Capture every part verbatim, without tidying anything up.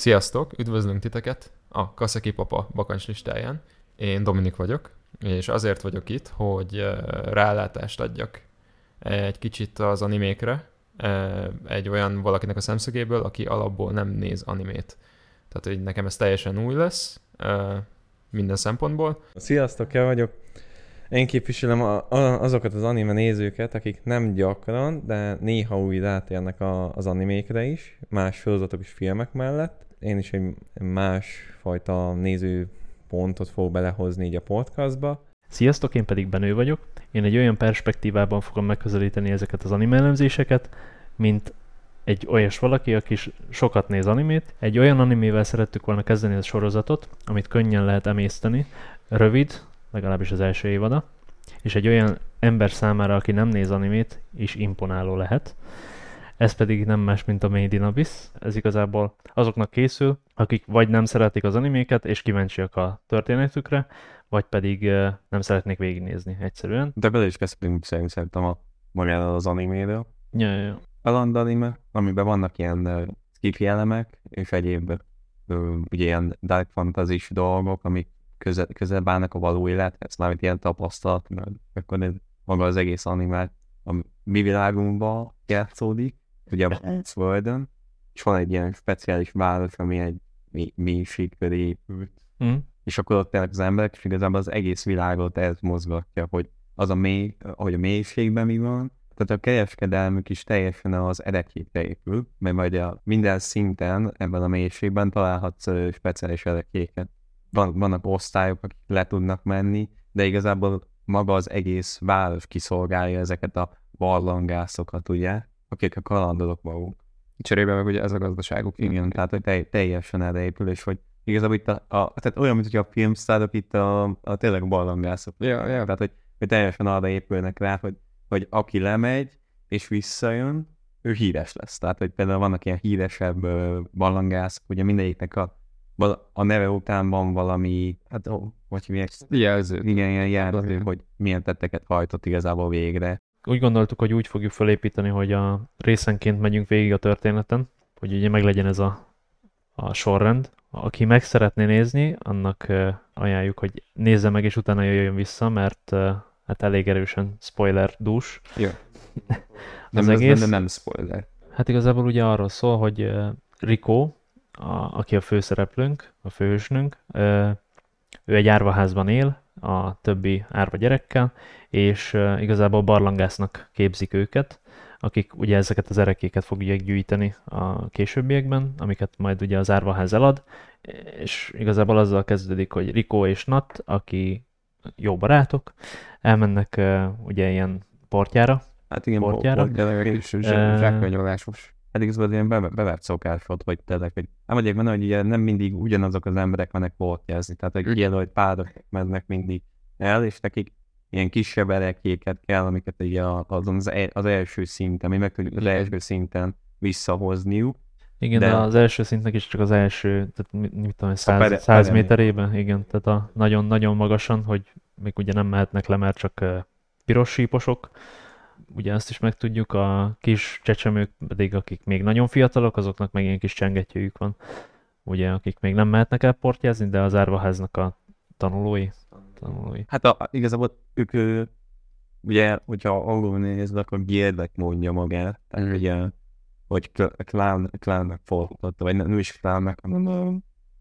Sziasztok, üdvözlünk titeket a Kaszeki Papa bakancs listáján. Én Dominik vagyok, és azért vagyok itt, hogy eh, rálátást adjak egy kicsit az animékre, eh, egy olyan valakinek a szemszögéből, aki alapból nem néz animét. Tehát, hogy nekem ez teljesen új lesz, eh, minden szempontból. Sziasztok, én vagyok. Én képviselem a, a, azokat az anime nézőket, akik nem gyakran, de néha úgy rátérnek a, az animékre is, más sorozatok és filmek mellett. Én is egy másfajta nézőpontot fogok belehozni így a podcastba. Sziasztok, én pedig Benő vagyok. Én egy olyan perspektívában fogom megközelíteni ezeket az anime elemzéseket, mint egy olyas valaki, aki sokat néz animét. Egy olyan animével szerettük volna kezdeni a sorozatot, amit könnyen lehet emészteni, rövid, legalábbis az első évada, és egy olyan ember számára, aki nem néz animét, is imponáló lehet. Ez pedig nem más, mint a Made in Abyss. Ez igazából azoknak készül, akik vagy nem szeretik az animéket, és kíváncsiak a történetükre, vagy pedig uh, nem szeretnék végignézni egyszerűen. De bele is kezdtünk szerintem a magáról az animéről. Ja, ja, ja. Kaland anime, amiben vannak ilyen uh, skifi elemek, és egyéb uh, ugye ilyen dark fantasy-s dolgok, amik közel, közel állnak a való élethez, mármint ilyen tapasztalat, mert akkor ez maga az egész animát a mi világunkban játszódik, ugye a World-ön, és van egy ilyen speciális város, ami egy mélység köré épült. Mm. És akkor ott tényleg az emberek, és igazából az egész világot ez mozgatja, hogy az a mély, hogy a mélységben mi van, tehát a kereskedelmük is teljesen az erekjékre épül, mert majd a minden szinten ebben a mélységben találhatsz uh, speciális erekjéket. Van, vannak osztályok, akik le tudnak menni, de igazából maga az egész város kiszolgálja ezeket a barlangászokat, ugye, akik a kalandorok maguk. Cserébe meg ugye ez a gazdaságuk. Igen, tehát hogy te, teljesen erre épül, és hogy igazából itt a, a tehát olyan, mint hogy a filmsztárok itt a, a tényleg barlangászok. Ja, ja. Tehát, hogy, hogy teljesen arra épülnek rá, hogy, hogy aki lemegy és visszajön, ő híres lesz. Tehát, hogy például vannak ilyen híresebb uh, barlangászok, ugye mindegyiknek a a neve után van valami, hát ó, hogy hívják? Jelző. Igen, ilyen jelző, hogy milyen tetteket hajtott igazából végre. Úgy gondoltuk, hogy úgy fogjuk felépíteni, hogy a részenként megyünk végig a történeten, hogy ugye meglegyen ez a, a sorrend. Aki meg szeretné nézni, annak uh, ajánljuk, hogy nézze meg, és utána jöjjön vissza, mert uh, hát elég erősen spoiler dús. Jó. Az nem, egész. Nem, nem spoiler. Hát igazából ugye arról szól, hogy uh, Rico, A, aki a főszereplőnk, a főhősnünk, ö, ő egy árvaházban él a többi árva gyerekkel, és ö, igazából barlangásznak képzik őket, akik ugye ezeket az erekéket fogják gyűjteni a későbbiekben, amiket majd ugye az árvaház elad, és igazából azzal kezdődik, hogy Rico és Nat, aki jó barátok, elmennek ö, ugye ilyen portjára. Hát igen, portjára. portjára, és zsákkanyolásos. Hát igazából ilyen be, bevert szokás volt, hogy tényleg, hogy nem vagyok benne, hogy ugye nem mindig ugyanazok az emberek mennek portjázni, tehát hogy ilyen, hogy párok mennek mindig el, és nekik ilyen kisebb erekéket kell, amiket ugye azon az, az első szinten, mi meg tudjuk az első szinten visszahozniuk. Igen, de, de az első szintnek is csak az első, tehát mit, mit tudom, száz, pere, száz méterében, igen, tehát a nagyon-nagyon magasan, hogy még ugye nem mehetnek le, mert csak uh, piros síposok. Ugye azt is megtudjuk, a kis csecsemők pedig, akik még nagyon fiatalok, azoknak meg ilyen kis csengettyűjük van, ugye, akik még nem mehetnek el portjázni, de az árvaháznak a tanulói. tanulói. Hát a, igazából ők, ő, ugye, hogyha angolul nézd, akkor Guildnek mondja magát, tehát ugye, hogy klánnak fordította, vagy nem is klánnak, hanem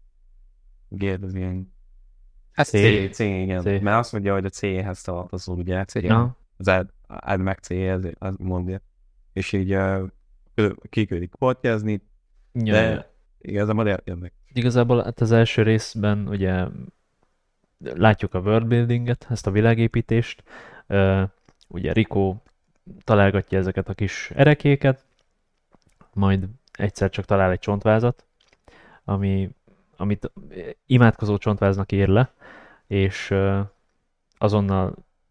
Guild az ilyen... Hát C, C, C, igen, C. Mert azt mondja, hogy a C-hez tartozó, ugye, C, ja. Az ad, ad meg C-hez, az mondja. És így uh, kiküldik portjázni, ja, de ja. igazából eljönnek. Igazából hát az első részben ugye látjuk a worldbuildinget, ezt a világépítést, uh, ugye Rico találgatja ezeket a kis erekéket, majd egyszer csak talál egy csontvázat, ami, amit imádkozó csontváznak ír le, és uh, azonnal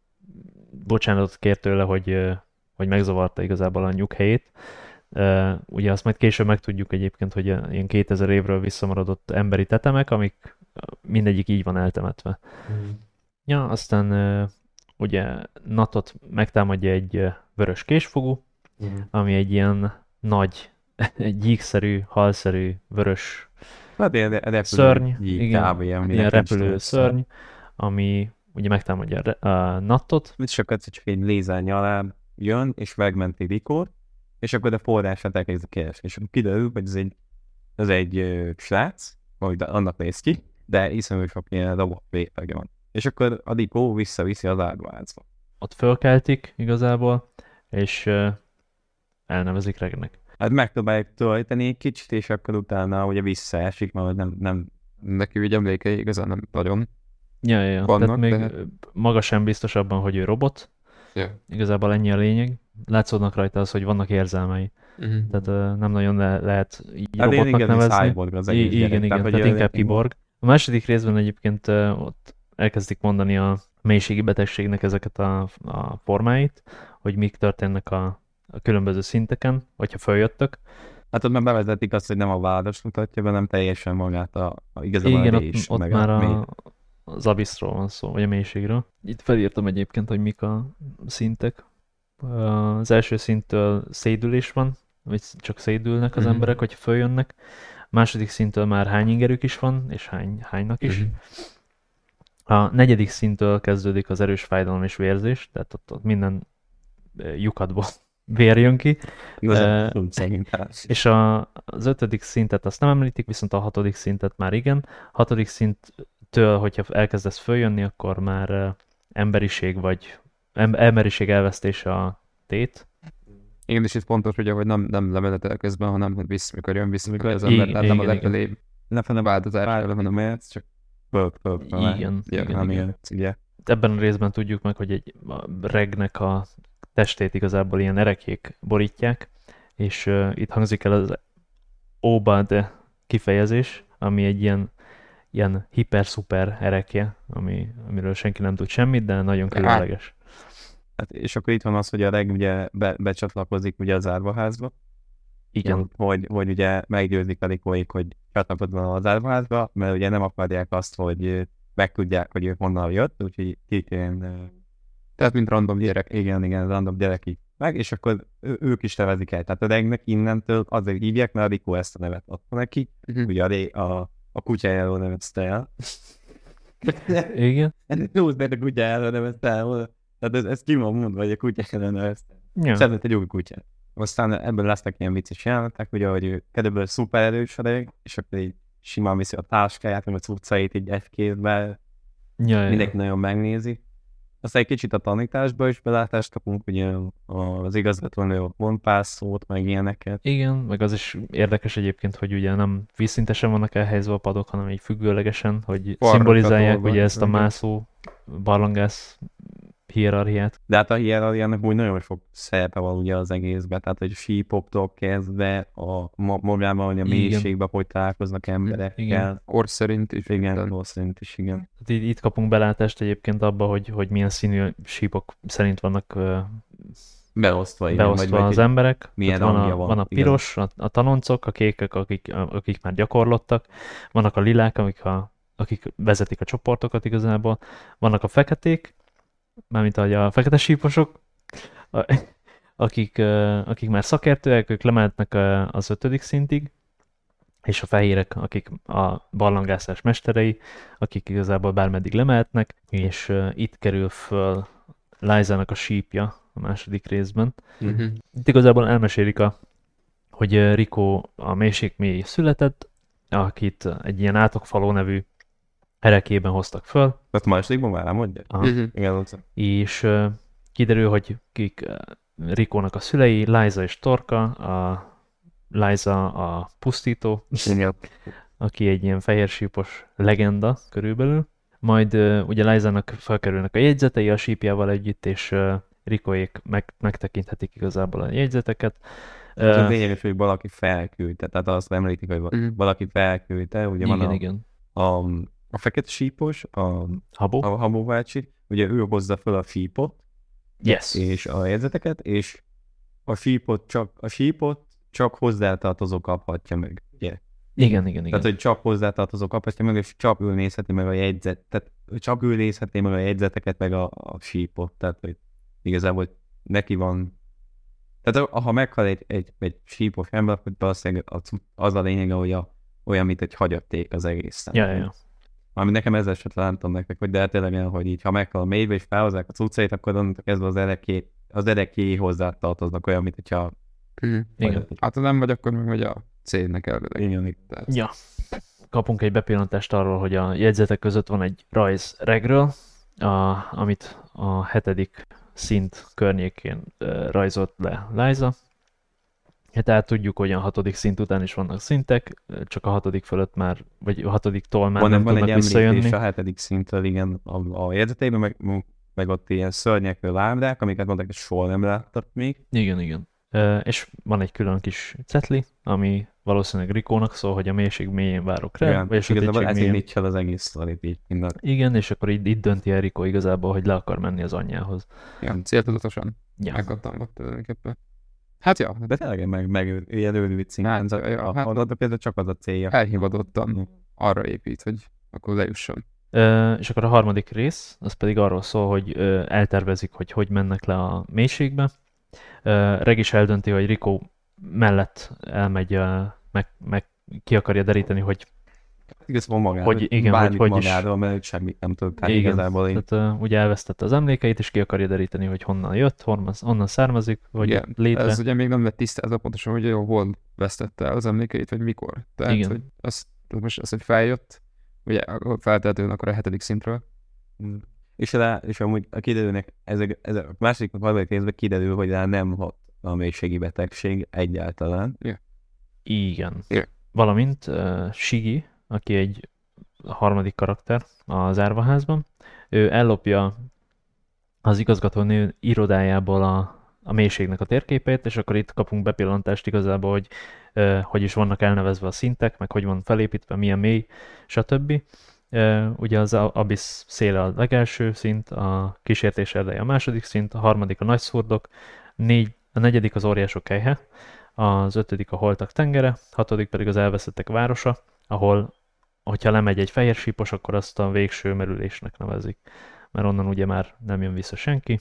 bocsánatot kért tőle, hogy, uh, hogy megzavarta igazából a nyughelyét. Uh, ugye azt majd később megtudjuk egyébként, hogy ilyen kétezer évről visszamaradott emberi tetemek, amik mindegyik így van eltemetve. Mm. Ja, aztán uh, ugye Natot megtámadja egy uh, vörös késfogú, mm. ami egy ilyen nagy, egy gyíkszerű, halszerű, vörös Hát ilyen repülő, szörny, így igen, kb. Ilyen, ilyen repülő szörny, ami ugye megtámadja a, a Nattot. És akkor csak egy lézerny alá jön, és megmenti Rikót, és akkor a forrását elkezd keresni. És akkor kiderül, hogy ez egy, ez egy uh, srác, vagy annak néz ki, de iszonyú sok ilyen robot végleg van. És akkor a Rikó visszaviszi az árvázba. Ott fölkeltik igazából, és uh, elnevezik Regnek. Hát megpróbálják tölteni egy kicsit, és akkor utána ugye visszaesik, mert nem, nem Neki úgy emlékei igazán nem nagyon. Ja, ja, ja. Vannak, Tehát még de... maga sem biztos abban, hogy ő robot. Ja. Igazából ennyi a lényeg. Látszódnak rajta az, hogy vannak érzelmei. Uh-huh. Tehát uh, nem nagyon le- lehet így hát robotnak igen, nevezni. cyborg az I- egész igen, gyerek. igen, tehát, hogy inkább ő- kiborg. A második részben egyébként uh, ott elkezdik mondani a mélységi betegségnek ezeket a, a formáit, hogy mik történnek a, a különböző szinteken, hogyha följöttök. Hát ott már bevezetik azt, hogy nem a város mutatja, hanem teljesen magát a, a igazából Igen, a ott, rés, ott meg már a, mély. a, az abyssról van szó, vagy a mélységről. Itt felírtam egyébként, hogy mik a szintek. Az első szinttől szédülés van, vagy csak szédülnek az Mhm. emberek, hogyha följönnek. A második szinttől már hány ingerük is van, és hány, hánynak is. Mhm. A negyedik szinttől kezdődik az erős fájdalom és vérzés, tehát ott, ott minden eh, lyukadból vér jön ki. Igazán, Eh, uh, szerintem. És a, az ötödik szintet azt nem említik, viszont a hatodik szintet már igen. Hatodik szinttől, hogyha elkezdesz följönni, akkor már eh, emberiség vagy em- emberiség elvesztése a tét. Igen, és itt fontos, hogy ahogy nem, nem levezetel közben, hanem hogy vissza, mikor jön vissza, mikor az Igen, ember, tehát nem a igen, lefelé Lefele változás, változás, hanem ez, csak föl, föl, föl. Igen, Ja, igen, nem igen. ilyen, ugye. Ebben a részben tudjuk meg, hogy egy a Regnek a testét igazából ilyen erekék borítják, és uh, itt hangzik el az Obad kifejezés, ami egy ilyen, ilyen hiper-szuper erekje, ami, amiről senki nem tud semmit, de nagyon különleges. Hát, és akkor itt van az, hogy a reg ugye be, becsatlakozik ugye az árvaházba. Igen. Hogy, hogy ugye meggyőzik a Rikóik, hogy csatlakozzanak az árvaházba, mert ugye nem akarják azt, hogy megtudják, hogy ő honnan jött, úgyhogy kik ilyen... Tehát, mint random gyerek. Igen, igen, random gyereki meg, és akkor ő, ők is nevezik el. Tehát a regnek innentől azért hívják, mert a Rikó ezt a nevet adta neki. Uh-huh. Ugye a, ré, a, a kutyájáról nevezte el. Igen. Jó, mert a kutyájáról nevezte el. Tehát ez, ez ki van mondva, hogy a kutyájáról nevezte el. Ja. Szedett egy új kutyát. Aztán ebből lesznek ilyen vicces jelenetek, ugye, hogy ő kedveből szuper erős a reg, és akkor így simán viszi a táskáját, meg a cuccait így egy kézben. Ja, ja. Mindenki nagyon megnézi. Aztán egy kicsit a tanításba is belátást kapunk, ugye az igazgatónő mond pár szót, meg ilyeneket. Igen, meg az is érdekes egyébként, hogy ugye nem vízszintesen vannak elhelyezve a padok, hanem így függőlegesen, hogy Parra szimbolizálják katolva, ugye ezt a igen. mászó barlangász hierarchiát. De hát a hierarchiának úgy nagyon sok szerepe van ugye az egészben, tehát hogy sípoptól kezdve a ma- magában, hogy a Igen. mélységben, hogy találkoznak emberekkel. Igen. Kor szerint is. Igen, kor szerint is, igen. Tehát így, itt kapunk belátást egyébként abba, hogy, hogy milyen színű sípok szerint vannak ö, Beosztva, igen, beosztva vagy, az vagy emberek. milyen Tehát van, rangja a, van, van a igen. piros, a, a tanoncok, a kékek, akik, akik már gyakorlottak, vannak a lilák, akik, a, akik vezetik a csoportokat igazából, vannak a feketék, mármint ahogy a fekete síposok, a, akik, ö, akik már szakértőek, ők lemehetnek ö, az ötödik szintig, és a fehérek, akik a barlangászás mesterei, akik igazából bármeddig lemehetnek, és uh, itt kerül föl Liza-nak a sípja a második részben. Uh-huh. Itt igazából elmesélik, a, hogy uh, Rico a mélység mély született, akit egy ilyen átokfaló nevű erekében hoztak föl, Tehát másodikban már mondja? Aha. Uh-huh. Igen, ott. és uh, kiderül, hogy kik uh, Ricónak a szülei, Liza és Torka, a Liza a pusztító, Igen. aki egy ilyen fehérsípos legenda körülbelül. Majd uh, ugye Liza-nak felkerülnek a jegyzetei a sípjával együtt, és uh, Ricóék meg, megtekinthetik igazából a jegyzeteket. Ez a Uh, lényeges, hogy valaki felküldte, tehát azt említik, hogy Mhm. valaki felküldte, ugye van igen, a, igen. a, a fekete sípos, a, Habó? a Habó bácsi, ugye ő hozza fel a sípot, Yes. és a jegyzeteket, és a sípot csak, a sípot csak hozzátartozó kaphatja meg, ugye? Igen, igen, igen. Tehát, hogy csak hozzátartozó kaphatja meg, és csak ő nézheti meg a jegyzet, tehát csak ő nézheti meg a jegyzeteket, meg a, a sípot, tehát hogy igazából neki van. Tehát ha meghal egy, egy, egy sípos ember, akkor valószínűleg az a lényege, hogy a, olyan, mint egy hagyatték az egészen. Ja, ja, ja. Ami nekem ez esetleg nem tudom nektek, hogy de tényleg olyan, hogy így, ha meghal a mélybe és felhozzák a cuccait, akkor onnantól kezdve az ereké, az ereké hozzá tartoznak olyan, mint hogyha... Mhm. Igen. Hát ha nem vagy, akkor meg vagy a cégnek elvileg. Igen. Tehát, Ja. Kapunk egy bepillantást arról, hogy a jegyzetek között van egy rajz regről, a, amit a hetedik szint környékén uh, rajzolt le Liza. Tehát tudjuk, hogy a hatodik szint után is vannak szintek, csak a hatodik fölött már, vagy a hatodiktól már Van, nem van egy tudnak említés visszajönni. a hetedik szintről, igen, a, a jegyzeteiben, meg, meg ott ilyen szörnyekről lámdák, amiket mondták, hogy soha nem láttak még. Igen, igen. Uh, és van egy külön kis cetli, ami valószínűleg Rikónak szól, hogy a mélység mélyén várok rá, Igen, vagy a és igazából sötétség ez mélyén. indítja el az egész sztorit így minden. Igen, és akkor itt, itt dönti el Rikó igazából, hogy le akar menni az anyjához. igen, céltudatosan Ja. megkaptam tulajdonképpen. Hát ja, De tényleg meg, meg ilyen őrült szinten. Hát, Hát, ja, a, hát- a, a, például csak az a célja. elhivatottan arra épít, hogy akkor lejusson. Ö, és akkor a harmadik rész, az pedig arról szól, hogy ö, eltervezik, hogy hogy mennek le a mélységbe. Ö, Reg is eldönti, hogy Rico mellett elmegy, ö, meg, meg ki akarja deríteni, hogy Igazából magáról, Hogy igen, bármit hogy- hogy is- magáról, mert őt semmit nem tud. Tehát igen, igazából én... tehát ö, ugye elvesztette az emlékeit, és ki akarja deríteni, hogy honnan jött, honnan, honnan származik, hogy Igen, létre. ez ugye még nem lett tisztázva pontosan, hogy jó, hol vesztette el az emlékeit, vagy mikor. Tehát, Igen. hogy az, az most az, hogy feljött, ugye feltehetően akkor a hetedik szintről. Mm. És, rá, és amúgy a kiderülnek, ezek, ezek a második, a harmadik részben kiderül, hogy rá nem hat a mélységi betegség egyáltalán. Igen. Igen. Valamint uh, Shigi, aki egy harmadik karakter az árvaházban, ő ellopja az igazgatónő irodájából a, a mélységnek a térképét, és akkor itt kapunk bepillantást igazából, hogy uh, hogy is vannak elnevezve a szintek, meg hogy van felépítve, milyen mély, stb. Uh, ugye az Abyss széle a legelső szint, a kísértés erdeje a második szint, a harmadik a nagy szurdok, négy, a negyedik az óriások kelyhe, az ötödik a holtak tengere, hatodik pedig az elveszettek városa, ahol, hogyha lemegy egy fehér sípos, akkor azt a végső merülésnek nevezik, mert onnan ugye már nem jön vissza senki,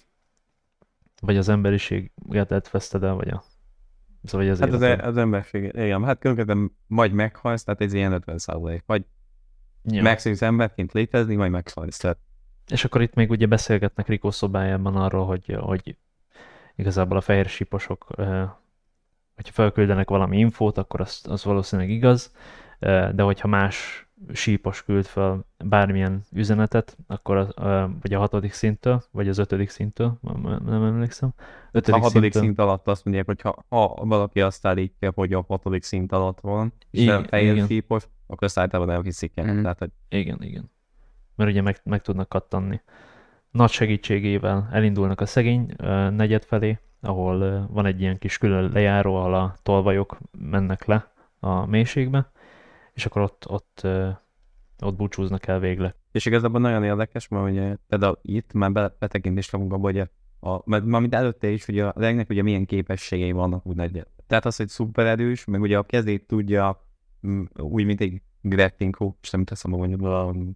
vagy az emberiséget elveszted el, vagy, a, vagy az Hát az, életed. az emberség, igen, hát különbözően vagy meghalsz, tehát ez ilyen ötven százalék, vagy Ja. megszűnsz emberként létezni, vagy meghalsz. Tehát És akkor itt még ugye beszélgetnek Rikó szobájában arról, hogy, hogy igazából a fehér síposok, eh, hogyha felküldenek valami infót, akkor az, az valószínűleg igaz, eh, de hogyha más sípos küld fel bármilyen üzenetet, akkor az, eh, vagy a hatodik szinttől, vagy az ötödik szinttől, nem, nem emlékszem. a Ötödik hatodik szinttől, szint alatt azt mondják, hogy ha, ha valaki azt állítja, hogy a hatodik szint alatt van, és Igen, nem fehér igen. sípos, akkor azt általában nem hiszik el. Mhm. Tehát, hogy Igen, igen. Mert ugye meg, meg tudnak kattanni. Nagy segítségével elindulnak a szegény ö, negyed felé, ahol ö, van egy ilyen kis külön lejáró, ahol a tolvajok mennek le a mélységbe, és akkor ott, ott, ö, ott búcsúznak el végleg. és igazából nagyon érdekes, mert ugye például itt már be- betekintést kapunk abba, hogy a, a, mert amit előtte is, hogy a regnek ugye milyen képességei vannak úgy nagy. Tehát az, hogy szupererős, meg ugye a kezét tudja mm, úgy, mint egy grappling hook, és nem teszem, hogy valami.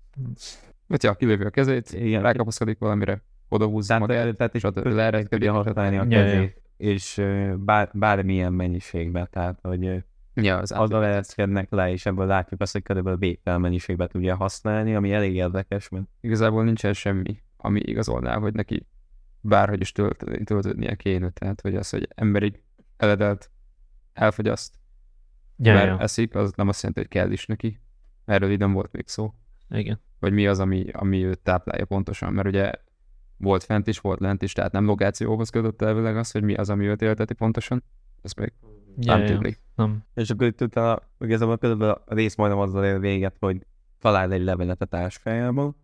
Mert ja, kilövi a kezét, Igen. rákapaszkodik valamire, odahúzza Tehát, magát, tehát és és tudja leereszkedik. használni a Ja, ja. kezét, és ö, bár, bármilyen mennyiségben, tehát hogy ö, Ja, az azzal ereszkednek le, és ebből látjuk azt, hogy körülbelül végtelen mennyiségben tudja használni, ami elég érdekes, mert igazából nincsen semmi, ami igazolná, hogy neki bárhogy is tölt, töltődnie kéne. Tehát, hogy az, hogy emberi eledelt elfogyaszt, Ja, mert ja, eszik, az nem azt jelenti, hogy kell is neki. Erről így nem volt még szó. igen. Vagy mi az, ami, ami őt táplálja pontosan, mert ugye volt fent is, volt lent is, tehát nem lokációhoz kötött elvileg az, hogy mi az, ami őt élteti pontosan. Ezt még Ja, nem ja. tudni. Nem. és akkor itt utána igazából körülbelül a rész majdnem azzal ér véget, hogy talál egy levelet a táskájában,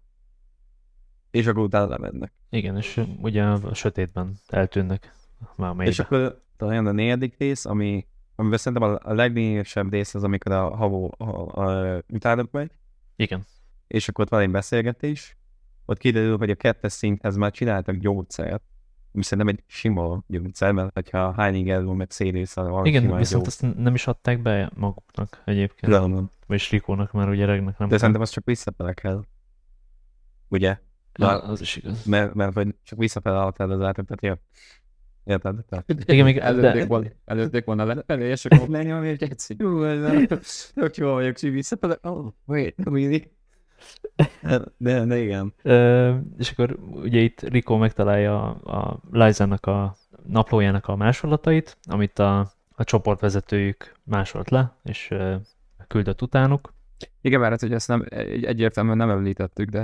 és akkor utána lemennek. Igen, és ö, ugye a sötétben eltűnnek már a mélybe. És akkor talán a negyedik rész, ami, amiben szerintem a, a leglényegesebb rész az, amikor a havó a, a, a, utánok megy, Igen. és akkor ott van egy beszélgetés, ott kiderül, hogy a kettes szinthez már csináltak gyógyszert, ami szerintem egy sima gyógyszer, mert hogyha Heiningerről meg Szédészel van Igen, sima viszont gyógyszer. azt nem is adták be maguknak egyébként. Tudom, Vagy Rikónak, mert ugye Regnek nem de szerintem az csak visszafele kell. Ugye? kell. Na, Az is igaz. mert, mert hogy csak visszafele alatt el az átok, tehát jó. Érted? Tehát Igen, még- előtték de- volna, előtték volna lefelé, és akkor lenyom, és geci. jó, tök jó vagyok, és így visszafele, oh, wait, really? De, de igen. Ö, és akkor ugye itt Rico megtalálja a, a Liza-nak a naplójának a másolatait, amit a, a csoportvezetőjük másolt le, és ö, küldött utánuk. Igen, már hát, hogy ezt nem, egy- egyértelműen nem említettük, de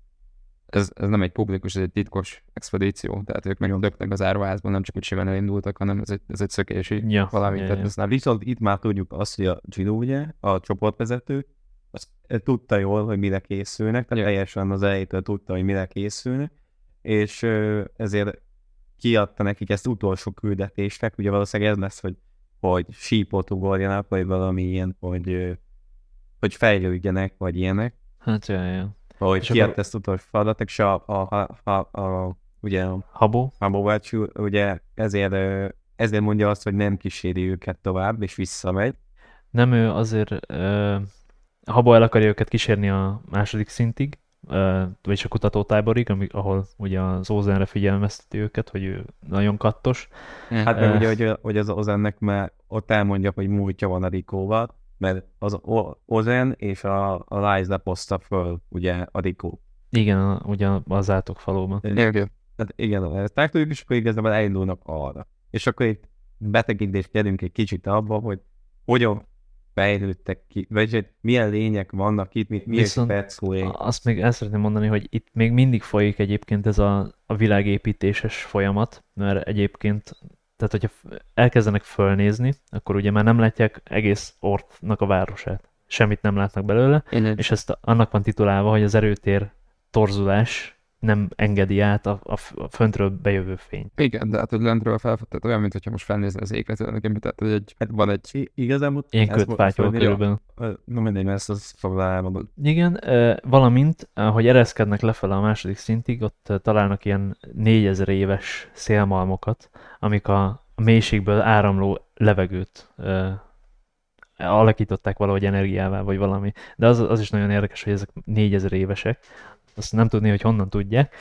ez, ez nem egy publikus, ez egy titkos expedíció, tehát ők meg dögtek az árvaházban, nem csak úgy simán elindultak, hanem ez egy, ez egy szökési Ja, valami, ja, tehát ja. ez nem Viszont itt már tudjuk azt, hogy a Gino, ugye, a csoportvezető, az tudta jól, hogy mire készülnek, tehát teljesen az elejétől tudta, hogy mire készülnek, és ö, ezért kiadta nekik ezt utolsó küldetésnek, ugye valószínűleg ez lesz, hogy, hogy sípot ugorjanak, vagy valami ilyen, hogy, ö, hogy fejlődjenek, vagy ilyenek, Hát, ja, ja. hogy És kiadta akkor- ezt utolsó feladatok, és a, a, a, a, a, ugye a Habó? Habovács ugye ezért, ö, ezért mondja azt, hogy nem kíséri őket tovább, és visszamegy. Nem, ő azért ö, Habó el akarja őket kísérni a második szintig, ö, vagyis a kutatótáborig, ami, ahol ugye az Ózenre figyelmezteti őket, hogy ő nagyon kattos. Hát Eh. meg ugye, hogy, hogy az Ozennek már ott elmondja, hogy múltja van a Rikóval, mert az O- Ozen és a, a Liza hozta föl ugye a Rikó. Igen, a, ugye az átok falóban. Igen. Tehát igen, ezt megtudjuk, és akkor igazából elindulnak arra. És akkor itt betekintést gyerünk egy kicsit abba, hogy hogyan fejlődtek ki, vagy hogy milyen lények vannak itt, mi- milyen Viszont speckói. Azt még el szeretném mondani, hogy itt még mindig folyik egyébként ez a, a világépítéses folyamat, mert egyébként, tehát hogyha f- elkezdenek fölnézni, akkor ugye már nem látják egész Ortnak a városát. Semmit nem látnak belőle, Én egy, és ezt annak van titulálva, hogy az erőtér torzulás nem engedi át a, a, f- a föntről bejövő fényt. igen, de hát, hogy lentről felfedett, olyan, mintha most felnézni az égre tulajdonképpen, tehát hogy egy, Hát van egy, I- igazából... Ilyen ezt kötfátyol fölnél- körülbelül. Ö, Na mindegy, mert ezt az foglalában. Igen, ö, valamint, ahogy ereszkednek lefele a második szintig, ott ö, találnak ilyen négyezer éves szélmalmokat, amik a, a mélységből áramló levegőt ö, alakították valahogy energiává, vagy valami. De az, az is nagyon érdekes, hogy ezek négyezer évesek. Azt nem tudni, hogy honnan tudják,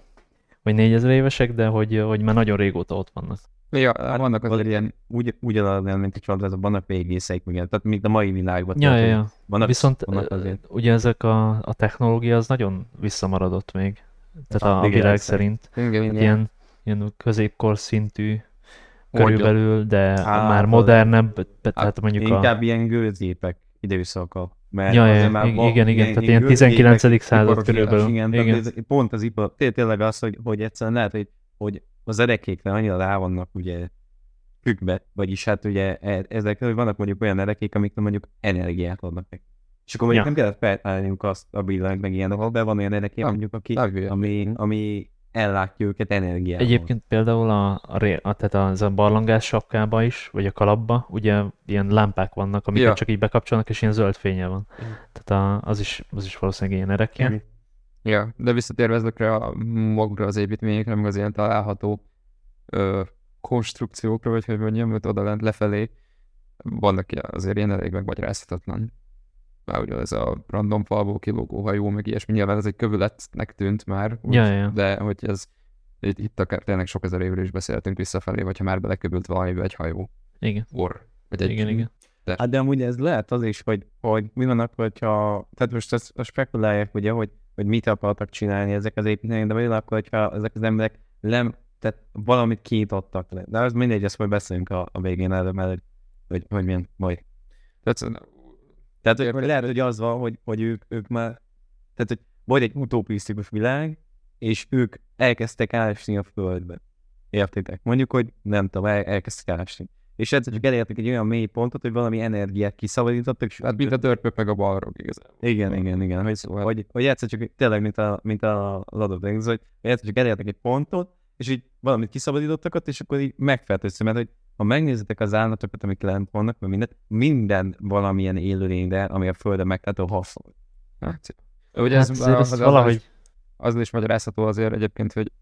hogy négyezer évesek, de hogy, hogy már nagyon régóta ott vannak. ja, vannak azért ilyen, Úgy, ugyanaz, mint a csodában, vannak végészeik, meg ilyen, tehát mint a mai világban. Ja, tehát, ja, hogy ja. Vannak, Viszont vannak ö, azért. ugye ezek a, a technológia az nagyon visszamaradott még. Tehát a, a igen, világ ez szerint. igen, Hát igen. ilyen, ilyen középkor szintű Mondja. körülbelül, de Á, már az- modernebb, be- tehát mondjuk a... Inkább ilyen gőzgépek időszaka. Mert Ja, ja, azért már igen, va- igen, igen, tehát ilyen gőzgépek, tizenkilencedik század iparos- körülbelül. Igen, Igen. igen. Ez, pont az ipar, té- tényleg az, hogy, hogy egyszerűen lehet, hogy, hogy az erekékre annyira rá vannak ugye függve, vagyis hát ugye e- ezekre, hogy vannak mondjuk olyan erekék, amikre mondjuk energiát adnak neki. És akkor mondjuk Ja. nem kellett feltárniuk azt a billenk meg ilyenek, de van olyan ereké, Nem, mondjuk, aki, nem hülye. ami, ami ellátja őket energiával. Egyébként például a, a, ré- a, tehát az a barlangás sapkába is, vagy a kalapba, ugye ilyen lámpák vannak, amiket Ja. csak így bekapcsolnak, és ilyen zöld fénye van. Tehát a, az, is, az is valószínűleg ilyen erekje. Ja, de visszatérve ezekre a magukra az építményekre, meg az ilyen található ö, konstrukciókra, vagy hogy mondjam, hogy oda lent lefelé, vannak ilyen, azért ilyen elég megmagyarázhatatlan. Már ugye ez a random falból kilógó hajó, meg ilyesmi, nyilván ez egy kövületnek tűnt már, úgy, Ja, ja. de hogy ez itt, itt akár tényleg sok ezer évről is beszéltünk visszafelé, vagy ha már belekövült valamibe egy hajó, Igen, or, vagy egy igen, igen. Hát de amúgy ez lehet az is, hogy, hogy mi van akkor, hogyha, tehát most ezt, ezt spekulálják ugye, hogy, hogy mit akartak csinálni ezek az építmények, de mi van akkor, hogyha ezek az emberek nem, tehát valamit kiítottak le. De az mindegy, ezt majd beszélünk a, a végén erről, mert hogy, hogy milyen majd. Tehát, Tehát hogy, hogy lehet, hogy az van, hogy, hogy ők, ők már, tehát hogy vagy egy utopisztikus világ, és ők elkezdtek ásni a földbe. Értitek? Mondjuk, hogy nem tudom, el, elkezdtek ásni. És egyszer csak elértek egy olyan mély pontot, hogy valami energiát kiszabadítottak, és hát mint a törpök meg a balrog igazából. igen, igen, igen, hogy, Szóval- hogy, hogy egyszer csak tényleg, mint a, mint a Lord of the Rings, hogy egyszer csak elértek egy pontot, és így valamit kiszabadítottak ott, és akkor így megfertőzte, mert hogy ha megnézitek az állatokat, amik lent vannak, mert minden, minden valamilyen élőlényre, ami a Földön megtalálható hasonló. Hát, ugye Hát ez, azért az, ez az, valahogy... is, az is magyarázható azért egyébként, hogy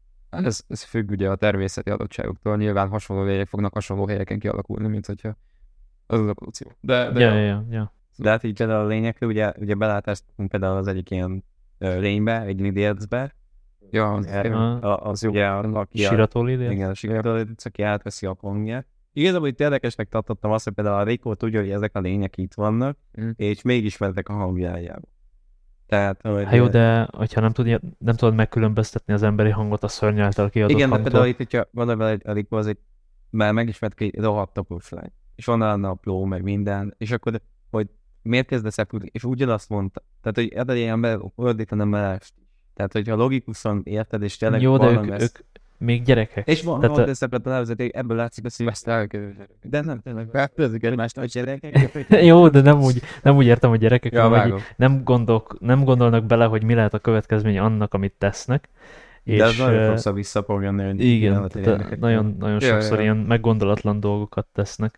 ez, ez függ ugye a természeti adottságoktól, nyilván hasonló lények fognak hasonló helyeken kialakulni, mint hogyha az az evolúció. De, de Ja, ja, ja, ja. De hát így például a lényekre, ugye, ugye belátást kapunk például az egyik ilyen ö, lénybe, egy lidércbe, Ja, az, A, a, az ugye, aki a, Siratólidia? igen, a Siratólidia, aki átveszi a hangját. Igazából itt érdekesnek tartottam azt, hogy például a Rico tudja, hogy ezek a lények itt vannak, Mm. és mégis mentek a hangjájába. Tehát, hogy... Hát jó, de hogyha nem, tudja, nem tudod megkülönböztetni az emberi hangot a szörny által kiadott igen, de hangtól. például itt, hogyha gondolj vele, hogy a Rico az egy, már megismertek egy rohadt okos lány, és onnan a napló, meg minden, és akkor, hogy miért kezdesz el, és ugyanazt mondta, tehát, hogy ebben egy ember ordítana mást. Tehát, hogyha logikusan érted, és tényleg Jó, de ők, valami ők még gyerekek. és van, Tehát van a- ez a nevezet, ebből látszik, hogy ezt elkezdődik. de nem, tényleg, felfőzik egymást nagy gyerekek. Jó, de nem úgy, nem úgy értem, hogy gyerekek, Ja, hanem, hogy vágom. nem, gondolk, nem gondolnak bele, hogy mi lehet a következménye annak, amit tesznek. De ez És, nagyon eh, sokszor visszapog jönni, hogy igen, jelenet tehát ilyenek. nagyon, nagyon Ja, sokszor ja. ilyen meggondolatlan dolgokat tesznek.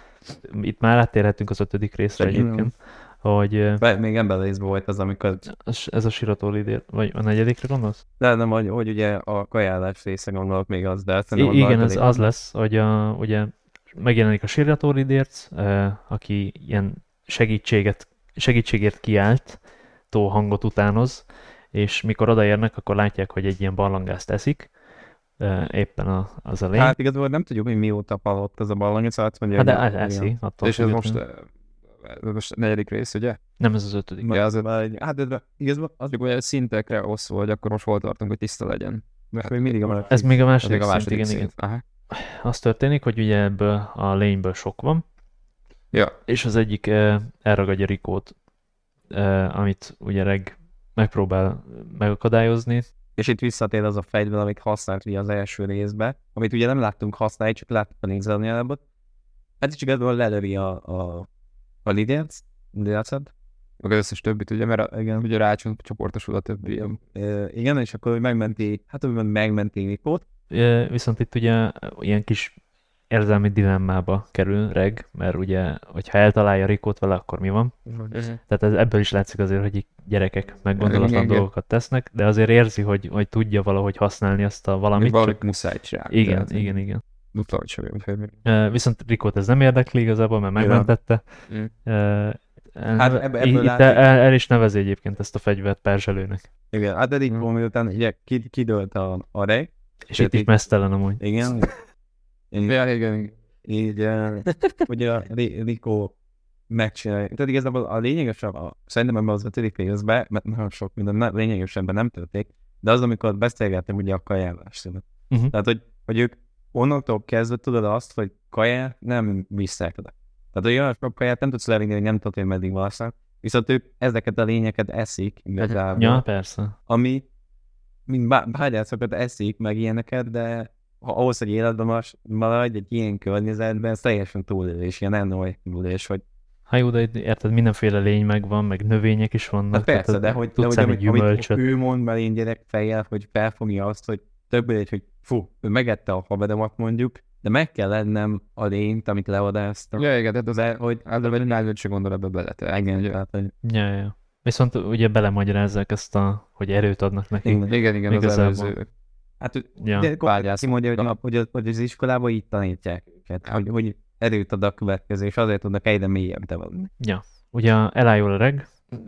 Itt már áttérhetünk az ötödik részre Igen. egyébként, hogy eh, Be- még ebben a részben volt az, amikor, ez a Siratólidia, vagy a negyedikre gondolsz? de nem, hogy, hogy ugye a kajálás része gondolok még az, de I- szerintem igen, az ez az lesz, hogy a, ugye megjelenik a Siratóridérc, eh, aki ilyen segítséget, segítségért kiállt, tó hangot utánoz, és mikor odaérnek, akkor látják, hogy egy ilyen barlangást eszik, eh, éppen a, az a lény. Hát igazából nem tudjuk, hogy mióta palott ez a ballang, szóval azt mondja, Hát de hogy- e- eszi, attól És ez most, függetlenül. eh, ez most a negyedik rész, ugye? Nem ez az ötödik. Ma- Ja, az- már egy- Hát de igazából az, Csak ugye szintekre osztva, hogy akkor most hol tartunk, hogy tiszta legyen. mert még mindig a második. Ez még a Ez második, még a második szint, igen, szint. igen. Aha. Az történik, hogy ugye ebből a lényből sok van, Ja. és az egyik eh, elragadja Rikót, eh, amit ugye Reg megpróbál megakadályozni. És itt visszatér az a fegyver, amit használt ugye az első részbe, amit ugye nem láttunk használni, csak láttuk a nézelniállapot. Hát is igazából lelövi a, a, a lidérc, lidércet. Meg az összes többit, ugye, mert a, Igen. ugye rácsont csoportosul a többi. Igen. E, igen, és akkor hogy megmenti, hát úgymond megmenti Rikót. Eh, Viszont itt ugye ilyen kis érzelmi dilemmába kerül Reg, mert ugye, hogyha eltalálja Rikót vele, akkor mi van? Tehát ez, ebből is látszik azért, hogy így gyerekek meggondolatlan Igen, igen. dolgokat tesznek, de azért érzi, hogy, hogy tudja valahogy használni azt a valamit. Valamit Csak... muszáj csinálni. Igen, tehát, igen, igen. Dupla vagy sem, úgyhogy mi- Uh, viszont Rikót ez nem érdekli igazából, mert megmentette. Mm. Uh, Hát ebbe- ebből itt látszik- el, el is nevezi egyébként ezt a fegyvert perzselőnek. Igen, hát de Rikó Mhm. miután ugye kid, kidőlt a, a Reg. És Sőt, itt is így- mesztelen amúgy. Igen. Így, Ja, igen, igen. így uh, ugye a Ri- Rikó megcsinálja. Tehát igazából a lényegesebb, a, szerintem ebben az ötödik részben, mert nagyon sok minden ne, lényegesebben nem történik, de az, amikor beszélgettem ugye a kajálásról. Uh-huh. Tehát, hogy, hogy ők onnantól kezdve tudod azt, hogy kaját nem visznek oda. Tehát, hogy olyan sok kaját nem tudsz levinni, hogy nem tudod, hogy meddig valószínűleg. Viszont ők ezeket a lényeket eszik igazából, Ja, persze. ami mint bá- bágyászokat eszik, meg ilyeneket, de ha ahhoz, hogy életben mas- maradj egy ilyen környezetben, ez teljesen túlélés, ilyen ennoi túlélés, hogy Ha jó, de itt érted, mindenféle lény megvan, meg növények is vannak. hát persze, tehát de hogy, de tudsz hogy enni amit, amit gyümölcsöt. ő mond már én gyerek fejjel, hogy felfogja azt, hogy többé egy, hogy fú, ő megette a haveromat mondjuk, de meg kell lennem a lényt, amit leadáztam. Ja, igen, tehát az De hogy általában egy nálad se gondol ebbe bele. Tehát, igen, ugye. tehát, hogy Ja, ja. Viszont ugye belemagyarázzák ezt a, hogy erőt adnak neki. igen. Igen, igen, az Igazából. előző. Hát, hogy- Ja. de Vágyász. ki mondja, hogy, hogy, az- hogy az iskolában így tanítják őket, hogy, hogy erőt ad a következő, és azért tudnak egyre mélyebbre vanni. Ja. Ugye elájul a Reg,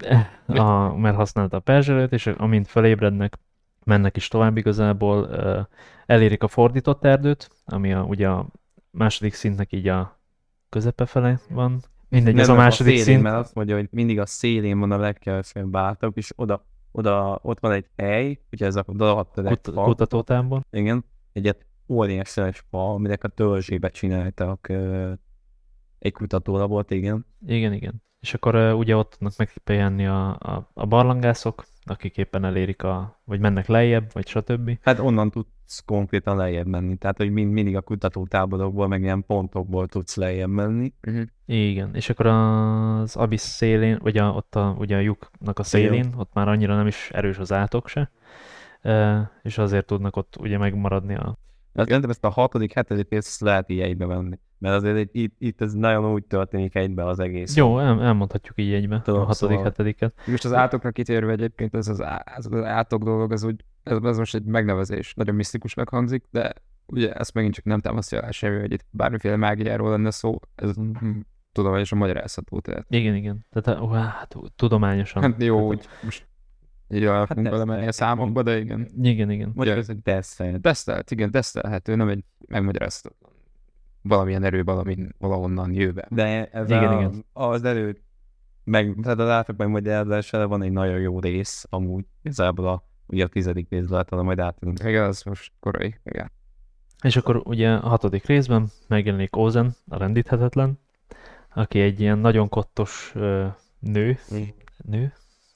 a, mert használta a perzselőt, és amint felébrednek, mennek is tovább igazából, uh, elérik a fordított erdőt, ami a, ugye a második szintnek így a közepe fele van. Mindegy, ez a Nem, második szélén, szint. mert azt mondja, hogy mindig a szélén van a legkevesebb bátok, és oda, oda, ott van egy hely, ugye ez a dalattörek Kut- fa, kutatótábor. igen, egyet óriási fa, aminek a törzsébe csináltak ö, egy kutatólabort, igen. Igen, igen. És akkor uh, ugye ott tudnak megpihenni a, a, a barlangászok, akik éppen elérik a, vagy mennek lejjebb, vagy stb. Hát onnan tudsz konkrétan lejjebb menni, tehát hogy mind, mindig a kutatótáborokból, meg ilyen pontokból tudsz lejjebb menni. Uh-huh. Igen, és akkor az Abyss szélén, vagy a, ott a, ugye a lyuknak a szélén, ott már annyira nem is erős az átok se, uh, és azért tudnak ott ugye megmaradni a... Hát szerintem ezt a hatodik, hetedik részt lehet így egybe venni, mert azért egy, itt, itt ez nagyon úgy történik egybe az egész. Jó, el, elmondhatjuk így egybe, Tudom, a hatodik, szóval- hetediket. Most az átokra kitérve egyébként, ez az, á- ez az átok dolog, ez, úgy, ez, ez most egy megnevezés, nagyon misztikusnak hangzik, de ugye ezt megint csak nem támasztja alá semmi, hogy itt bármiféle mágiáról lenne szó, ez hm, tudományosan magyarázható, tehát. Igen, igen. Tehát uh, hát, tudományosan. Hát jó, Tehát, úgy most így alapunk Hát bele menni a számokba, de igen. Igen, igen. Mondjuk ez egy tesztel. Tesztelt, igen, tesztelhető, nem egy megmagyarázhatatlan valamilyen erő valamin, valahonnan jő be. De ez Igen, a, igen. az erő, meg, tehát az átok megmagyarázására van egy nagyon jó rész, amúgy, igazából a, ugye a tizedik részben általán majd átadunk. Igen, az most korai, igen. És akkor ugye a hatodik részben megjelenik Ozen, a rendíthetetlen, aki egy ilyen nagyon kottos ö, nő. Nő?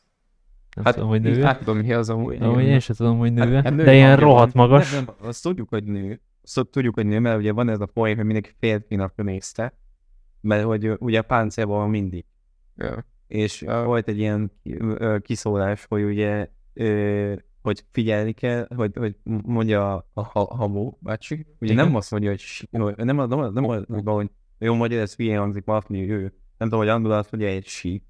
Nem Hát, tudom, hogy nő. Hát tudom, mi az amúgy. Amúgy én sem tudom, hogy nő, hát női de ilyen hangja rohadt van. magas. Nem, nem, azt tudjuk, hogy nő. Azt tudjuk, hogy nő, mert ugye van ez a poén, hogy mindenki férfinak nézte, mert hogy ö, ugye a páncélban van mindig. Ja. És uh, volt egy ilyen ö, kiszólás, hogy ugye, ö, hogy figyelni kell, hogy, hogy mondja a, a, a Habó bácsi, ugye Igen. nem azt mondja, hogy si, nem, nem, nem, nem, nem az, hogy jó, magyar, ez hülyén hangzik, ma azt mondja, hogy ő. Nem tudom, hogy angolul azt mondja, egy sí.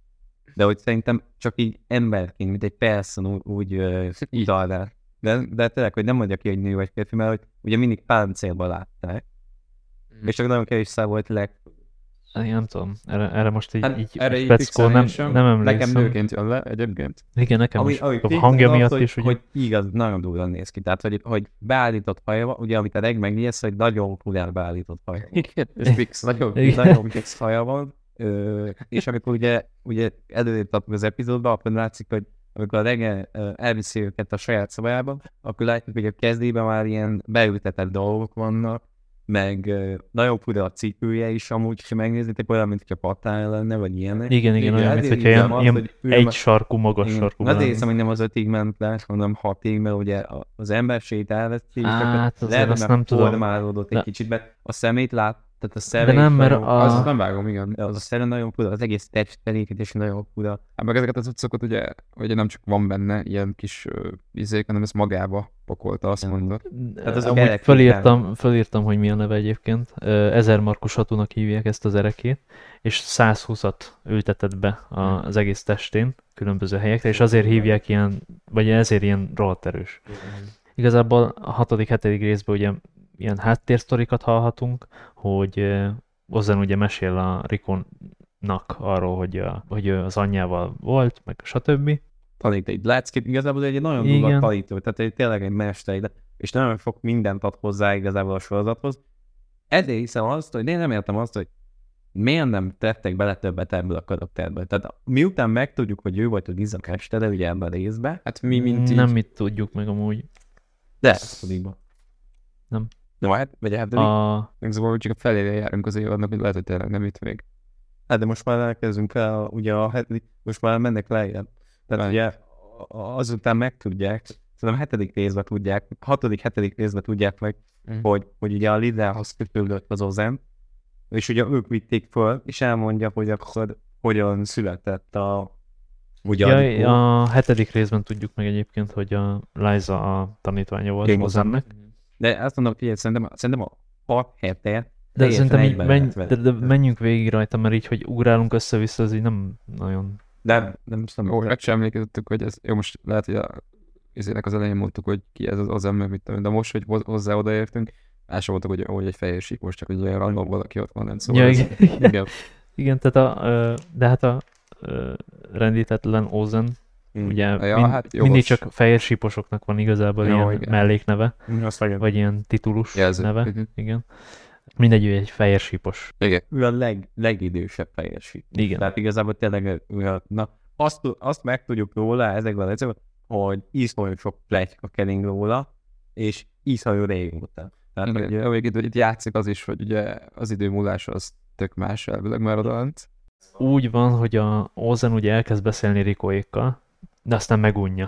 De hogy szerintem csak így emberként, mint egy person úgy, úgy uh, utal rá. De, de tényleg, hogy nem mondja ki, hogy nő vagy férfi, mert hogy ugye mindig páncélban látták. Mm. És csak nagyon kevés szám volt leg. Én nem tudom, erre, erre most így, Hát így erre így speckó nem, pixelésem, nem nekem emlékszem. nőként jön le egyébként. Igen, nekem Ami, most ami a fix hangja az, miatt hogy, is, ugye. hogy igaz, nagyon durran néz ki. Tehát, hogy, hogy beállított haja van, ugye amit a reg megnéz, hogy nagyon furán beállított haja van. Igen, és fix, nagyon Igen. Nagyon fix haja van. Ö, és amikor ugye, ugye előléptetünk az epizódba, akkor látszik, hogy amikor a reg elviszi őket a saját szobájába, akkor látjuk, hogy a kezdében már ilyen beültetett dolgok vannak, meg ö, nagyon fura a cipője is amúgy, ha megnézitek, olyan, mint hogy a patája lenne, vagy ilyenek. Igen, igen, olyan, mint ezért hogyha hiszem ilyen, azt, ilyen hogy ő egy már- sarkú, magas Igen. sarkú. Azért hiszem, hogy nem az ötig ment le, hanem hatig, mert ugye a- az ember sétálveszi, és Hát, akkor azért lehet, azt hogy nem tudom. formálódott egy De- kicsit, mert a szemét lát, tehát a szeme De nem, is mert nagyon- a- Az nem vágom, igen. az a szere nagyon fura, az egész testfelépítés nagyon fura. Hát meg ezeket az cuccokat ugye, ugye nem csak van benne ilyen kis uh, izék, hanem ezt magába pakolta, azt mondta. Hát azok Amúgy erekét fölírtam, fölírtam, hogy mi a neve egyébként. Ö, Ezer markus hatónak hívják ezt az erekét, és százhúszat ültetett be a- az egész testén, különböző helyekre, és azért hívják ilyen, vagy ezért ilyen rohadt erős. Igazából a hatodik, hetedik részben ugye ilyen háttérsztorikat hallhatunk, hogy ö, Ozen ugye mesél a Rikonnak arról, hogy, a, hogy ő az anyjával volt, meg stb. Tanít egy leckét, igazából egy nagyon Igen. durva tanító, tehát egy, tényleg egy mester, de- és nagyon sok mindent ad hozzá igazából a sorozathoz. Ezért hiszem azt, hogy én nem értem azt, hogy miért nem tettek bele többet ebből a karakterbe. Tehát miután megtudjuk, hogy ő volt a Giza mestere, ugye ebben a részben, Hát mi, mint így. Nem mit tudjuk meg amúgy. de hatodik. Nem. Nem, hát, vagy a hetedik? A, Meg szóval, hogy csak a felére járunk az évadnak, hogy lehet, hogy tényleg nem itt még. Hát de most már elkezdünk el, ugye a hetedik, most már mennek lejjebb. Tehát Right. ugye a- azután megtudják, szerintem a hetedik részben tudják, hatodik, hetedik részben tudják meg, Mm. hogy, hogy ugye a Lidához kötődött az Ozen, és ugye ők vitték föl, és elmondja, hogy akkor hogyan született a ugye a Rico. ja, a hetedik részben tudjuk meg egyébként, hogy a Liza a tanítványa volt Igen, Ozennek. De azt mondom, hogy szerintem, szerintem a hat hete De teljesen szerintem így egyben menj, lehet vele. de, de menjünk végig rajta, mert így, hogy ugrálunk össze-vissza, az így nem nagyon... Nem, nem Ó, tudom. meg sem emlékezettük, hogy ez, jó, most lehet, hogy a izének az elején mondtuk, hogy ki ez az, az ember, mit tudom, de most, hogy hoz- hozzá odaértünk, el sem mondtuk, hogy, hogy egy fehér sík, most csak, hogy olyan random valaki ott van, nem szóval. Ja, ez- igen. igen. Igen, tehát a, ö, de hát a ö, rendítetlen Ozen, Mm. ugye Ja, mind, hát jogos. mindig csak fehér síposoknak van igazából Jó, ilyen igen. mellékneve, Azt meg, vagy ilyen titulus Jelző. neve, Mhm. igen. Mindegy, ő egy fehér sípos. Igen. ő a leg, legidősebb fehérsít. Igen. Tehát igazából tényleg, ő a- na, azt, azt megtudjuk róla ezekben ezekben, hogy iszonyú sok pletyka kering róla, és iszonyú régóta. Tehát, Igen, hogy, jó, még itt, itt játszik az is, hogy ugye az idő múlása az tök más elvileg már odalent. Úgy van, hogy a Ozen ugye elkezd beszélni Rikoékkal, de aztán megunja.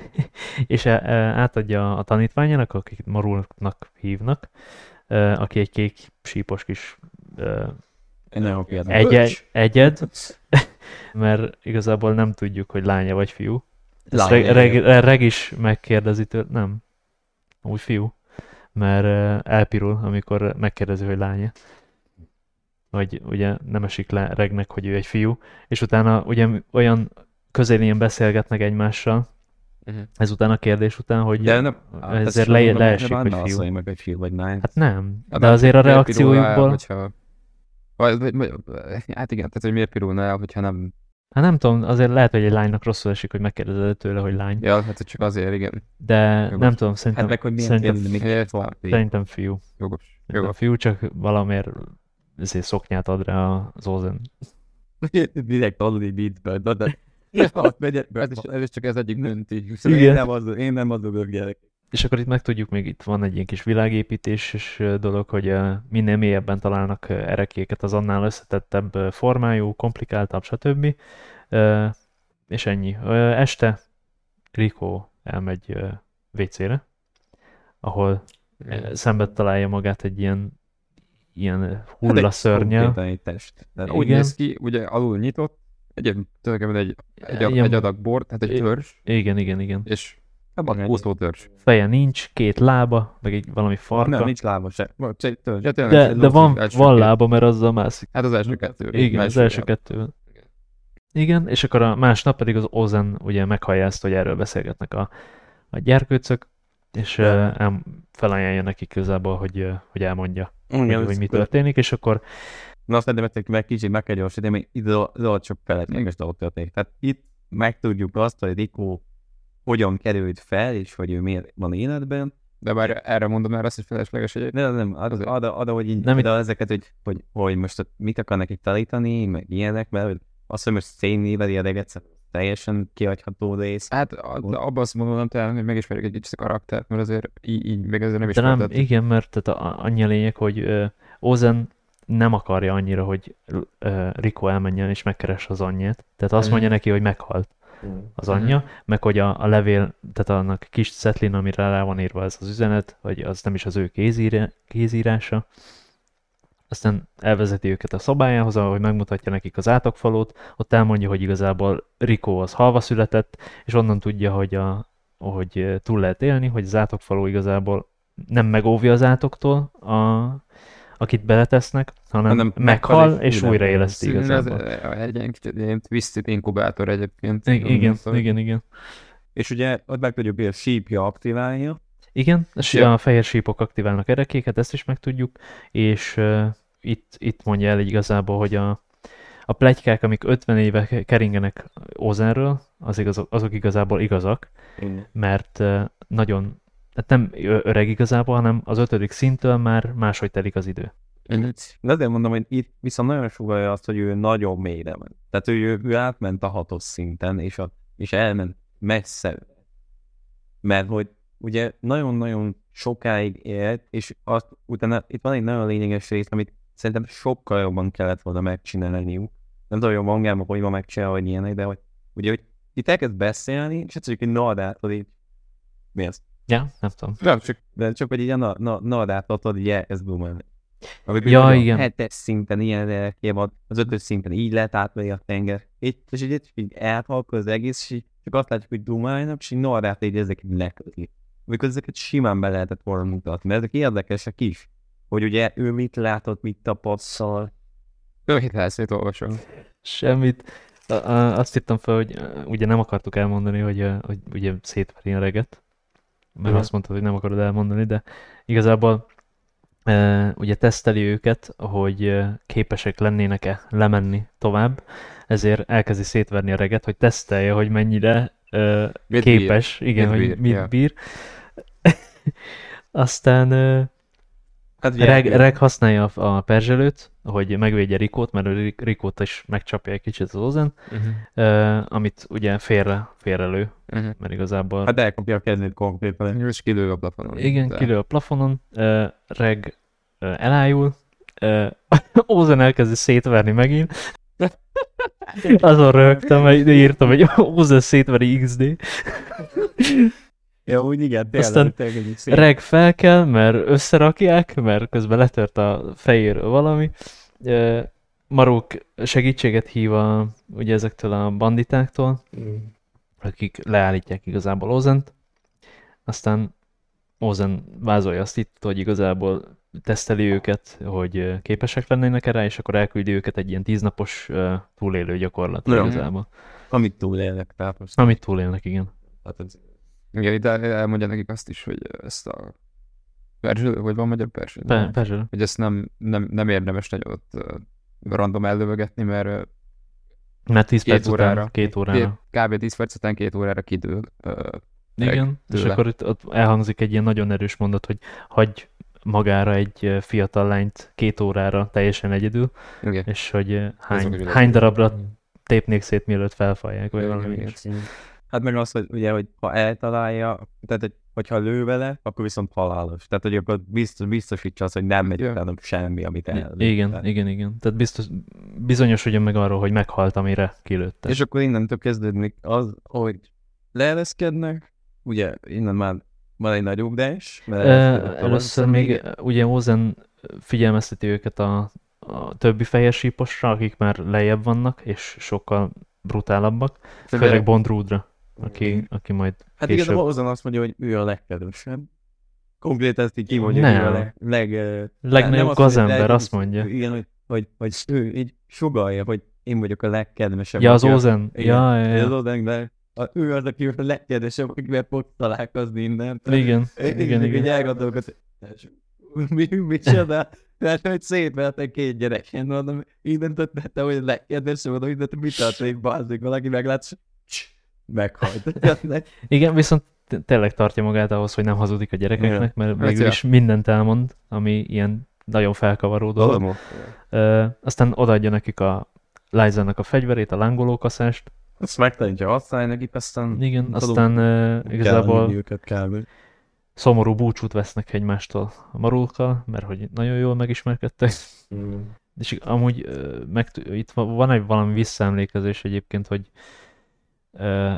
És e, e, átadja a tanítványának, akik Marulnak hívnak, e, aki egy kék sípos kis e, egy nagyon fiatal. egyed, egyed, mert igazából nem tudjuk, hogy lánya vagy fiú. Ezt Lány, reg, igen. reg, reg is megkérdezi tőle, nem, úgy fiú, mert e, elpirul, amikor megkérdezi, hogy lánya. Vagy ugye nem esik le Regnek, hogy ő egy fiú, és utána ugye olyan közélén beszélgetnek egymással, Uh-huh. ezután a kérdés után, hogy De nem, ezért le, leesik, hogy Azt fiú. mondja meg, hogy fiú vagy lány. Hát nem, Hát de nem, azért a miért pirulna el, reakciójukból... Hogyha... Vagy, vagy, vagy, hát igen, tehát hogy miért pirulna el, hogyha nem Hát nem tudom, azért lehet, hogy egy lánynak rosszul esik, hogy megkérdezed tőle, hogy lány. Ja, hát csak azért, igen. De Jogos. nem tudom, szerintem, Hát meg, hogy milyen szerintem, kérdezni, még Miért van. szerintem fiú. Jogos. Szerintem Jogos. fiú, csak valamiért ezért szoknyát ad rá az Ozen. Direkt aludni beatből, de de... Azt megyek be. Ez is, ez is csak ez egyik dönti. Igen. Én nem az, én nem az a gyerek. És akkor itt megtudjuk, még itt van egy ilyen kis világépítéses dolog, hogy ö, minél mélyebben találnak ö, erekéket, az annál összetettebb ö, formájú, komplikáltabb, stb. Ö, És ennyi. Ö, Este Rico elmegy ö, vécére, ahol ö, szembe találja magát egy ilyen, ilyen hullaszörnyel. Konkrétan egy test. Tehát Úgy Igen. néz ki, ugye alul nyitott, egy, tulajdonképpen egy, egy, Ilyen- egy adag bor, tehát egy I- törzs, Igen, igen, igen. és Abban úszó törzs. Feje nincs, két lába, meg egy valami farka. Nem, nincs lába se. Vagy csak törzs. Ja, tényleg, de, egy de van, első van két. lába, mert azzal mászik. Hát az első kettő. Igen, az első kettőben. Igen, és akkor a másnap pedig az Ozen ugye meghallja ezt, hogy erről beszélgetnek a, a gyerkőcök, és De- uh, el, felajánlja nekik igazából, hogy, uh, hogy elmondja, hogy, Igen, hogy mi ez- történik, és akkor Na azt szerintem ezt meg kicsit meg kell gyorsítani, mert itt csak felesleges dolog történik. Tehát itt megtudjuk azt, hogy Rico hogyan került fel, és hogy ő miért van életben. De már erre mondom már azt, hogy felesleges egy. Nem, nem, ad, Azért. ad, ad, hogy így, Nem, de ezeket, hogy, hogy, hogy most mit akar nekik tanítani, meg ilyenek, mert hogy azt, hogy most szénnéveli a reget, teljesen kihagyható rész. Hát a- abban azt mondom, talán, hogy megismerjük egy kicsit a karaktert, mert azért így, így még ezért nem is de nem, feltettük. igen, mert tehát a, annyi a lényeg, hogy uh, Ozen nem akarja annyira, hogy uh, Rico elmenjen és megkeresse az anyját. Tehát azt mondja neki, hogy meghalt az anyja, meg hogy a, a levél, tehát annak kis szetlin, amire rá van írva ez az üzenet, hogy az nem is az ő kézíre, kézírása. Aztán elvezeti őket a szobájához, ahogy megmutatja nekik az átokfalót, ott elmondja, hogy igazából Rico az halva született, és onnan tudja, hogy, a, hogy túl lehet élni, hogy az átokfaló igazából nem megóvja az átoktól, a, akit beletesznek, hanem, Hanem meghal, meghal és, és és újra újraéleszti Ez igazából. egy ilyen kicsit ilyen twisted inkubátor egyébként. I- igen, Szóval- igen, igen. És ugye ott megtudjuk, hogy a sípja aktiválja. Igen, és Ja. a fehér sípok aktiválnak erekéket, ezt is megtudjuk, és uh, itt, itt mondja el igazából, hogy a, a pletykák, amik ötven éve ke- keringenek Ozenről, az igaz, azok igazából igazak, mert uh, nagyon, hát nem ö- öreg igazából, hanem az ötödik szinttől már máshogy telik az idő. De azért mondom, hogy itt viszont nagyon sugalja azt, hogy ő nagyon mélyre ment. Tehát ő, ő, ő átment a hatos szinten, és, a, és elment messze. Mert hogy ugye nagyon-nagyon sokáig élt, és azt, utána itt van egy nagyon lényeges rész, amit szerintem sokkal jobban kellett volna megcsinálniuk. Nem tudom, hogy a mangában hogy van megcsinálva, hogy ilyenek, de hogy ugye, hogy itt elkezd beszélni, és egyszer csak egy narrátor így, mi ez? Ja, nem tudom. Nem, csak De csak, hogy így a na, na, narrátort így elkezd boomelni. Ami Ja, bizony a igen. hetes szinten ilyen lelké van, az ötös szinten így lehet átmenni a tenger. Itt, és így, így, így elhalkol az egész, és így csak azt látjuk, hogy dumálnak, és így narrátor így ezeket leköti. Amikor ezeket simán be lehetett volna mutatni, mert ezek érdekesek is. Hogy ugye ő mit látott, mit tapasztal. Rövid elszét olvasom. Semmit. A, a, azt írtam fel, hogy uh, ugye nem akartuk elmondani, hogy, uh, hogy ugye szétveri a reget, mert Mhm. azt mondtad, hogy nem akarod elmondani, de igazából uh, ugye teszteli őket, hogy uh, képesek lennének-e lemenni tovább, ezért elkezdi szétverni a reget, hogy tesztelje, hogy mennyire uh, Mit képes, bír. igen, Mit hogy bír, mit ja. bír. Aztán uh, Hát ugye, Reg, Reg használja a, a perzselőt, hogy megvédje Rikót, mert ő Rikót is megcsapja egy kicsit az Ozen, Uh-huh. uh, amit ugye félre, félrelő, Uh-huh. mert igazából... hát elkapja a kezét konkrétan. És kilő a plafonon. igen, De- kilő a plafonon, uh, Reg uh, elájul, uh, Ozen elkezdi szétverni megint. Azon rögtem, mert írtam, hogy Ozen szétveri iksz dé. Ja, úgy igen, tényleg. Aztán tényleg így szép. Reg felkel, mert összerakják, mert közben letört a fejéről valami. Ö, Maruk segítséget hív a, ugye ezektől a banditáktól, akik leállítják igazából Ozent. Aztán Ozen vázolja azt itt, hogy igazából teszteli őket, hogy ö, képesek lennének erre, és akkor elküldi őket egy ilyen tíznapos ö, túlélő gyakorlatra Ja. igazából. Amit túlélnek, tehát most. Amit túlélnek, igen. Hát ez, Igen, itt el- elmondja nekik azt is, hogy ezt a perzső, vagy van magyar perzső? Pe- Persze. Hogy ezt nem, nem, nem érdemes nagyon ott uh, random ellövögetni, mert uh, Mert tíz Két perc órára. után, két órára. Kb. tíz perc után két órára kidől. Ö, Igen, és tőle. akkor itt ott elhangzik egy ilyen nagyon erős mondat, hogy hagyj magára egy ö, fiatal lányt két órára teljesen egyedül, igen. és hogy ö, Ez hány, meg a hány darabra tépnék szét, mielőtt felfalják, vagy Igen, valami igen. ilyesmi. Hát meg az, hogy ugye, hogy ha eltalálja, tehát hogy, hogyha lő vele, akkor viszont halálos. Tehát, hogy akkor biztos, biztosítsa azt, hogy nem megy Ja. utána semmi, amit el. Igen, igen, igen. Tehát biztos, bizonyosodjon meg arról, hogy meghalt, amire kilőtte. És akkor innentől kezdődik az, hogy leereszkednek, ugye innen már van egy nagy ugrás. Ö, Először még ö, ugye Ozen figyelmezteti őket a, a többi fehér síposra, akik már lejjebb vannak, és sokkal brutálabbak. Főleg Bondrúdra, aki, aki majd Hát később... igazából Ozan azt mondja, hogy ő a legkedvesebb. Konkrétan ezt így kimondja, Nem. hogy ő a leg... leg ö, Legnagyobb nem azt mondja, gazember, leg- azt mondja. Igen, hogy, hogy, hogy ő így sugalja, hogy én vagyok a legkedvesebb. Ja, az aki a- Ozen. Igen, Ja, ja, az ja. Ozen, de a, ő az, aki a legkedvesebb, akivel fog találkozni innen. Igen, Én igen, így igen. elgondolkodtam, mi, micsoda? Tehát, hogy szétvertek két gyereken, mondom, innen tettem, hogy a legkedvesebb, mondom, innen mit tartunk, bazzik, valaki meglátsz, meghalt. Igen, viszont t- tényleg tartja magát ahhoz, hogy nem hazudik a gyerekeknek, mert Hát végül ja. is mindent elmond, ami ilyen nagyon felkavaró dolog. Dolog. Ö, aztán odaadja nekik a Liza-nak a fegyverét, a lángolókaszást. Azt megtanítja használni nekik, aztán... Igen, tudom, aztán ö, kell igazából hívni őket kb. szomorú búcsút vesznek egymástól a marulkkal, mert hogy nagyon jól megismerkedtek. És amúgy ö, meg, itt va- van egy valami visszaemlékezés egyébként, hogy ö,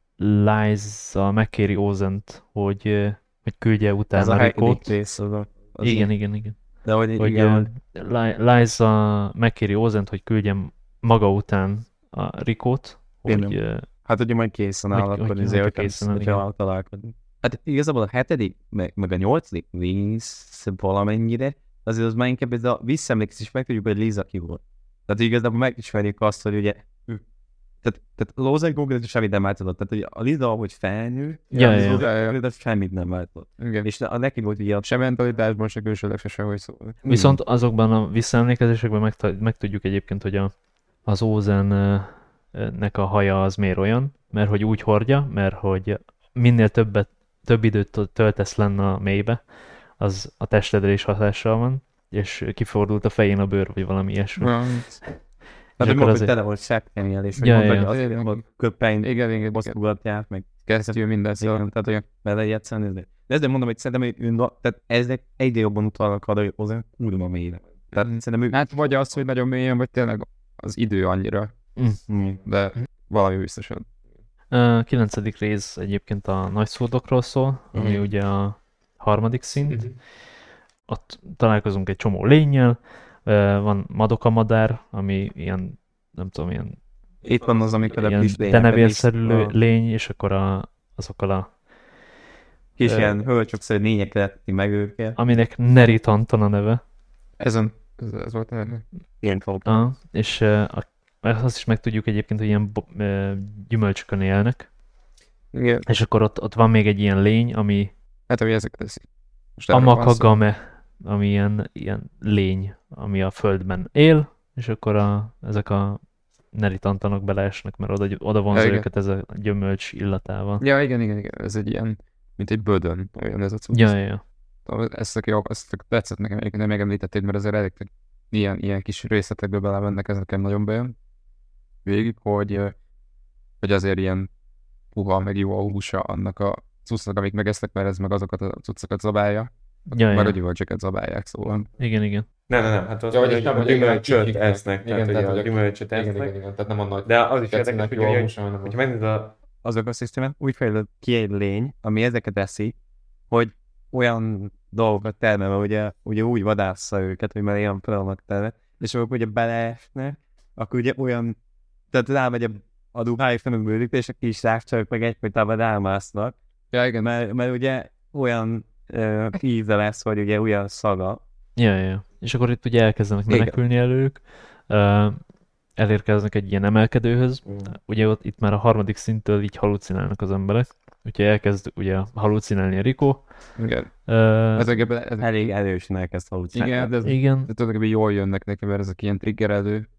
Liza megkéri Ozent, hogy, ö, hogy küldje Ez utána a hetedik Rikót. rész az a... Az Igen, a- igen, igen. De hogy, Hogy igen, ö, Li- Liza megkéri Ozent, hogy küldjem maga után a Rikót, hogy Tényleg. ö, hát ugye majd készen áll, Hogy- akkor hogy- izé, hogy hogy készen áll, hogyha igen. találkozni. Hát igazából a hetedik, meg, meg a nyolcadik rész valamennyire, azért az már inkább ez a visszaemlékezés, meg tudjuk, hogy Liza ki volt. Tehát igazából megismerjük azt, hogy ugye ő, tehát, tehát Lózek konkrétan semmit nem változott. Tehát ugye a Liza, ahogy felnő, Ja, az ja. Lózek Ja, ja. konkrétan semmit nem változott. Igen. És a neki volt ugye a... Se mentalitásban, se külsőleg, se sehogy szó. Viszont azokban a visszaemlékezésekben meg, megtudjuk egyébként, hogy a, az Ózennek a haja az miért olyan, mert hogy úgy hordja, mert hogy minél többet, több időt töltesz lenne a mélybe, az a testedre is hatással van, és kifordult a fején a bőr, vagy valami ilyesmi. Ja, Hát, hogy akkor maga, hogy azért- tele volt seppkenyel, és hogy Ja, mondta, ja. hogy azért hogy köpenyt igen, igen, igen. mozgatják, meg Kesztyű, minden szó. igen, tehát hogy vele játszani. De de ezért mondom, hogy szerintem, hogy ő, na- tehát ezek egyre jobban utalnak arra, hogy hozzá kurva mélyre. Tehát szerintem ő... Hát vagy az, hogy nagyon mélyen, vagy tényleg az idő annyira, Mm. de valami biztosan. A kilencedik rész egyébként a nagy szódokról szól, ami Mhm. ugye a harmadik szint. Ott találkozunk egy csomó lénnyel, Ö, van Madoka madár, ami ilyen, nem tudom, ilyen, Itt van az, amikor a ilyen kis lényeket denevérszerű is- lő- a lény, és akkor a, azokkal a, kis Ö, ilyen hölcsökszerű lények lehetni meg őket. aminek Neri Tanton a neve. Ezen, ez, ez volt el. Ilyen volt. Aha, és ö, a, azt is megtudjuk egyébként, hogy ilyen bo- ö, gyümölcsökön élnek, Igen. és akkor ott, ott van még egy ilyen lény, ami Hát, ami ezeket teszi. Most erről van szó. Amakagame, ami ilyen, ilyen lény, ami a földben él, és akkor a, ezek a neritantanok beleesnek, mert oda, oda vonza Ja, igen. őket ez a gyümölcs illatával. Ja, igen, igen, igen. Ez egy ilyen, mint egy bödön. Olyan ez a cucc. Ja, ja, ja. Ezt tök jó, ezt tök tetszett nekem, egyébként nem megemlítettéd, mert azért elég ilyen, ilyen kis részletekbe belemennek, ez nekem nagyon bejön. Végig, hogy, ö, hogy azért ilyen puha, meg jó a húsa annak a cuccnak, amik megesznek, mert ez meg azokat a cuccokat zabálja. Ja, Meg a ja. gyümölcsöket zabálják, szóval. Igen, igen. Nem, nem, nem, hát az, Ja, hogy vagyis nem, a hogy gyümölcsöt igen, esznek, igen, tehát hogy tehát, a hogy a- gyümölcsöt Igen, esznek. igen, igen, tehát nem a nagy. De az is tetszenek érdekes, hogy jó a ugye, húsa, hanem hogyha megnézed a, az ökoszisztémát, úgy fejlődött ki egy lény, ami ezeket eszi, hogy olyan dolgokat termel, mert ugye, ugye úgy vadásza őket, hogy már ilyen fel vannak terve, és akkor ugye beleesnek, akkor ugye olyan, tehát rámegy a, a ruhájuk nem bőrük, és a kis rákcsajok meg egyfolytában rámásznak, Ja, igen. mert, mert ugye olyan uh, íze lesz, vagy ugye olyan szaga. Ja, ja, ja. És akkor itt ugye elkezdenek Igen. menekülni elők, uh, elérkeznek egy ilyen emelkedőhöz, ugye ott itt már a harmadik szinttől így halucinálnak az emberek, úgyhogy elkezd ugye halucinálni a Rico. Igen. Uh, Ezekben, ezek, Elég erősen elkezd halucinálni. igen, de ez, igen, de tulajdonképpen jól jönnek neki, mert ezek ilyen triggerelő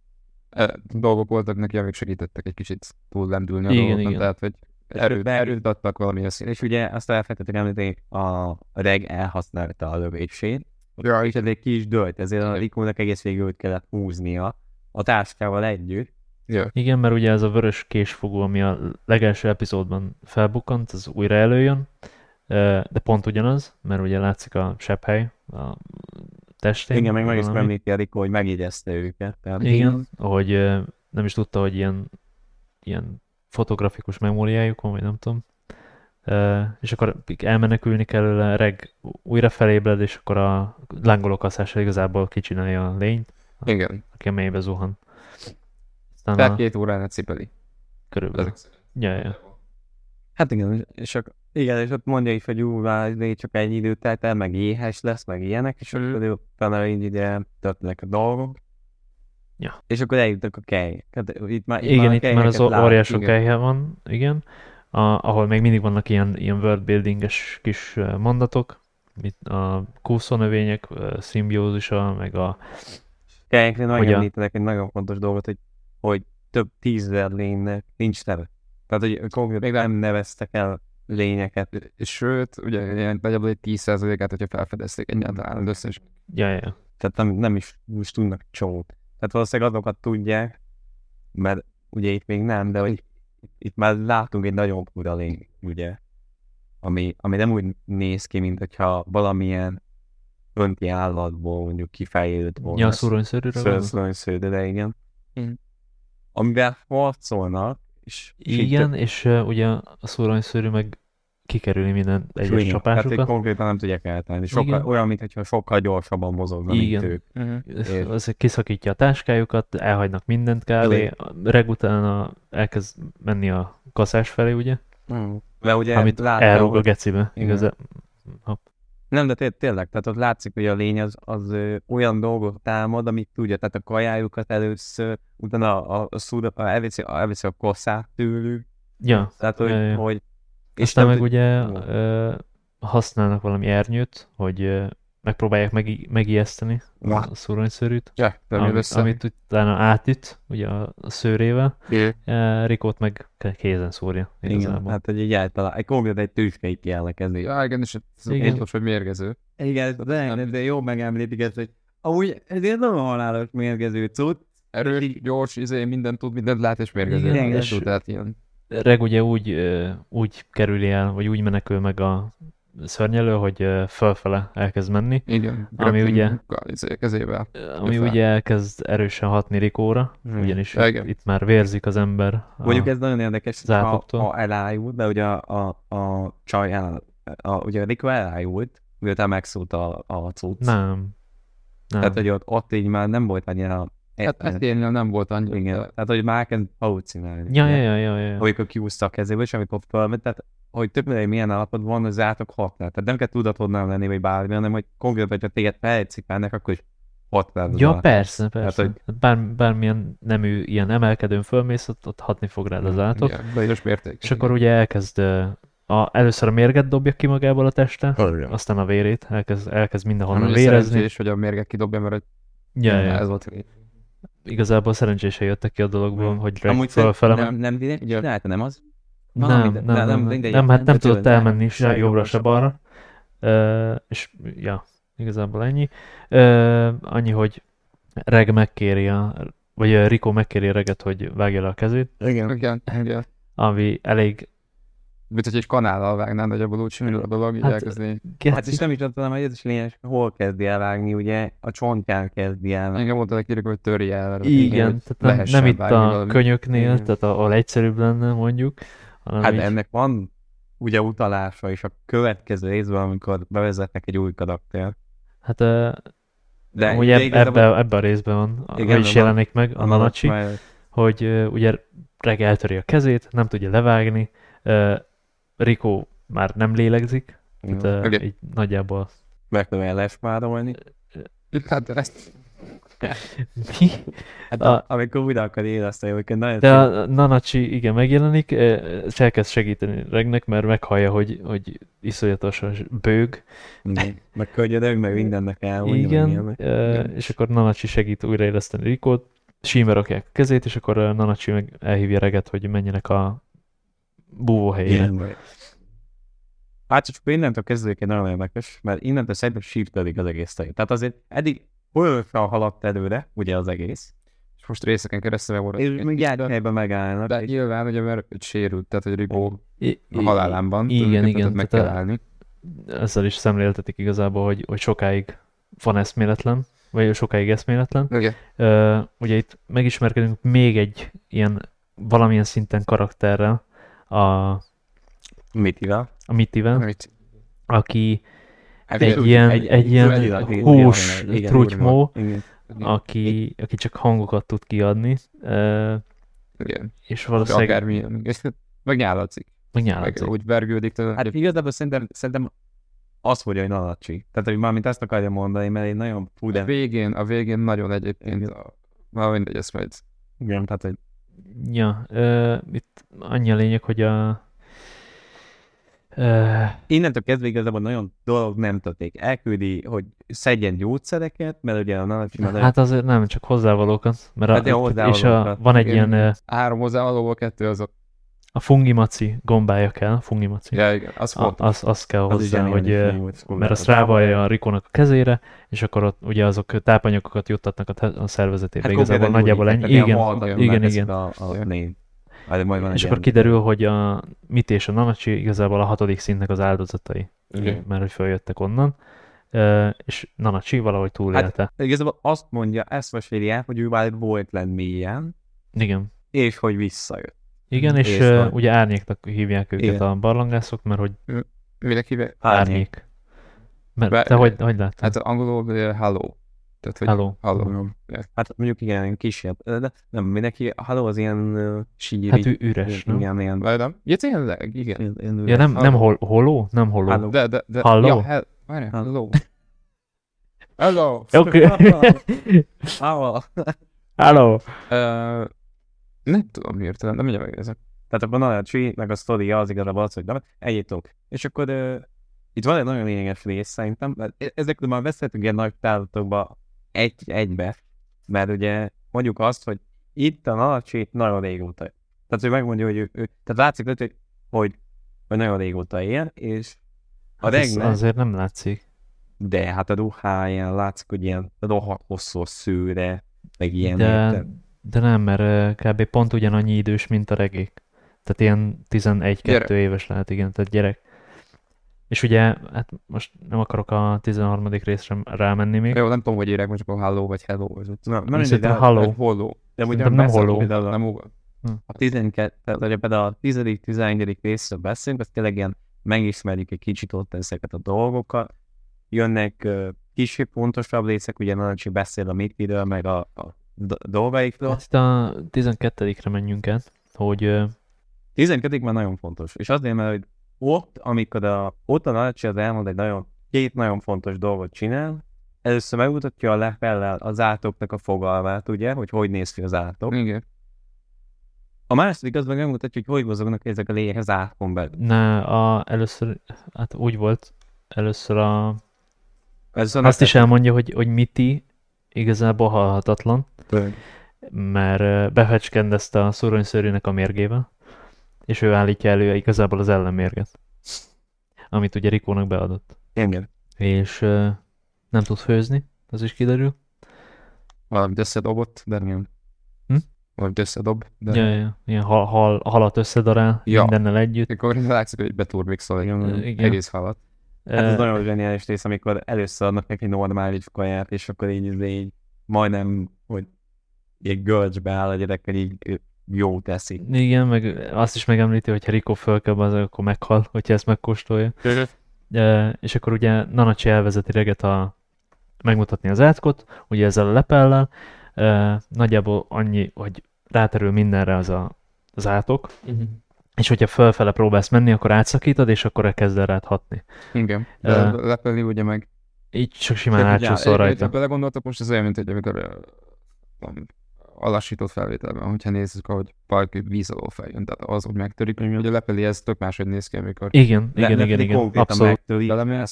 e, dolgok voltak neki, amik segítettek egy kicsit túl lendülni a Igen, dolgokon, igen. tehát hogy erőt, erőt adtak valamihez. És ugye azt elfelejtettük említeni, a reg elhasználta a lövését, Ja, és ezért ki is dőlt, ezért a Rikónak egész végül őt kellett húznia a táskával együtt. ja. Igen, mert ugye ez a vörös késfogó, ami a legelső epizódban felbukkant, az újra előjön, ö, de pont ugyanaz, mert ugye látszik a sebhely a testén. Igen, meg meg is valami. említi a Rikó, hogy megjegyezte őket. Tehát Igen, hogy ö, nem is tudta, hogy ilyen, ilyen fotografikus memóriájuk van, vagy nem tudom. Ö, és akkor elmenekülni kell előle, reg újra felébred, és akkor a lángolókaszása igazából kicsinálja a lényt, Igen. aki a mélybe zuhan. Aztán Tehát a, két órán cipeli. körülbelül. Ezek szerint. Ja, ja. Hát igen, és, ak- igen, és ott mondja is, hogy ú, várj, csak egy időt telt el, meg éhes lesz, meg ilyenek, és Mhm. akkor utána így ide történnek a dolgok. Ja. És akkor eljutnak a kely. Hát itt már, Igen, a itt már az kelyheket óriások igen. helye van, igen, a, ahol még mindig vannak ilyen, ilyen worldbuildinges kis ö, mondatok, mint a kúszónövények ö, szimbiózisa, meg a... Kelyeknél Hogy a- megemlítenek egy nagyon fontos dolgot, hogy, hogy több tízezer lénynek nincs neve. Tehát, hogy konkrétan Még nem neveztek el lényeket. Sőt, ugye ilyen nagyjából egy tíz százalékát, hogyha felfedezték egyáltalán az összes. Ja, ja, ja. Tehát nem, nem is, is tudnak csomót. Tehát valószínűleg azokat tudják, mert ugye itt még nem, de hogy itt már látunk egy nagyon fura lény, ugye, ami, ami nem úgy néz ki, mint hogyha valamilyen önti állatból mondjuk kifejlődött volna. Ja, a szúronyszörűre van? Szőrszőrsző, de igen. Mhm. Amivel harcolnak, és Igen, és uh, ugye a szúronyszörű meg kikerüli minden egyes Tehát, hogy csapásukat. konkrétan nem tudják eltenni. Sokkal, Igen. olyan, mintha sokkal gyorsabban mozogna, Igen. mint ők. Uh-huh. Az kiszakítja a táskájukat, elhagynak mindent kb. Igen. Reg utána elkezd menni a kaszás felé, ugye? Mm. Mert ugye Amit láttam, elrúg a hogy- gecibe. Igen. Igaz? Hopp. Nem, de té- tényleg, tehát ott látszik, hogy a lény az, az ö, olyan dolgot támad, amit tudja, tehát a kajájukat először, utána a, a, a szúr, a, elviszi, a, elviszi a koszát tőlük, Ja, tehát hogy, ja, ja. hogy Aztán nem meg tud- ugye Jó. ö, használnak valami ernyőt, hogy ö, megpróbálják megi- megijeszteni Na. a szúronyszörűt, Ja, de ami, össze. amit utána átüt, ugye a, a szőrével. Igen. E, Rikót meg ke- kézen szúrja Igen, igazából. hát hogy így általán, egy konkrét egy tüskeig kellene kezdeni. Ja, igen, és ez Igen. fontos, hogy mérgező. Igen, de, de jó megemlítik ezt, hogy amúgy ezért nem a halálos mérgező cucc. Erős, gyors, izé, mindent tud, mindent lát, és mérgező. Igen, Igen, és- és... Tehát ilyen. Reg ugye úgy, ö, úgy kerüli el, vagy úgy menekül meg a szörnyelő, hogy ö, fölfele elkezd menni, Igen. Ami ugye- grappling-kal, izé, kezével. ami fel. ugye elkezd erősen hatni Rikóra, Hmm. ugyanis Ja, itt, igen. itt már vérzik az ember. A, Mondjuk ez nagyon érdekes, ha, zátoktól. ha elájult, de ugye a, a, a csaj el, a, ugye a Rico elájult, miután megszólt a, a cucc. Nem. Nem. Tehát, hogy ott, ott így már nem volt annyira... Hát ez tényleg nem volt annyira. igen, tehát, hogy már kezd halucinálni. Ja, ja, ja, ja, ja. Amikor kiúzta a kezébe, és amikor fölment, tehát hogy többnyire milyen állapot van, az átok hatnál. Tehát nem kell tudatodnál lenni, vagy bármi, hanem hogy konkrétan, hogyha téged felcipelnek, akkor is hatnál. az Ja, átok. persze, persze. Tehát, hogy- Hát Bár, bármilyen nemű ilyen emelkedőn fölmész, ott, ott hatni fog rád az átok. Igen, bizonyos mérték. És akkor ugye elkezd, ö, a, először a mérget dobja ki magából a teste, Igen. aztán a vérét, elkezd, elkezd mindenhonnan nem vérezni. szerencsés, hogy a mérget kidobja, mert Ja, ja. ez volt. Igazából szerencsésen jöttek ki a dologból, Mm. hogy Reg Amúgy fölfele nem, nem direkt csinálta, nem az? Nem, Valami, nem, de- nem, nem, mindegy. nem, hát nem De tudott tőle- elmenni se jobbra, se balra. Uh, és ja, igazából ennyi. Uh, annyi, hogy Reg megkéri a, vagy uh, Rico megkéri a Reget, hogy vágja le a kezét, Igen. Igen, igen. ami elég Mint hogy egy kanállal vágnál, nagyjából úgy simul a dolog, így Hát, elkezdeni. Hát és nem is tudom, hogy ez is lényeges, hol kezdi el vágni, ugye a csontján kezdi el. Engem mondta neki, hogy törje el. vagy igen, hogy tehát nem, lehessen nem itt vágni a valami. könyöknél, Igen. tehát ahol egyszerűbb lenne mondjuk, hanem Hát így, ennek van ugye utalása is a következő részben, amikor bevezetnek egy új karakter. hát uh, De amúgy ugye eb, igazából- ebbe, ebbe a részben van, Igen, igen, is van- jelenik meg a Nanachi, Majd- hogy uh, ugye Reg eltöri a kezét, nem tudja levágni, uh, Rico már nem lélegzik, Jó. tehát uh, Oké. így nagyjából Meg tudom el lespárolni. Hát ezt mi? Hát A- a, amikor újra akar éleszteni, amikor nagyon De a Nanachi igen megjelenik, uh, és elkezd segíteni Regnek, mert meghallja, hogy, hogy iszonyatosan bőg, szép, meg könyörög, meg mindennek elmondja. meg igen, ilyenek. uh, és akkor Nanachi segít újraéleszteni Rikót, sínbe rakják a kezét, és akkor uh, Nanachi meg elhívja Reget, hogy menjenek a búvóhelyére. Igen, vagy. Hát csak innentől kezdődik egy nagyon érdekes, mert innentől szerintem sírtelik az egész teljes. Tehát azért eddig folyamatosan haladt előre, ugye az egész. És most részeken keresztül meg volt. És még járkhelyben megállnak. De nyilván, ugye, mert sérült, tehát, hogy Rico I- a halálán van. Igen, igen. Meg tehát kell a- állni. Ezzel is szemléltetik igazából, hogy, hogy sokáig van eszméletlen, vagy sokáig eszméletlen. Igen. Uh, ugye itt megismerkedünk még egy ilyen valamilyen szinten karakterrel, a, Mitivel. a Mittivel, Amit aki Hát egy úgy- ilyen, egy- egy egy- ilyen egy- egy- hús igen, igen, trutymó, Igen. aki, aki csak hangokat tud kiadni, uh, igen. és De valószínűleg akármilyen. igen. Meg nyálatszik. meg Meg nyálatszik. úgy vergődik. Tehát, Hát igazából szerintem, szerintem azt mondja, hogy Nanachi. Tehát, hogy mármint ezt akarja mondani, mert egy nagyon fú, a de... végén, a végén nagyon egyébként a... Már mindegy, ezt majd... Igen, tehát, hogy Ja, uh, itt annyi a lényeg, hogy a uh, innentől kezdve igazából nagyon dolog nem történik. Elküldi, hogy szedjen gyógyszereket, mert ugye a Nanachi már hát azért nem, csak hozzávalókat, mert Hát a, ja, és a, hozzávalókat. van egy Igen. ilyen, uh, Három hozzávalóval, kettő az a... a fungimaci gombája kell, fungimaci. Ja, igen, az A, fontos. az, az kell az hozzá, is hogy, ilyen uh, volt. mert azt rávalja a Rikónak a kezére, és akkor ott ugye azok tápanyagokat juttatnak a, te- a szervezetébe. Hát Igazából nagyjából ennyi. Igen, igen, igen. igen. A, a név. Majd, majd van És egy akkor ilyen- kiderül, hogy a Mit és a Nanachi igazából a hatodik szintnek az áldozatai, Igen. mert hogy följöttek onnan, uh, és Nanachi valahogy túlélte. Hát igazából azt mondja, ezt meséli el, hogy ő már volt lenn mélyen, Igen. és hogy visszajött. Igen, és, És és van. uh, ugye árnyéknak hívják őket Igen. a barlangászok, mert hogy Minek hívják? árnyék. Mert Be- te hogy, hogy láttad? Hát angolul uh, hello. Tehát, hogy Hello. hello. Hát mondjuk igen, ilyen kisebb, de nem, mindenki, a Halo az ilyen uh, síri. Hát ő üres, nem? Igen, ilyen, Vagy nem? Ja, tényleg, igen. ilyen, ilyen Ja, nem, nem Hello. hol, holó? Nem holó. Hello. De, de, de... Hello? Ja, hel... Várjál, hello. Hello. Oké. Halo. Hello. Uh, nem tudom hirtelen, de mindjárt megnézem. Tehát akkor Nanachi, meg a sztoria az igazából az, hogy nem, egyétok. És akkor uh, itt van egy nagyon lényeges rész szerintem, mert e- ezekről már beszéltünk ilyen nagy távlatokba egy-egybe, mert ugye mondjuk azt, hogy itt a Nanachi nagyon régóta. Tehát ő megmondja, hogy ő, ő tehát látszik, hogy, hogy, hogy nagyon régóta él, és a Hát ez regnek, azért nem látszik. de hát a ruháján látszik, hogy ilyen rohadt hosszú a szőre, meg ilyen, De, érted? de nem, mert ö, kb. Pont ugyanannyi idős, mint a regék. Tehát ilyen tizenegy-kettő éves lehet, igen, tehát gyerek. És ugye, hát most nem akarok a tizenharmadik részre rámenni még. Jó, nem tudom, hogy írják most akkor hello vagy hello. Vagy Na, nem Én mindegy, szerintem de- hello. Vagy hollow. De ugye Szerintem nem beszéltünk holó. például a- Nem úgy. a tizenkettedik, vagy például a tizedik tizenegyedik részről beszélünk, az tényleg ilyen megismerjük egy kicsit ott ezeket a dolgokat. Jönnek uh, kicsit pontosabb részek, ugye Nanachi beszél a Mittiről, meg a, a do- dolgaikról. Hát itt a tizenkettedikre menjünk át, hogy ö, tizenkettő már nagyon fontos, és azért, mert hogy ott, amikor a, ott a Nanachi az elmond egy nagyon, két nagyon fontos dolgot csinál, először megmutatja a lepellel az átoknak a fogalmát, ugye, hogy hogy néz ki az átok. Igen. A második az meg megmutatja, hogy hogy mozognak ezek a lények az átkon belül. ne, a, először, hát úgy volt, először a, Ez azt is elmondja, hogy, hogy Mitty igazából halhatatlan, mert ö, befecskendezte a szuronyszörűnek a mérgével, és ő állítja elő igazából az ellenmérget, amit ugye Rikónak beadott. Igen. És ö, nem tud főzni, az is kiderül. Valamit összedobott, de nem. Hm? Valamit összedob, de Ja, ja, ilyen hal, hal, halat összedarál Ja. mindennel együtt. akkor látszik, hogy beturbixol Igen. egy egész halat. Hát ez Ö, nagyon zseniális rész, amikor először adnak neki normális kaját, és akkor így, így, így majdnem, hogy egy görcsbe áll a gyerekkel, így ő jó teszi. Igen, meg azt is megemlíti, hogy ha Rico fölkel, az akkor meghal, hogyha ezt megkóstolja. E, és akkor ugye Nanachi elvezeti Reget a megmutatni az átkot, ugye ezzel a lepellel. E, nagyjából annyi, hogy ráterül mindenre az a, az átok, és hogyha fölfele próbálsz menni, akkor átszakítod, és akkor elkezd el rád hatni. Igen. De Ö, lepeli ugye meg. Így csak simán Tehát, ugye, átcsúszol egy- rajta. egy- Belegondoltak most, ez olyan, mint hogy amikor ö, nem, a lassított felvételben, hogyha nézzük, ahogy valaki víz alól feljön, tehát az, hogy megtörik, hogy a lepeli, ez tök máshogy néz ki, amikor Igen, igen, Le- igen, le- igen, konkrétan abszolút. megtöri. belemész.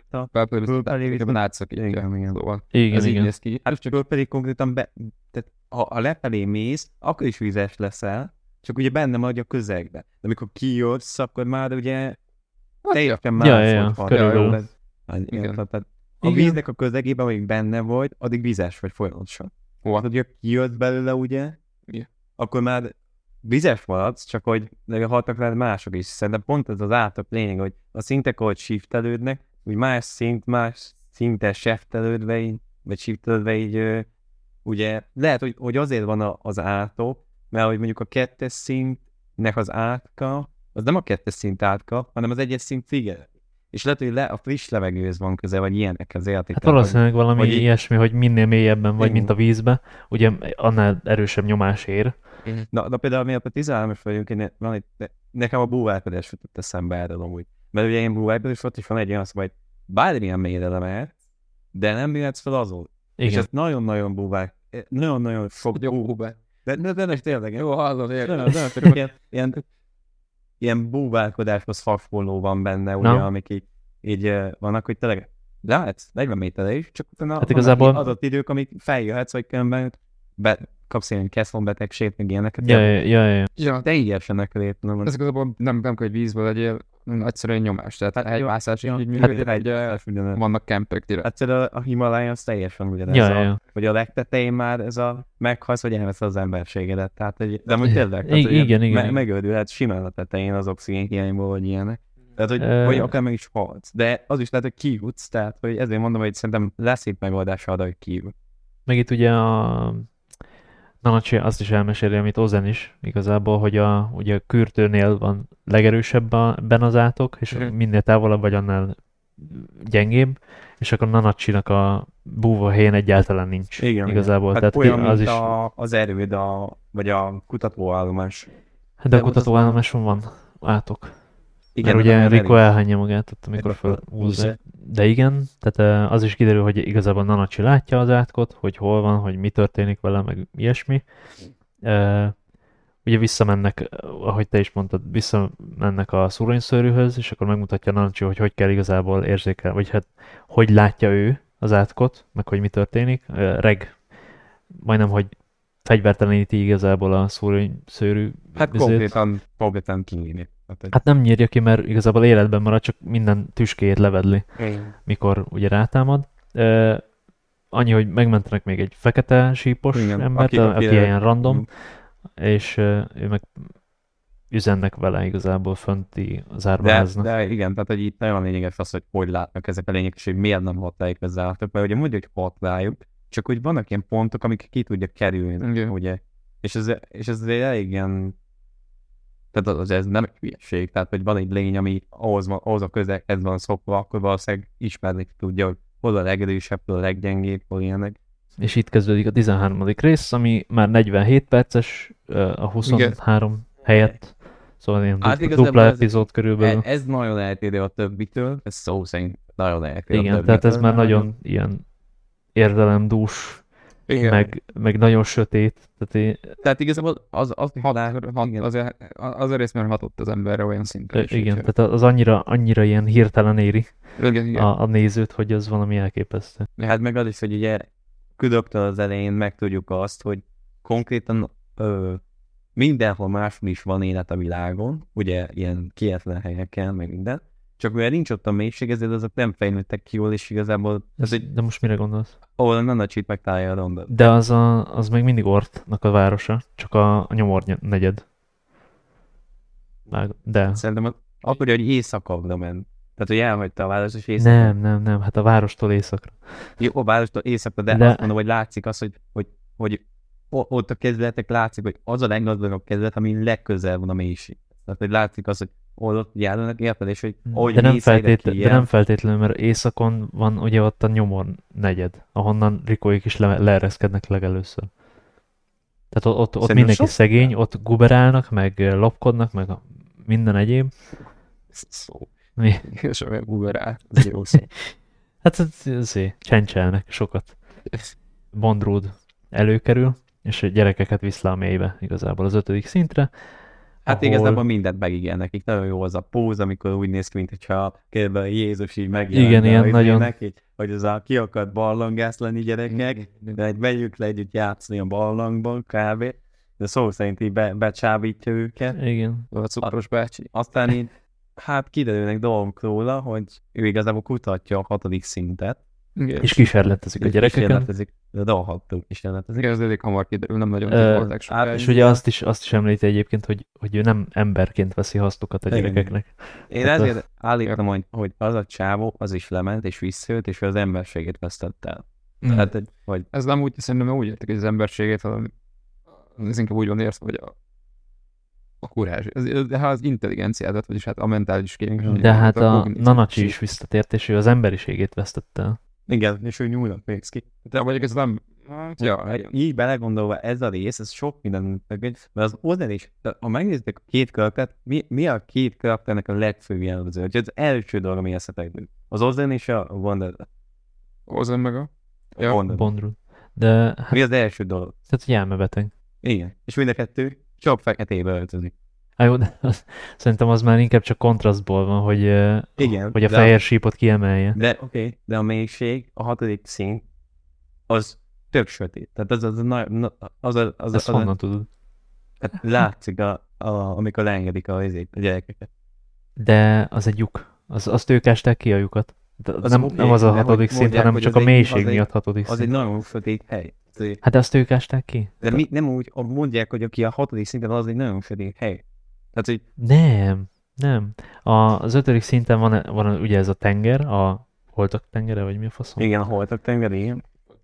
a Felpöröztetben átszakítja. igen, igen. Szóval Igen, ez így igen. néz ki. Hát csak ott pedig konkrétan be, tehát ha a lefelé mész, akkor is vizes leszel, csak ugye benne vagy a közegbe. De amikor kijössz, akkor már ugye teljesen más Ja, ja, ja, vagy van. körülbelül. Ez- az- igen, Igen. tehát a Igen. víznek a közegében, amíg benne vagy, addig vizes vagy folyamatosan. Hova? Hát, hogyha kijössz belőle, ugye, Igen. akkor már vizes maradsz, csak hogy haltak rád mások is. Szerintem pont ez az átlag lényeg, hogy a szintek, ahogy shiftelődnek, úgy más szint, más szinten shiftelődve így, vagy shiftelődve így, ö, ugye lehet, hogy, hogy azért van a, az átok, mert hogy mondjuk a kettes szintnek az átka, az nem a kettes szint átka, hanem az egyes szint figel. És lehet, hogy le, a friss levegőhöz van köze, vagy ilyenek az érték. Hát valószínűleg valami hogy így- ilyesmi, hogy minél mélyebben vagy, Igen. mint a vízbe, ugye annál erősebb nyomás ér. Na, na például miatt a tizenhármas vagyunk, én van egy, ne- nekem a búvárkodás jutott eszembe erről amúgy. Mert ugye én búvárkodás ott is van egy olyan szó, hogy bármilyen mélyre lemehetsz, de nem jöhetsz fel azon. És Igen. ez nagyon-nagyon búvár, nagyon-nagyon sok Jó, bú... be. De, de, de, de tényleg, Jó, hallom, Nem, értem. nem, nem, ilyen, ilyen, ilyen búvárkodáshoz hasonló van benne, ugye, Na. amik így, így eh, vannak, hogy tényleg lehetsz negyven méterre is, csak utána Hát vannak igazából- ilyen adott idők, amik feljöhetsz, vagy különben be, kapsz ilyen keszlombetegséget, meg ilyeneket. Ja, ja, ja, ja. Ja, Teljesen nekülépnem. ez igazából nem, nem kell, hogy vízből legyél, egyszerűen nyomás. Tehát Hát egy jó, mászás ja, így hát működik, ugye ugyanaz. vannak kempek direkt. Egyszer a, a Himalaya az teljesen ugyanez. Ja, a, ja. Hogy a legtetején már ez a meghalsz, vagy elvesz az emberségedet. Tehát, hogy, de hogy tényleg, tehát, I- hogy igen, igen, me- igen. megőrülhet simán a tetején az oxigén hiányból, vagy ilyenek. Tehát, hogy, Ö- vagy akár meg is halsz. De az is lehet, hogy kijutsz, tehát, hogy ezért mondom, hogy szerintem lesz itt megoldás arra, hogy kijut. Meg itt ugye a Nanacsi azt is elmeséli, amit Ozen is igazából, hogy a, ugye a kürtőnél van legerősebben az átok, és Mhm. minél távolabb vagy, annál gyengébb, és akkor Nanacsinak a búva helyen egyáltalán nincs igazából. Hát Tehát olyan, az mint is, a, az erőd, a, vagy a kutatóállomás. hát de a de ott az kutatóállomáson van átok. Igen, Mert ugye hanem Rico elég. elhányja magát ott, amikor Mikor felhúzza. felhúzza. De igen, tehát eh, az is kiderül, hogy igazából Nanacsi látja az átkot, hogy hol van, hogy mi történik vele, meg ilyesmi. Eh, Ugye visszamennek, eh, ahogy te is mondtad, visszamennek a szúronyszőrűhöz, és akkor megmutatja Nanacsi, hogy hogy kell igazából érzékel, vagy hát hogy látja ő az átkot, meg hogy mi történik. Eh, Reg majdnem, hogy fegyverteleníti igazából a szúronyszőrű Hát vizét. konkrétan, konkrétan kinyíni. Hát, egy- Hát nem nyírja ki, mert igazából életben marad, csak minden tüskéjét levedli, mikor ugye rátámad. Uh, annyi, hogy megmentenek még egy fekete sípos Igen, embert, aki- aki, aki- aki ilyen random, Mm. és uh, ő meg üzennek vele igazából fönti az De, árvaháznak. de igen, tehát hogy itt nagyon lényeges az, hogy hogy látnak ezek a lények, és hogy miért nem hat rájuk az állatok, mert ugye mondja, hogy hat rájuk, csak hogy vannak ilyen pontok, amik ki tudja kerülni, Igen. ugye? És ez, és ez azért elég ilyen, tehát az, ez nem egy hülyeség, tehát hogy van egy lény, ami ahhoz, van, ahhoz a közeghez van szokva, akkor valószínűleg ismerni tudja, hogy hol a legerősebb, hol a leggyengébb, hol ilyenek. És itt kezdődik a tizenharmadik rész, ami már negyvenhét perces, uh, a huszonhárom helyett, szóval ilyen Hát dupla, igazából dupla ez- epizód körülbelül. Ez, ez nagyon eltérő a többitől, ez szó szerint nagyon eltérő a Igen, többitől. tehát ez már nagyon ilyen érdelemdús, Igen. meg, meg nagyon sötét. Tehát én, Tehát igazából az, az Hat, hat, azért, az a rész már hatott az emberre olyan szinten is. igen, úgyhogy- tehát az annyira, annyira ilyen hirtelen éri Igen, igen. a, a nézőt, hogy az valami elképesztő. Hát meg az is, hogy ugye ködöktől az elején megtudjuk azt, hogy konkrétan ö, mindenhol máshol is van élet a világon, ugye ilyen kietlen helyeken, meg minden, csak mivel nincs ott a mélység, ezért azok nem fejlődtek ki jól, és igazából ez egy, De most mire gondolsz? ahol a Nanacsit megtalálja a rondot. De az, a, az még mindig Ortnak a városa, csak a, a nyomor ny- negyed. Vág- De. Szerintem az- akkor, hogy éjszakabbra ment. Tehát, hogy elhagyta a város, és éjszakra. Nem, nem, nem, hát a várostól északra. Jó, a várostól éjszakra, de, De- de azt mondom, hogy látszik az, hogy, hogy, hogy o- ott a kezdetek látszik, hogy az a leggazdagabb kezdet, ami legközel van a mélység. Tehát, hogy látszik az, hogy hol ott járnak, érted, és hogy ahogy De nem, mész egyre feltét, de kijel. nem feltétlenül, mert északon van ugye ott a nyomor negyed, ahonnan Rikóik is le, leereszkednek legelőször. Tehát ott, ott, ott Szerintem mindenki sok- szegény, ott guberálnak, meg eh, lopkodnak, meg a minden egyéb. Szó. Mi? És olyan uberál. Ez jó szó. Hát ez- ezért csencselnek sokat. Bondrúd előkerül, és a gyerekeket visz le a mélybe igazából az ötödik szintre. Hát ahol- igazából mindent megígér nekik. Nagyon jó az a póz, amikor úgy néz ki, mintha kb. Jézus így megjelent. Igen, ilyen nagyon- Neki, hogy az a kiakadt barlangászlani gyerekek, de egy megyünk le együtt játszani a barlangban kb. De szó szerint így be, becsábítja őket. Igen. A cukros bácsi. Aztán így, hát kiderülnek dolgok róla, hogy ő igazából kutatja a hatodik szintet. Igen. És kísérletezik a gyerekeken. Kísérletezik, de dolhattuk kísérletezik. Igen, ez elég hamar kiderül, nem nagyon Ö, voltak sokáig. És ugye azt is, azt is említi egyébként, hogy, hogy ő nem emberként veszi hasznokat a Igen. gyerekeknek. Én Hát ezért állítom, hogy, hogy az a csávó, az is lement és visszajött, és ő az emberségét vesztette el. Mm. Tehát, hogy, hogy Ez nem úgy, szerintem nem úgy értek, hogy az emberségét, hanem ez inkább úgy van értve, hogy a, a kurázs, az, de hát az intelligenciát, vagyis hát a mentális képességet. De hát a kognitív Nanacsi is képesség. visszatért, és ő az emberiségét vesztette el. igen, és ő nyúlnak néz ki. De mondjuk ez nem... Hát, ja, igen. Így belegondolva ez a rész, ez sok minden, mert az oldal is, ha megnézitek a két karaktert, mi, mi a két karakternek a legfőbb jellemző? Hogy az első dolog, ami eszembe jut. Az Ozan és a Wonder. Ozan meg a... A Ja. Wonder. Bondról. De hát, Mi az első dolog? tehát, hogy elmebeteg. Igen. És mind a kettő csak feketébe öltözik. Hát jó, de az, szerintem az már inkább csak kontrasztból van, hogy, ö, Igen, hogy a de- fehér sípot kiemelje. De oké, okay, de a mélység, a hatodik szint, az tök sötét. Tehát az az, az, az, az, az, az, Ezt az, honnan tudod? hát látszik, a, a, amikor leengedik a, a gyerekeket. De az egy lyuk. Az, azt ők ásták ki a lyukat. De Az nem, oké, nem az a de hatodik hogy szint, mondják, hanem hogy csak az a egy- mélység az egy- miatt hatodik Az egy szint. nagyon sötét hely. Azért- Hát de azt ők ásták ki? De mi, nem úgy, mondják, hogy aki a hatodik szinten, az egy nagyon sötét hely. Tehát, hogy Nem, nem. A, az ötödik szinten van, van ugye ez a tenger, a Holtak tengere, vagy mi a faszom? igen, a holtak tenger, igen.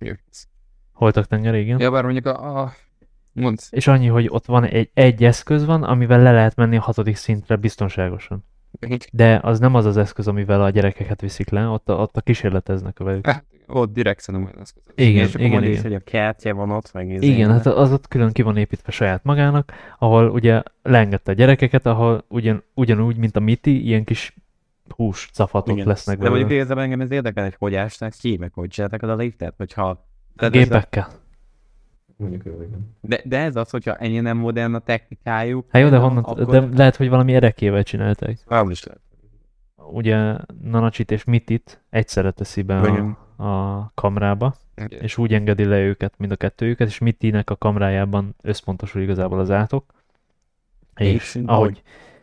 Holtak tengere, igen. Ja, bár mondjuk a... a... Mondd. És annyi, hogy ott van egy, egy eszköz van, amivel le lehet menni a hatodik szintre biztonságosan. De az nem az az eszköz, amivel a gyerekeket viszik le, ott a, ott a kísérleteznek a velük. Hát, ott direkt szerintem ez. Igen, és akkor igen, mondja is, igen. hogy a kertje van ott, meg izé, Igen, de- hát az ott külön ki van építve saját magának, ahol ugye leengedte a gyerekeket, ahol ugyan, ugyanúgy, mint a Miti, ilyen kis hús cafatok igen. lesznek De mondjuk belőle. igazából engem ez érdekel, hogy hogy ásták ki, meg hogy csinálták oda a liftet, hogyha... tehát ez a- Gépekkel. Mondjuk jó, igen. De, de ez az, hogyha ennyi nem modern a technikájuk... Hát jó, de na, honnan, akkor... de lehet, hogy valami erekével csinálták. Az is lehet. Ugye Nanacsit és Mitit egyszerre teszi be Igen. a, a kamrába, Igen. és úgy engedi le őket, mind a kettőjüket, és Mitinek a kamrájában összpontosul igazából az átok. És, És ahogy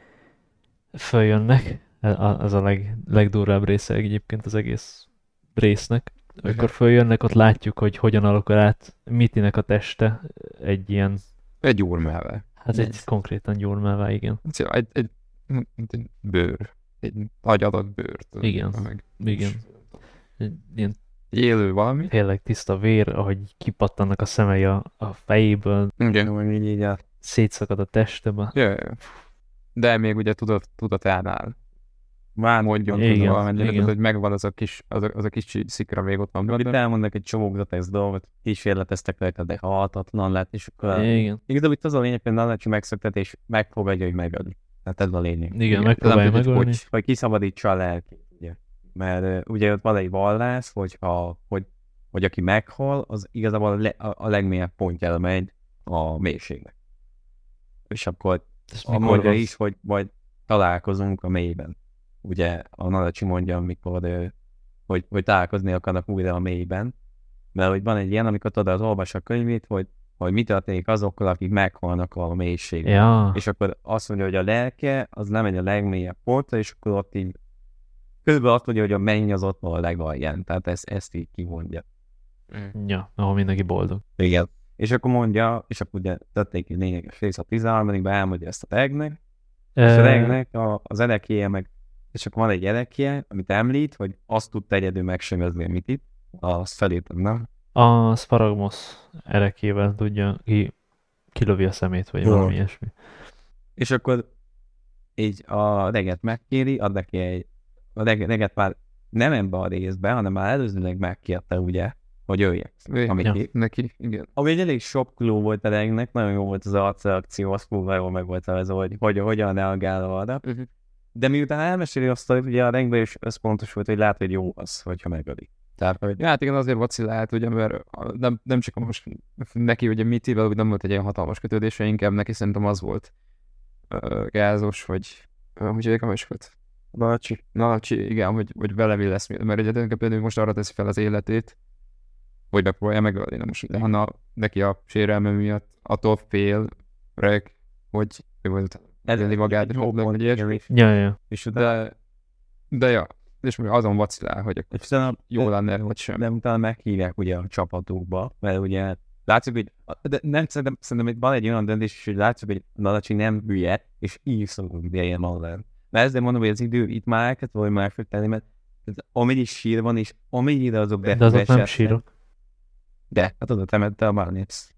följönnek, ez a leg, legdurvább része egyébként az egész résznek, amikor följönnek, ott látjuk, hogy hogyan alakul át Mitinek a teste egy ilyen, Egy gyurmával. hát egy konkrétan gyurmává, igen. Szóval Egy, egy, mint egy bőr. Egy nagy adag bőrt. Igen. Meg Igen. Egy ilyen egy élő valami. tényleg tiszta vér, ahogy kipattannak a szemei a, a fejéből, Igen. Hogy így, így a... szétszakad a testebe. Ja, ja. De még ugye tudat, tudatánál. Vár, Mondjon Igen, tudom valamennyire, igen. tehát, hogy megvan az a kis, az a, az a kis szikra még ott van Itt benne. elmondnak egy csomó gratex dolgot, kísérleteztek rajta, de halhatatlan lett, és akkor... Igen. Igazából itt az a lényeg, hogy Nanacsi megszöktetés megfogadja, hogy megöli. Tehát ez a lényeg. Igen, Igen, megpróbálja nem tudjuk, megölni. hogy- Vagy kiszabadítsa a lelkét, ugye. Mert uh, ugye ott van egy vallás, hogyha, hogy, hogy aki meghal, az igazából a, le, a, a legmélyebb pontjára megy a mélységnek. És akkor Ez a mikor mondja van? is, hogy majd találkozunk a mélyben. Ugye a Nanacsi mondja, amikor, uh, hogy, hogy találkozni akarnak újra a mélyben. Mert hogy van egy ilyen, amikor tudod, az olvas a könyvét, hogy, hogy mi történik azokkal, akik meghalnak a mélységben. Ja, És akkor azt mondja, hogy a lelke, az nem egy a legmélyebb pontra, és akkor ott így körülbelül azt mondja, hogy a menny az ott van a legalján. Tehát ezt, ezt így kimondja. ja, ahol mindenki boldog. Igen. És akkor mondja, és akkor ugye tették egy lényeges rész a tizenharmadikban elmondja ezt a regnek, és a Ö, regnek a, az erekélye meg, és akkor van egy erekélye, amit említ, hogy azt tudta egyedül megsönyezni a Mitit, azt felírtam, nem? A Sparagmos erekével tudja, ki, kilövi a szemét, vagy Jó. valami ilyesmi. És akkor így a reget megkéri, ad neki egy, a reg- reget már nem ebbe a részbe, hanem már előzőleg megkérte, ugye, hogy jöjjek. Ami, Ja. ja. Neki, igen. ami egy elég sokkoló volt a regnek, nagyon jó volt az arcreakció, az kurva jól meg volt ez, hogy, hogy hogyan reagál arra. Uh-huh. De miután elmeséli azt, hogy ugye a regben is összpontos volt, hogy lát, hogy jó az, hogyha megöli. Tehát, hogy Ja, hát igen, azért vacilált, ugye, mert a- nem, nem csak a most neki, ugye Mitivel úgy nem volt egy ilyen hatalmas kötődése, inkább neki szerintem az volt uh, gázos, vagy uh, hogy hívják a másikat? Nalacsi. Nalacsi, igen, hogy, hogy vele mi lesz, mert ugye tulajdonképpen ő most arra teszi fel az életét, hogy megpróbálja megölni, de most utána neki a sérelme miatt attól fél, reg, hogy ő majd ellenni magát, és hogy ilyesmi. Ja, ja. És utána, De, de ja, és még azon vacilál, hogy és utána jó lenne, vagy sem. nem utána meghívják ugye a csapatokba, mert ugye látszik, hogy de nem, szerintem, szerintem itt van egy olyan döntés, hogy látszik, hogy Nalacsi nem hülye, és így szokunk idején van. Mert ezért mondom, hogy az idő itt már elkezd vagy már fog tenni, mert amennyi sír van, és amennyire azok De azok nem sírok. De, hát oda temette a bányász.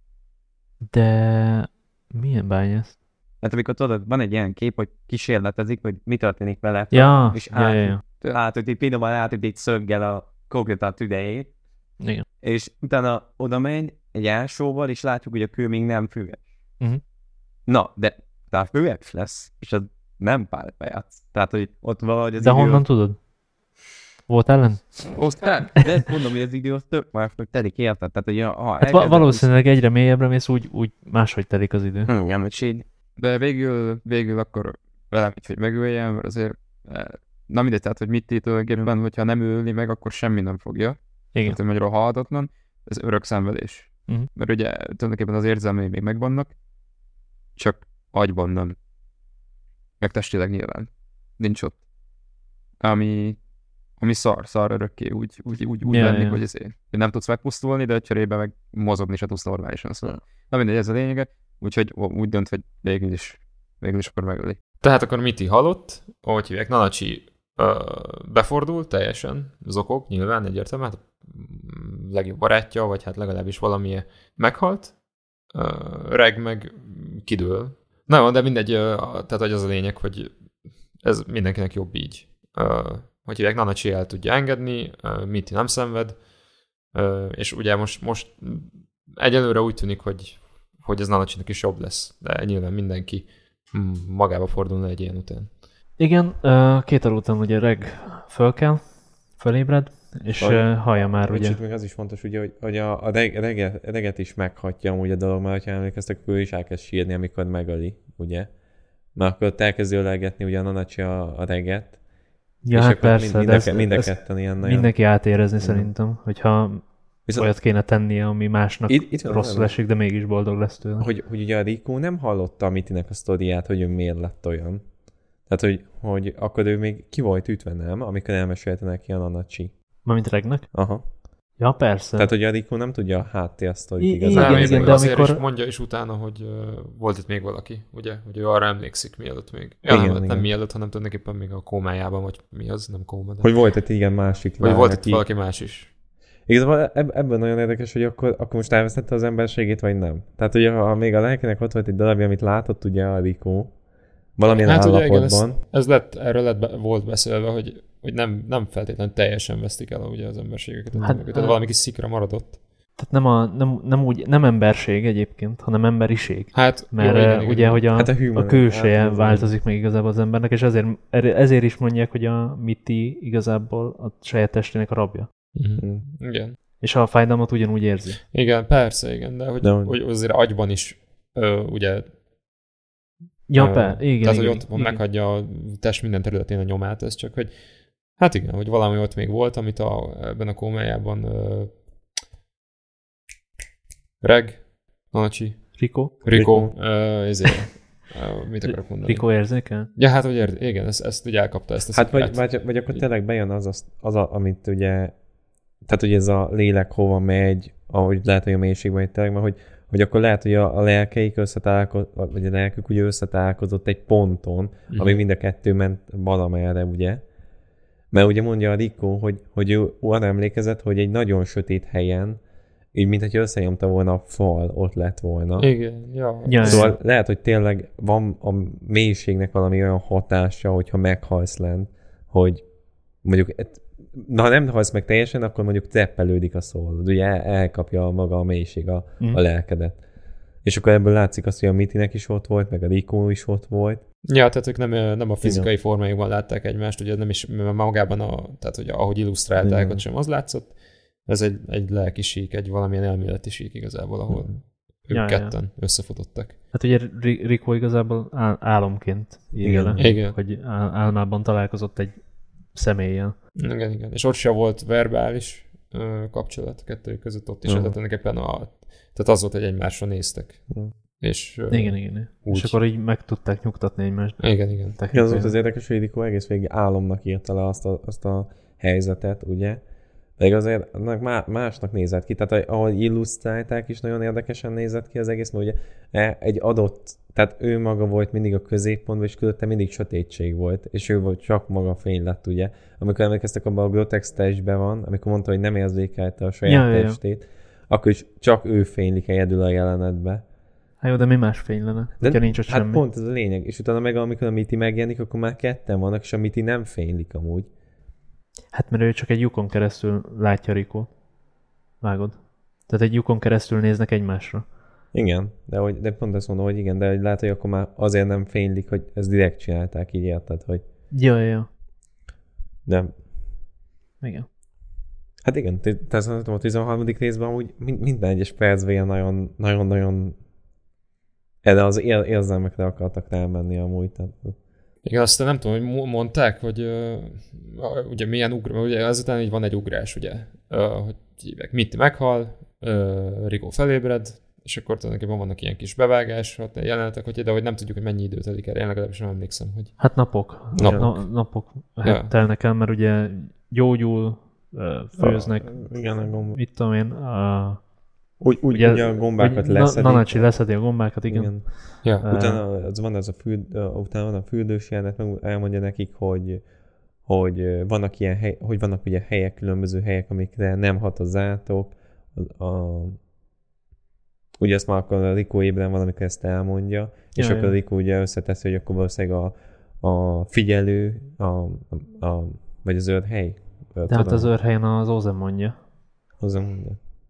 De milyen bányász? Hát amikor tudod, van egy ilyen kép, hogy kísérletezik, hogy mi történik vele, Ja, és ja, ja, ja. átüt, így finoman átüt egy szöggel a konkrétan a tüdejét, Igen. és utána oda megy egy ásóval, és látjuk, hogy a kő még nem füves. Uh-huh. Na, de tehát füves lesz, és az nem pálpajác. Tehát, hogy ott valahogy az De idő... honnan tudod? Volt ellen? Aztán, de mondom, hogy az idő az tök már telik, érted? Tehát, hogy ha Hát va- valószínűleg egyre mélyebbre mész, úgy, úgy máshogy telik az idő. Hm, igen, hogy így... De végül, végül akkor velem így, hogy megöljem, mert azért eh, na mindegy, tehát, hogy mit itt tulajdonképpen, hogyha nem öli meg, akkor semmi nem fogja. Igen. Tehát, hogy magyarul halhatatlan, ez örök szenvedés. Uh-huh. Mert ugye tulajdonképpen az érzelmei még megvannak, csak agyban nem. Meg testileg nyilván. Nincs ott. Ami, ami szar, szar örökké, úgy, úgy, úgy, úgy Ja, lenni, ja. hogy ezért. Hogy nem tudsz megpusztulni, de cserébe meg mozogni se tudsz normálisan. Szóval. Na mindegy, ez a lényege. Úgyhogy úgy dönt, hogy végül is, végül is akkor megöli. Tehát akkor Miti halott, ahogy hívják, Nalacsi ö, befordult teljesen, zokog, nyilván egyértelműen, hát mm, legjobb barátja, vagy hát legalábbis valamilyen meghalt, ö, Reg meg kidől. Na jó, de mindegy, ö, tehát hogy az a lényeg, hogy ez mindenkinek jobb így. Ö, hogy hívják, Nalacsi el tudja engedni, ö, Miti nem szenved, ö, és ugye most, most egyelőre úgy tűnik, hogy, hogy ez Nalacsinak is jobb lesz, de nyilván mindenki magába fordulna egy ilyen után. Igen, két óra után ugye Reg fölkel, fölébred, és Vagy- hallja már ugye. Kicsit még az is fontos, ugye, hogy, hogy a, a reg, reget, reget is meghatja amúgy a dolog, mert ha emlékeztek, akkor ő is elkezd sírni, amikor megöli, ugye? Mert akkor ott elkezdi ölelgetni ugye a Nalacsi a, a reget, Ja, és hát akkor persze, mind, de mind, a, ezt, ke- mind a ezt ketten ilyen nagyon... mindenki átérezni Mhm. szerintem, hogyha Viszont- olyat kéne tennie, ami másnak Itt- itt van rosszul olyan- esik, de mégis boldog lesz tőle. Hogy, hogy ugye a Rico nem hallotta a Mitinek a sztoriát, hogy ő miért lett olyan. Tehát, hogy, hogy akkor ő még ki volt ütve, nem? Amikor elmesélte neki a Nalacsi. Mármint Regnek? Aha. Ja, persze. Tehát, hogy a Rico nem tudja a háttérsztorit I- igazán. igen, Nem, igen, de de azért amikor- is mondja is utána, hogy uh, volt itt még valaki, ugye? Hogy ő arra emlékszik, mielőtt még. Ja, Igen, nem, nem igen. mielőtt, hanem tulajdonképpen még a kómájában, vagy mi az, nem kóma, de... Hogy volt itt igen másik vagy lány, volt itt aki- valaki más is. Igazából eb- ebben nagyon érdekes, hogy akkor, akkor most elvesztette az emberségét, vagy nem. Tehát ugye, ha még a lelkének ott volt egy darabja, amit látott ugye a Rico, valamilyen Hát ugye igen, állapotban. ez, ez lett, erről lett, be- volt beszélve, hogy, hogy nem, nem feltétlenül teljesen vesztik el ugye az emberségeket. Hát, Hát, tehát hát- valami kis szikra maradott. Tehát nem, a, nem, nem, úgy, nem emberség egyébként, hanem emberiség. Hát, Mert jó, ö, igen, igen, ugye, igen. hogy a, Hát a a, human- a külseje hát ez- változik meg igazából az embernek, és ezért, er- ezért is mondják, hogy a Mitty igazából a saját testének a rabja. Mhm. Mm. Igen. És a fájdalmat ugyanúgy érzi. Igen, persze, igen, de hogy, De de hogy- hogy azért agyban is ö, ugye Ja, Ö, per, igen, Tehát, igen, hogy ott igen. meghagyja a test minden területén a nyomát, ez csak, hogy hát igen, hogy valami ott még volt, amit a, ebben a kómájában uh, Reg, Nalacsi, Rico? Rico, Rico. uh, ezért, uh, mit akarok mondani? Rico érzékel? Ja, hát, hogy ér, igen, ezt, ezt ugye elkapta, ezt a Hát vagy, szikrát. vagy, vagy akkor tényleg bejön az, az, az a, amit ugye, tehát hogy ez a lélek hova megy, ahogy lehet, hogy a mélységben megy tényleg, mert hogy, hogy akkor lehet, hogy a, a lelkeik összetalálkozott, vagy a lelkük ugye összetalálkozott egy ponton, Mhm. ami mind a kettő ment valamerre, ugye? Mert ugye mondja a Rico, hogy, hogy ő arra emlékezett, hogy egy nagyon sötét helyen, így mint hogy összenyomta volna a fal, ott lett volna. Igen, ja. Ja, Szóval lehet, hogy tényleg van a mélységnek valami olyan hatása, hogyha meghalsz lent, hogy mondjuk, na ha nem halsz meg teljesen, akkor mondjuk teppelődik a szólod, ugye el- elkapja maga a mélység a, Mhm. a lelkedet. És akkor ebből látszik azt, hogy a Mitinek is ott volt, meg a Rico is ott volt. Ja, tehát ők nem, nem a fizikai formájukban látták egymást, ugye nem is magában, a, tehát hogy ahogy illusztrálták, Igen. ott sem az látszott. Ez egy, egy lelki sík, egy valamilyen elméleti sík igazából, ahol ők Ja, ja, ja. ketten összefutottak. Hát ugye Ri- Rico igazából ál- álomként írja Igen. le, Igen. hogy ál- álmában találkozott egy személlyel. Igen, igen. És ott sem volt verbális ö, kapcsolat a kettőjük között, ott is Mhm. uh-huh. tulajdonképpen a... Tehát az volt, hogy egymásra néztek. Mhm. És... Ö, Igen, igen. úgy. És akkor így meg tudták nyugtatni egymást. Igen, igen. Igen, az technikailag. volt az érdekes, hogy Rico egész végig álomnak írta le azt a, azt a helyzetet, ugye? De azért annak má- másnak nézett ki, tehát ahogy illusztrálták is nagyon érdekesen nézett ki az egész, mert ugye e- egy adott, tehát ő maga volt mindig a középpontban, és körülötte mindig sötétség volt, és ő volt csak maga fény lett, ugye? Amikor emlékeztek, abban a Grotex testben van, amikor mondta, hogy nem érzékelte a saját Ja, ja, ja. testét, akkor is csak ő fénylik egyedül a jelenetbe. Hát jó, de mi más fény lenne? De hogyha nincs ott hát semmi. pont ez a lényeg, és utána meg amikor a Miti megjelenik, akkor már ketten vannak, és a Miti nem fénylik amúgy. Hát mert ő csak egy lyukon keresztül látja Rikót. Vágod? Tehát egy lyukon keresztül néznek egymásra. Igen, de, hogy, de pont azt mondom, hogy igen, de hogy látod, hogy akkor már azért nem fénylik, hogy ezt direkt csinálták, így érted, hogy Ja, ja, ja. de Igen. hát igen, te- tehát szerintem a tizenharmadik részben amúgy min- minden egyes percben ilyen nagyon, nagyon-nagyon erre az ér- érzelmekre akartak rámenni amúgy. Tehát, Igen, aztán nem tudom, hogy mo- mondták, hogy uh, ugye milyen ugrás, ugye azután így van egy ugrás, ugye, uh, hogy hívják, Mitty meghal, uh, Rico felébred, és akkor tulajdonképpen vannak ilyen kis bevágás, hát jelenetek, hogy de hogy nem tudjuk, hogy mennyi idő telik el, én legalábbis nem emlékszem, hogy... Hát napok. Napok. Na, napok hát Ja. telnek el, mert ugye gyógyul, ö, főznek, A, igen, a gomb... mit tudom én, a, úgy, úgy, ugye, ugye a gombákat hogy leszedik. Na- Nanacsi leszedi a gombákat, igen. igen. igen. Ja, Ö, Utána az van az a, fürd, utána van a fürdős jelenet, meg elmondja nekik, hogy, hogy vannak ilyen hely, hogy vannak ugye helyek, különböző helyek, amikre nem hat az átok. A, a, ugye azt már akkor a Rico ébren van, amikor ezt elmondja, és Ja, akkor ja. Rico ugye összeteszi, hogy akkor valószínűleg a, a figyelő, a, a, a, vagy az őrhely. De hát az őrhelyen az Ozen mondja. Hozzá mondja.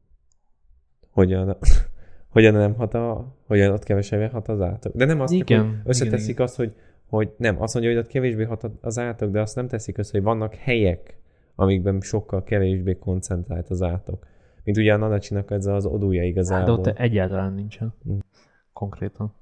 Hogyan, hogyan nem hat a, hogyan ott kevesebben hat az átok. De nem azt csak, Igen, hogy összeteszik igen, azt, hogy, hogy nem, azt mondja, hogy ott kevésbé hat az átok, de azt nem teszik össze, hogy vannak helyek, amikben sokkal kevésbé koncentrált az átok. Mint ugye a Nanacsinak ez az odúja Hát de igazából. ott egyáltalán nincsen. Mm. Konkrétan.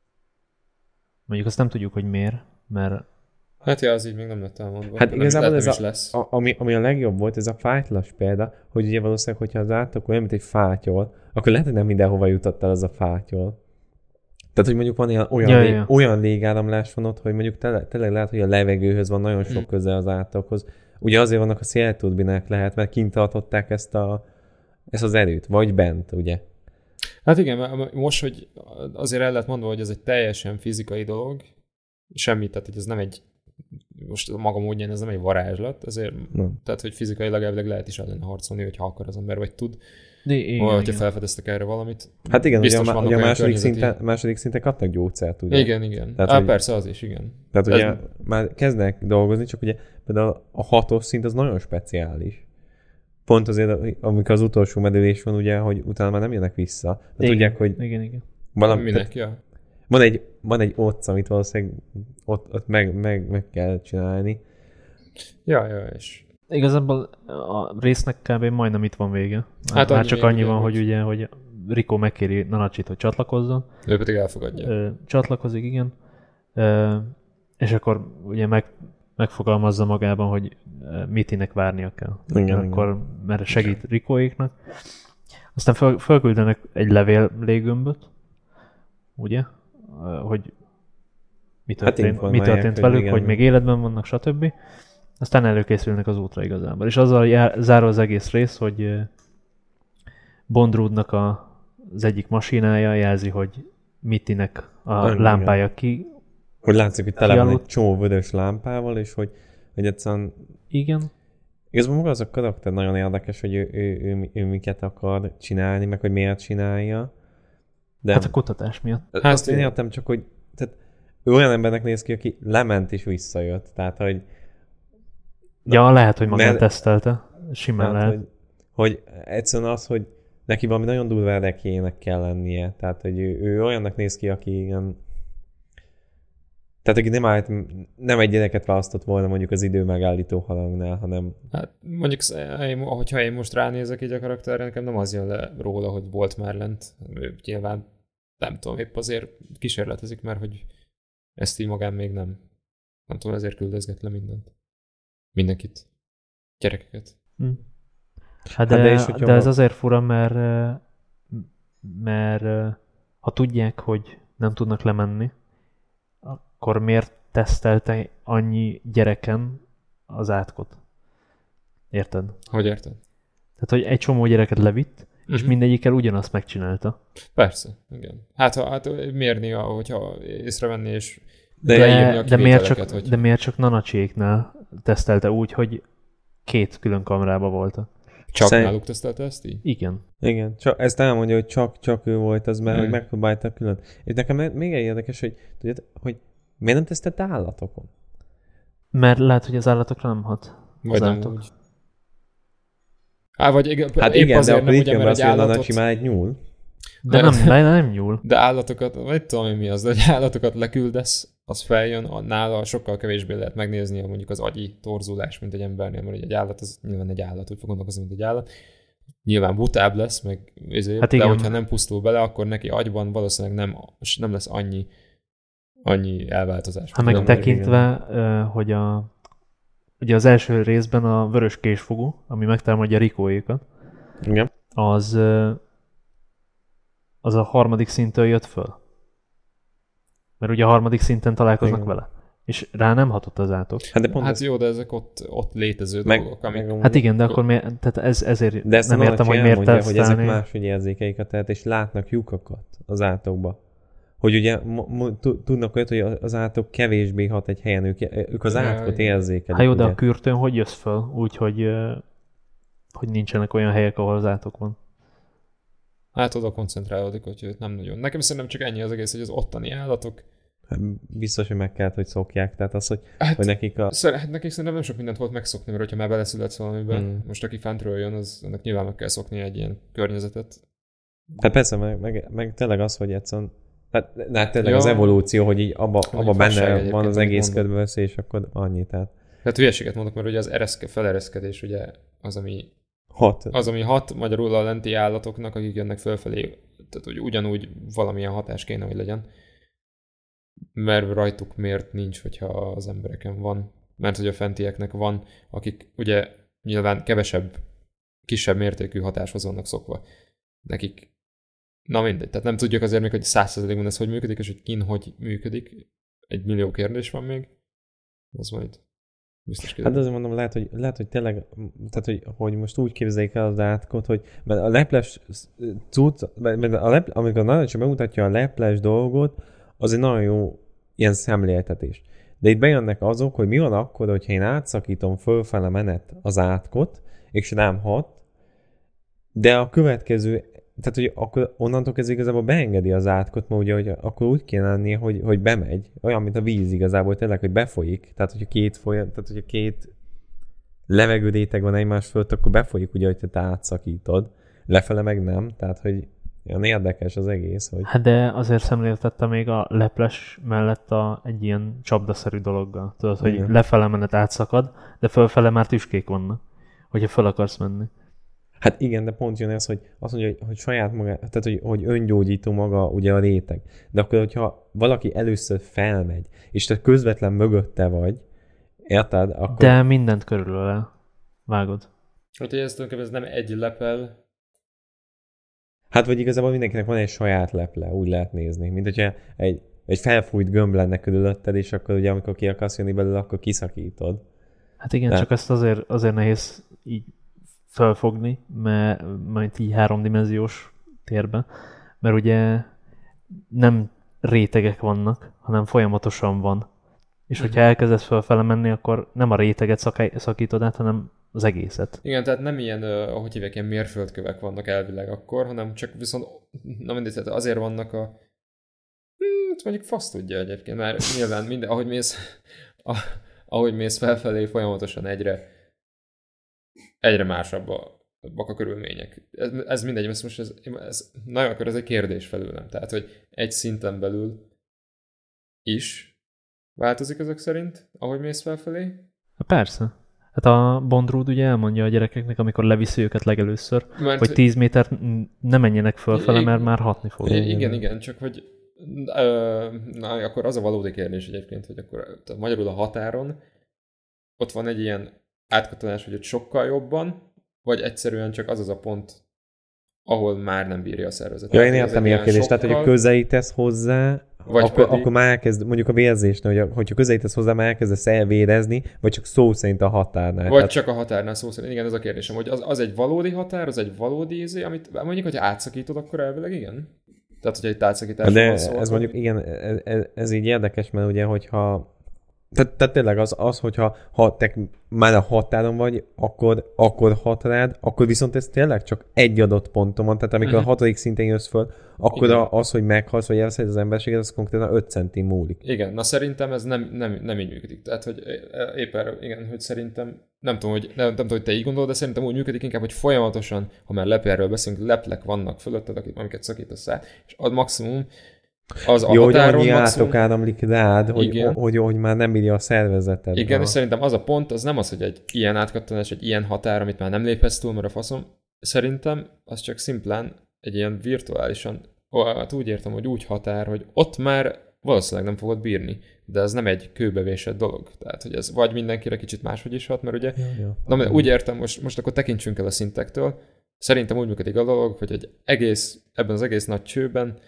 Mondjuk azt nem tudjuk, hogy miért, mert hát ja, az így még nem lett elmondva. Hát Nem- igazából lehet, ez nem a, is lesz. a, ami, ami a legjobb volt, ez a fájtlas példa, hogy ugye valószínűleg, hogyha az átok olyan, mint egy fátyol, akkor lehet, hogy nem mindenhova jutott el az a fátyol. Tehát, hogy mondjuk van ilyen, olyan, Ja, lé, ja. olyan légáramlás van ott, hogy mondjuk tele, tényleg lehet, hogy a levegőhöz van nagyon sok Mm. köze az átokhoz. Ugye azért vannak a szélturbinák lehet, mert kint tartották ezt, a, ezt az erőt, vagy bent, ugye? Hát igen, mert most, hogy azért el lehet mondva, hogy ez egy teljesen fizikai dolog, semmi, tehát hogy ez nem egy, most a maga módján ez nem egy varázslat, ezért, Nem. tehát hogy fizikailag elvileg lehet is ellene harcolni, hogyha akar az ember, vagy tud, de igen, vagy hogyha igen. felfedeztek erre valamit. Hát igen, ugye a, Biztos má- vannak ugye a olyan második, környezeti- szinten, második szinten kapnak gyógyszert, ugye? Igen, igen. Tehát, Á, hogy- persze, az is, igen. Tehát Ez- ugye már kezdnek dolgozni, csak ugye például a hatos szint az nagyon speciális. Pont azért, amikor az utolsó medülés van, ugye, hogy utána már nem jönnek vissza. De Igen, tudják, hogy Igen, igen. valami, Minek, ja. van egy, van egy otc, amit valószínűleg ott, ott meg, meg, meg kell csinálni. Ja, ja, és Igazából a résznek kb. Majdnem itt van vége. Hát Hát Már annyi csak még, annyi ugye, van, hogy- hogy ugye, hogy Rico megkéri Nanacsit, hogy csatlakozzon. ő pedig elfogadja. Ö, csatlakozik, igen. Ö, és akkor ugye meg, megfogalmazza magában, hogy ö, Mittynek várnia kell. Igen, akkor, mert segít Ricoéknak. Aztán föl, fölküldenek egy levél légömböt, ugye? Ö, hogy mi történt, mi informálják, történt hogy velük, igen. hogy még életben vannak, stb. Aztán előkészülnek az útra igazából. És azzal jár, zárul az egész rész, hogy ö, Bondrúdnak a, az egyik masinája jelzi, hogy Mittynek a Igen. lámpája ki. Hogy látszik, hogy tele van egy Kialudt. csomó vörös lámpával, és hogy, hogy egyszerűen Igen. igazából maga az a karakter nagyon érdekes, hogy ő, ő, ő, ő miket akar csinálni, meg hogy miért csinálja. De Hát a kutatás miatt. hát Hát azt én igen. értem, csak hogy tehát, ő olyan embernek néz ki, aki lement és visszajött. Tehát, hogy Ja, lehet, hogy magát mert- tesztelte. Simán Tehát, lehet. hogy, hogy egyszerűen az, hogy neki valami nagyon durva erekének kell lennie. Tehát, hogy ő, ő olyannak néz ki, aki ilyen... Tehát, aki nem, állt, nem egy gyereket választott volna mondjuk az idő megállító halangnál, hanem... Hát mondjuk, én, hogyha én most ránézek így a karakterre, nekem nem az jön le róla, hogy volt már lent. Ő nyilván nem tudom, épp azért kísérletezik, mert hogy ezt így magán még nem. Nem tudom, ezért küldözget le mindent. Mindenkit. Gyerekeket. Hm. Hát de, Hát de is, de hogyha ez ma- azért fura, mert, eh, mert eh, ha tudják, hogy nem tudnak lemenni, akkor miért tesztelte annyi gyereken az átkot? Érted? Hogy érted? Tehát, hogy egy csomó gyereket levitt, és Mhm. mindegyikkel ugyanazt megcsinálta. Persze, igen. Hát, ha, hát mérni, hogyha észrevenni, és De- leírni a De, de, miért csak, kivételeket, hogy... de miért csak nanacséknál tesztelte úgy, hogy két külön kamerába voltak? Csak Szerint- náluk tesztelte ezt így? Igen. Igen, csak, ezt elmondja, hogy csak, csak ő volt az, mert Mm. hogy megpróbáltak külön. És nekem még egy érdekes, hogy, tudod, hogy miért nem tesztelt állatokon? Mert lehet, hogy az állatokra nem hat. Vagy az nem állatok. úgy. Á, vagy igen, Hát épp igen, de azért akkor nem, itt ugye, jön be mert az, egy hogy a állatot, Nanacsi már egy nyúl. De De- nem, de nem nyúl. de állatokat, vagy tudom én mi az, de hogy állatokat leküldesz, az feljön, a- nála sokkal kevésbé lehet megnézni a mondjuk az agyi torzulás, mint egy embernél, mert ugye egy állat, az nyilván egy állat, úgy fog gondolkozni, mint egy állat. Nyilván butább lesz, meg ezért, Hát de igen. hogyha nem pusztul bele, akkor neki agyban valószínűleg nem, nem lesz annyi, annyi elváltozás. Ha mint meg az ember. tekintve, ö, hogy a, ugye az első részben a vörös késfogú, ami megtámadja Rikóékat, Igen. az, ö, az a harmadik szinttől jött föl. Mert ugye a harmadik szinten találkoznak Igen. vele. És rá nem hatott az átok. Hát de pont Hát ez, jó, de ezek ott, ott létező meg, dolgok, amik... meg amúgy- Hát igen, de akkor miért, tehát ez, ezért de ezt nem a értem, hogy miért elmondja, hogy ezek tesztelni. máshogy érzékeiket tehet, és látnak lyukakat az átokba. Hogy ugye mo- mo- tu- tudnak olyat, hogy az átok kevésbé hat egy helyen, ők, ők az Ja, átkot igen. érzékelik. Hát jó, de ugye. a kürtön hogy jössz föl? Úgy, hogy, ö, hogy nincsenek olyan helyek, ahol az átok van. Hát oda koncentrálódik, hogy nem nagyon. Nekem szerintem csak ennyi az egész, hogy az ottani állatok. Hát biztos, hogy meg kellett, hogy szokják. Tehát az, hogy, Hát, hogy nekik a... szer- hát nekik szerintem nem sok mindent volt megszokni, mert hogyha már beleszületsz valamiben, Mm. most aki fentről jön, az annak nyilván meg kell szokni egy ilyen környezetet. Hát persze, meg, meg, meg tényleg az, hogy egyszerűen... Hát, de hát tényleg Ja. az evolúció, hogy így abba, abba Mondjuk benne fasság van egyébként, az amit egész mondok. ködből, és akkor annyi, tehát Hát hülyeséget mondok, mert ugye az ereszke, felereszkedés ugye az, ami, hat. az, ami hat magyarul a lenti állatoknak, akik jönnek fölfelé, tehát hogy ugyanúgy valamilyen hatás kéne, hogy legyen. Mert rajtuk miért nincs, hogyha az embereken van. Mert hogy a fentieknek van, akik ugye nyilván kevesebb, kisebb mértékű hatáshoz vannak szokva. Nekik, na mindegy, tehát nem tudjuk azért még, hogy száz százalékban ez hogy működik, és hogy kin hogy működik. Egy millió kérdés van még. Az majd biztos kiderül. Hát azért mondom, lehet, hogy, lehet, hogy tényleg, tehát, hogy, hogy most úgy képzeljék el az átkot, hogy mert a leples cucc, mert a lepl, amikor nagyon csak bemutatja a leples dolgot, az egy nagyon jó ilyen szemléltetés. De itt bejönnek azok, hogy mi van akkor, hogyha én átszakítom fölfele menet az átkot, és rám hat, de a következő, tehát hogy akkor onnantól kezdve igazából beengedi az átkot, mert ugye hogy akkor úgy kéne lennie, hogy, hogy bemegy. Olyan, mint a víz igazából tényleg, hogy befolyik. Tehát, hogyha két folyam, tehát, hogyha két levegő réteg van egymás fölött, akkor befolyik, ugye, hogy te átszakítod. Lefele meg nem. Tehát, hogy olyan érdekes az egész, hogy... Hát de azért szemléltette még a leples mellett a, egy ilyen csapdaszerű dologgal. Tudod, hogy Igen. lefele menet átszakad, de fölfele már tüskék vannak, hogyha föl akarsz menni. Hát igen, de pont jön ez, hogy azt mondja, hogy, hogy saját maga, tehát hogy, hogy öngyógyító maga ugye a réteg. De akkor, hogyha valaki először felmegy, és te közvetlen mögötte vagy, érted? Akkor... De mindent körülöle vágod. Hát, hogy ez tulajdonképpen ez nem egy lepel, Hát vagy igazából mindenkinek van egy saját leple, úgy lehet nézni. Mint hogyha egy, egy felfújt gömb lenne körülötted, és akkor ugye amikor ki akarsz jönni belőle, akkor kiszakítod. Hát igen, De- csak ezt azért, azért nehéz így felfogni, mert majd így háromdimenziós térben, mert ugye nem rétegek vannak, hanem folyamatosan van. És hogyha elkezdesz felfele menni, akkor nem a réteget szaká- szakítod át, hanem az egészet. igen, tehát nem ilyen, uh, ahogy hívják, ilyen mérföldkövek vannak elvileg akkor, hanem csak viszont, na mindegy, tehát azért vannak a, hmm, hát mondjuk fasz tudja egyébként, mert nyilván minden, ahogy mész, a, ahogy mész felfelé, folyamatosan egyre, egyre másabb a, a körülmények. Ez, ez mindegy, ez most ez, ez, nagyon akkor ez egy kérdés felőlem, tehát, hogy egy szinten belül is változik ezek szerint, ahogy mész felfelé. Hát persze. Hát a Bondrúd ugye elmondja a gyerekeknek, amikor leviszi őket legelőször, Mert, hogy tíz métert ne menjenek fölfele, mert már hatni fog. igen, igen, igen, csak hogy ö, na, akkor az a valódi kérdés egyébként, hogy akkor tehát magyarul a határon ott van egy ilyen átkatonás, hogy ott sokkal jobban, vagy egyszerűen csak az az a pont, ahol már nem bírja a szervezet. Ja, én értem mi a kérdés. Tehát, hogy közelítesz hozzá, Vagy akkor, pedig... akkor már elkezd, mondjuk a vérzésnél, hogy hogyha közelítesz hozzá, már elkezdesz elvérezni, vagy csak szó szerint a határnál. Vagy tehát... csak a határnál szó szerint. Igen, ez a kérdésem, hogy az, az egy valódi határ, az egy valódi izé, amit mondjuk, hogy átszakítod, akkor elvileg igen. Tehát, hogyha egy átszakításról De van szó, ez akkor... mondjuk, igen, ez, ez, ez így érdekes, mert ugye, hogyha Tehát, tehát tényleg az, az hogyha ha te már a határon vagy, akkor, akkor hat rád, akkor viszont ez tényleg csak egy adott ponton van. Tehát amikor uh-huh. a hatodik szinten jössz föl, akkor a, az, hogy meghalsz, vagy elveszed az emberséget, az konkrétan öt centin múlik. Igen, na szerintem ez nem, nem, nem így működik. Tehát, hogy épp erre, igen, hogy szerintem, nem tudom, hogy, nem, nem tudom, hogy te így gondolod, de szerintem úgy működik inkább, hogy folyamatosan, ha már lepérről beszélünk, leplek vannak fölötted, amiket szakítasz át, és ad maximum az a jó, határon hogy annyi maximum... átok áramlik rád, hogy, igen. hogy, hogy, hogy már nem bírja a szervezeted. Igen, a... és szerintem az a pont, az nem az, hogy egy ilyen átkattanás, egy ilyen határ, amit már nem léphetsz túl, mert a faszom, szerintem az csak szimplán egy ilyen virtuálisan, hát úgy értem, hogy úgy határ, hogy ott már valószínűleg nem fogod bírni, de ez nem egy kőbevésett dolog. Tehát, hogy ez vagy mindenkire kicsit máshogy is hat, mert ugye, ja, ja. Na, úgy értem, most, most akkor tekintsünk el a szintektől. Szerintem úgy működik a dolog, hogy egy egész, ebben az egész nagy csőben,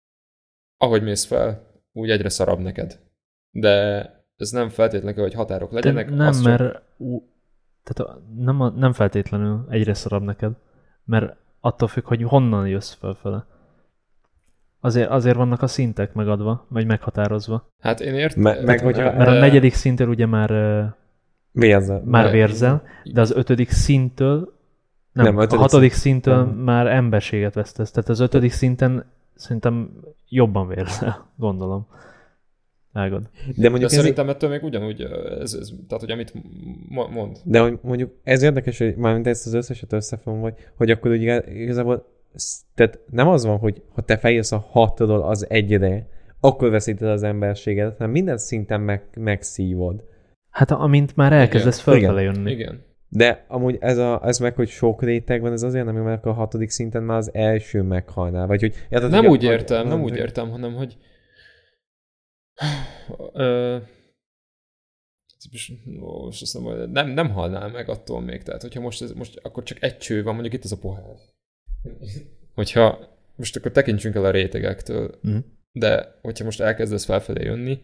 ahogy mész fel, úgy egyre szarabb neked. De ez nem feltétlenül, hogy határok legyenek. De nem, csak... mert ú, tehát a, nem, a, nem feltétlenül egyre szarabb neked, mert attól függ, hogy honnan jössz felfele. Azért, azért vannak a szintek megadva, vagy meghatározva. Hát én értem. Me- meg, hogyha, mert a negyedik szinttől ugye már vérzel, már vérzel, de az ötödik szinttől nem, nem ötödik a hatodik szint. szinttől nem. Már emberséget vesztesz. Tehát az ötödik szinten szerintem jobban vérzel, gondolom. Ágad. De, mondjuk de ez szerintem ettől még ugyanúgy, ez, ez, tehát hogy amit mond. De mondjuk ez érdekes, hogy mármint ezt az összeset összefogom, vagy, hogy akkor ugye igazából tehát nem az van, hogy ha te feljössz a hatodról az egyre, akkor veszíted az emberséget, hanem minden szinten meg, megszívod. Hát amint már elkezdesz fölfele jönni. Igen. De amúgy ez, a, ez meg, hogy sok réteg van, ez azért nem, mert a hatodik szinten már az első meghalnál. Vagy, hogy, érted, nem úgy értem, nem, nem úgy értem, hanem hogy Ö... most nem, nem, nem halnál meg attól még. Tehát, hogyha most, ez, most akkor csak egy cső van, mondjuk itt ez a pohár. Hogyha most akkor tekintsünk el a rétegektől, mm. de hogyha most elkezdesz felfelé jönni,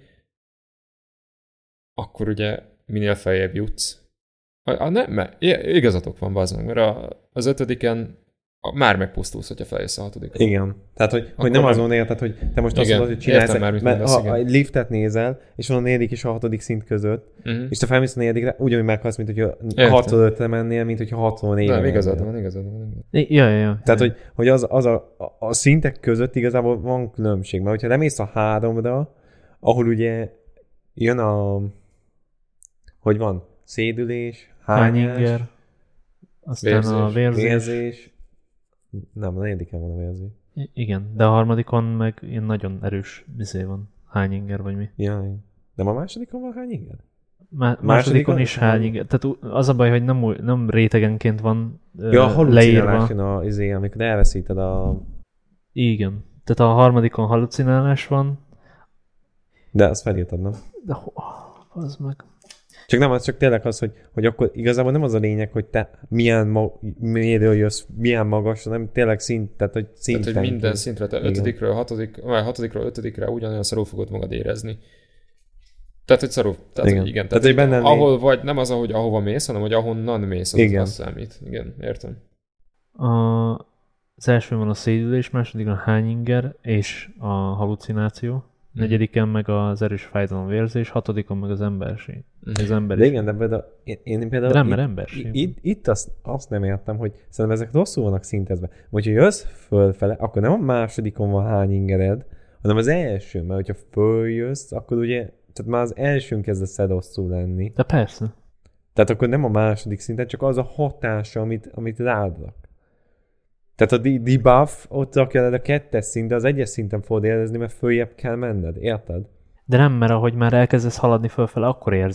akkor ugye minél feljebb jutsz. A, a nem, mert igazatok van, bazd meg, mert a, az ötödiken a, már megpusztulsz, hogyha feljössz a hatodikon. Igen. Tehát, hogy, hogy nem azon érted, hogy te most azt mondod, hogy csinálsz, már, mert mondasz, ha igen. a liftet nézel, és van a negyedik és a hatodik szint között, uh-huh. és te felmész a negyedikre, ugyanúgy meghalsz, mint hogyha hatszor mennél, mint hogyha hatszor Nem, igazad van, igazad van. Ja, ja, ja. Tehát, hogy, hogy az, az a, a szintek között igazából van különbség, mert hogyha lemész a háromra, ahol ugye jön a, hogy van, szédülés, hányinger, aztán vérzés, a vérzés. vérzés. Nem, a negyediken van a vérzés. I- igen, de a harmadikon meg ilyen nagyon erős vizé van. Hányinger vagy mi? Jaj. De a másodikon van hányinger? Má- másodikon, másodikon is hányinger. Tehát az a baj, hogy nem, nem rétegenként van uh, ja, a leírva. A, izé, amikor elveszíted a... Igen. Tehát a harmadikon halucinálás van. De azt felírtad, nem? De oh, az meg... Csak nem, az csak tényleg az, hogy, hogy akkor igazából nem az a lényeg, hogy te milyen ma- mélyről jössz, milyen magas, nem tényleg szint, tehát hogy szinten. Tehát, hogy minden szintre, te ötödikről, hatodik, vagy hatodikról, ötödikre ugyanolyan szarul fogod magad érezni. Tehát, hogy szarul. Tehát, igen. Hogy igen. Tehát, tehát hogy benne ahol né... vagy, nem az, hogy ahova mész, hanem hogy ahonnan mész, az igen. Az számít. Igen, értem. A, az első van a szédülés, második a hányinger és a halucináció. Negyediken meg az erős fájdalomvérzés, hatodikon meg az emberség. Az emberiség. De igen, de például én, én például... De nem, mert emberség. Itt, itt azt, azt nem értem, hogy szerintem ezek rosszul vannak szintezve. Hogyha jössz fölfele, akkor nem a másodikon van hány ingered, hanem az első, mert hogyha följössz, akkor ugye, tehát már az elsőn kezdesz el rosszul lenni. De persze. Tehát akkor nem a második szinten, csak az a hatása, amit, amit rád rak. Tehát a debuff ott rakja el a kettes szint, de az egyes szinten fogod érezni, mert följebb kell menned, érted? De nem, mert ahogy már elkezdesz haladni fölfele, akkor érzed.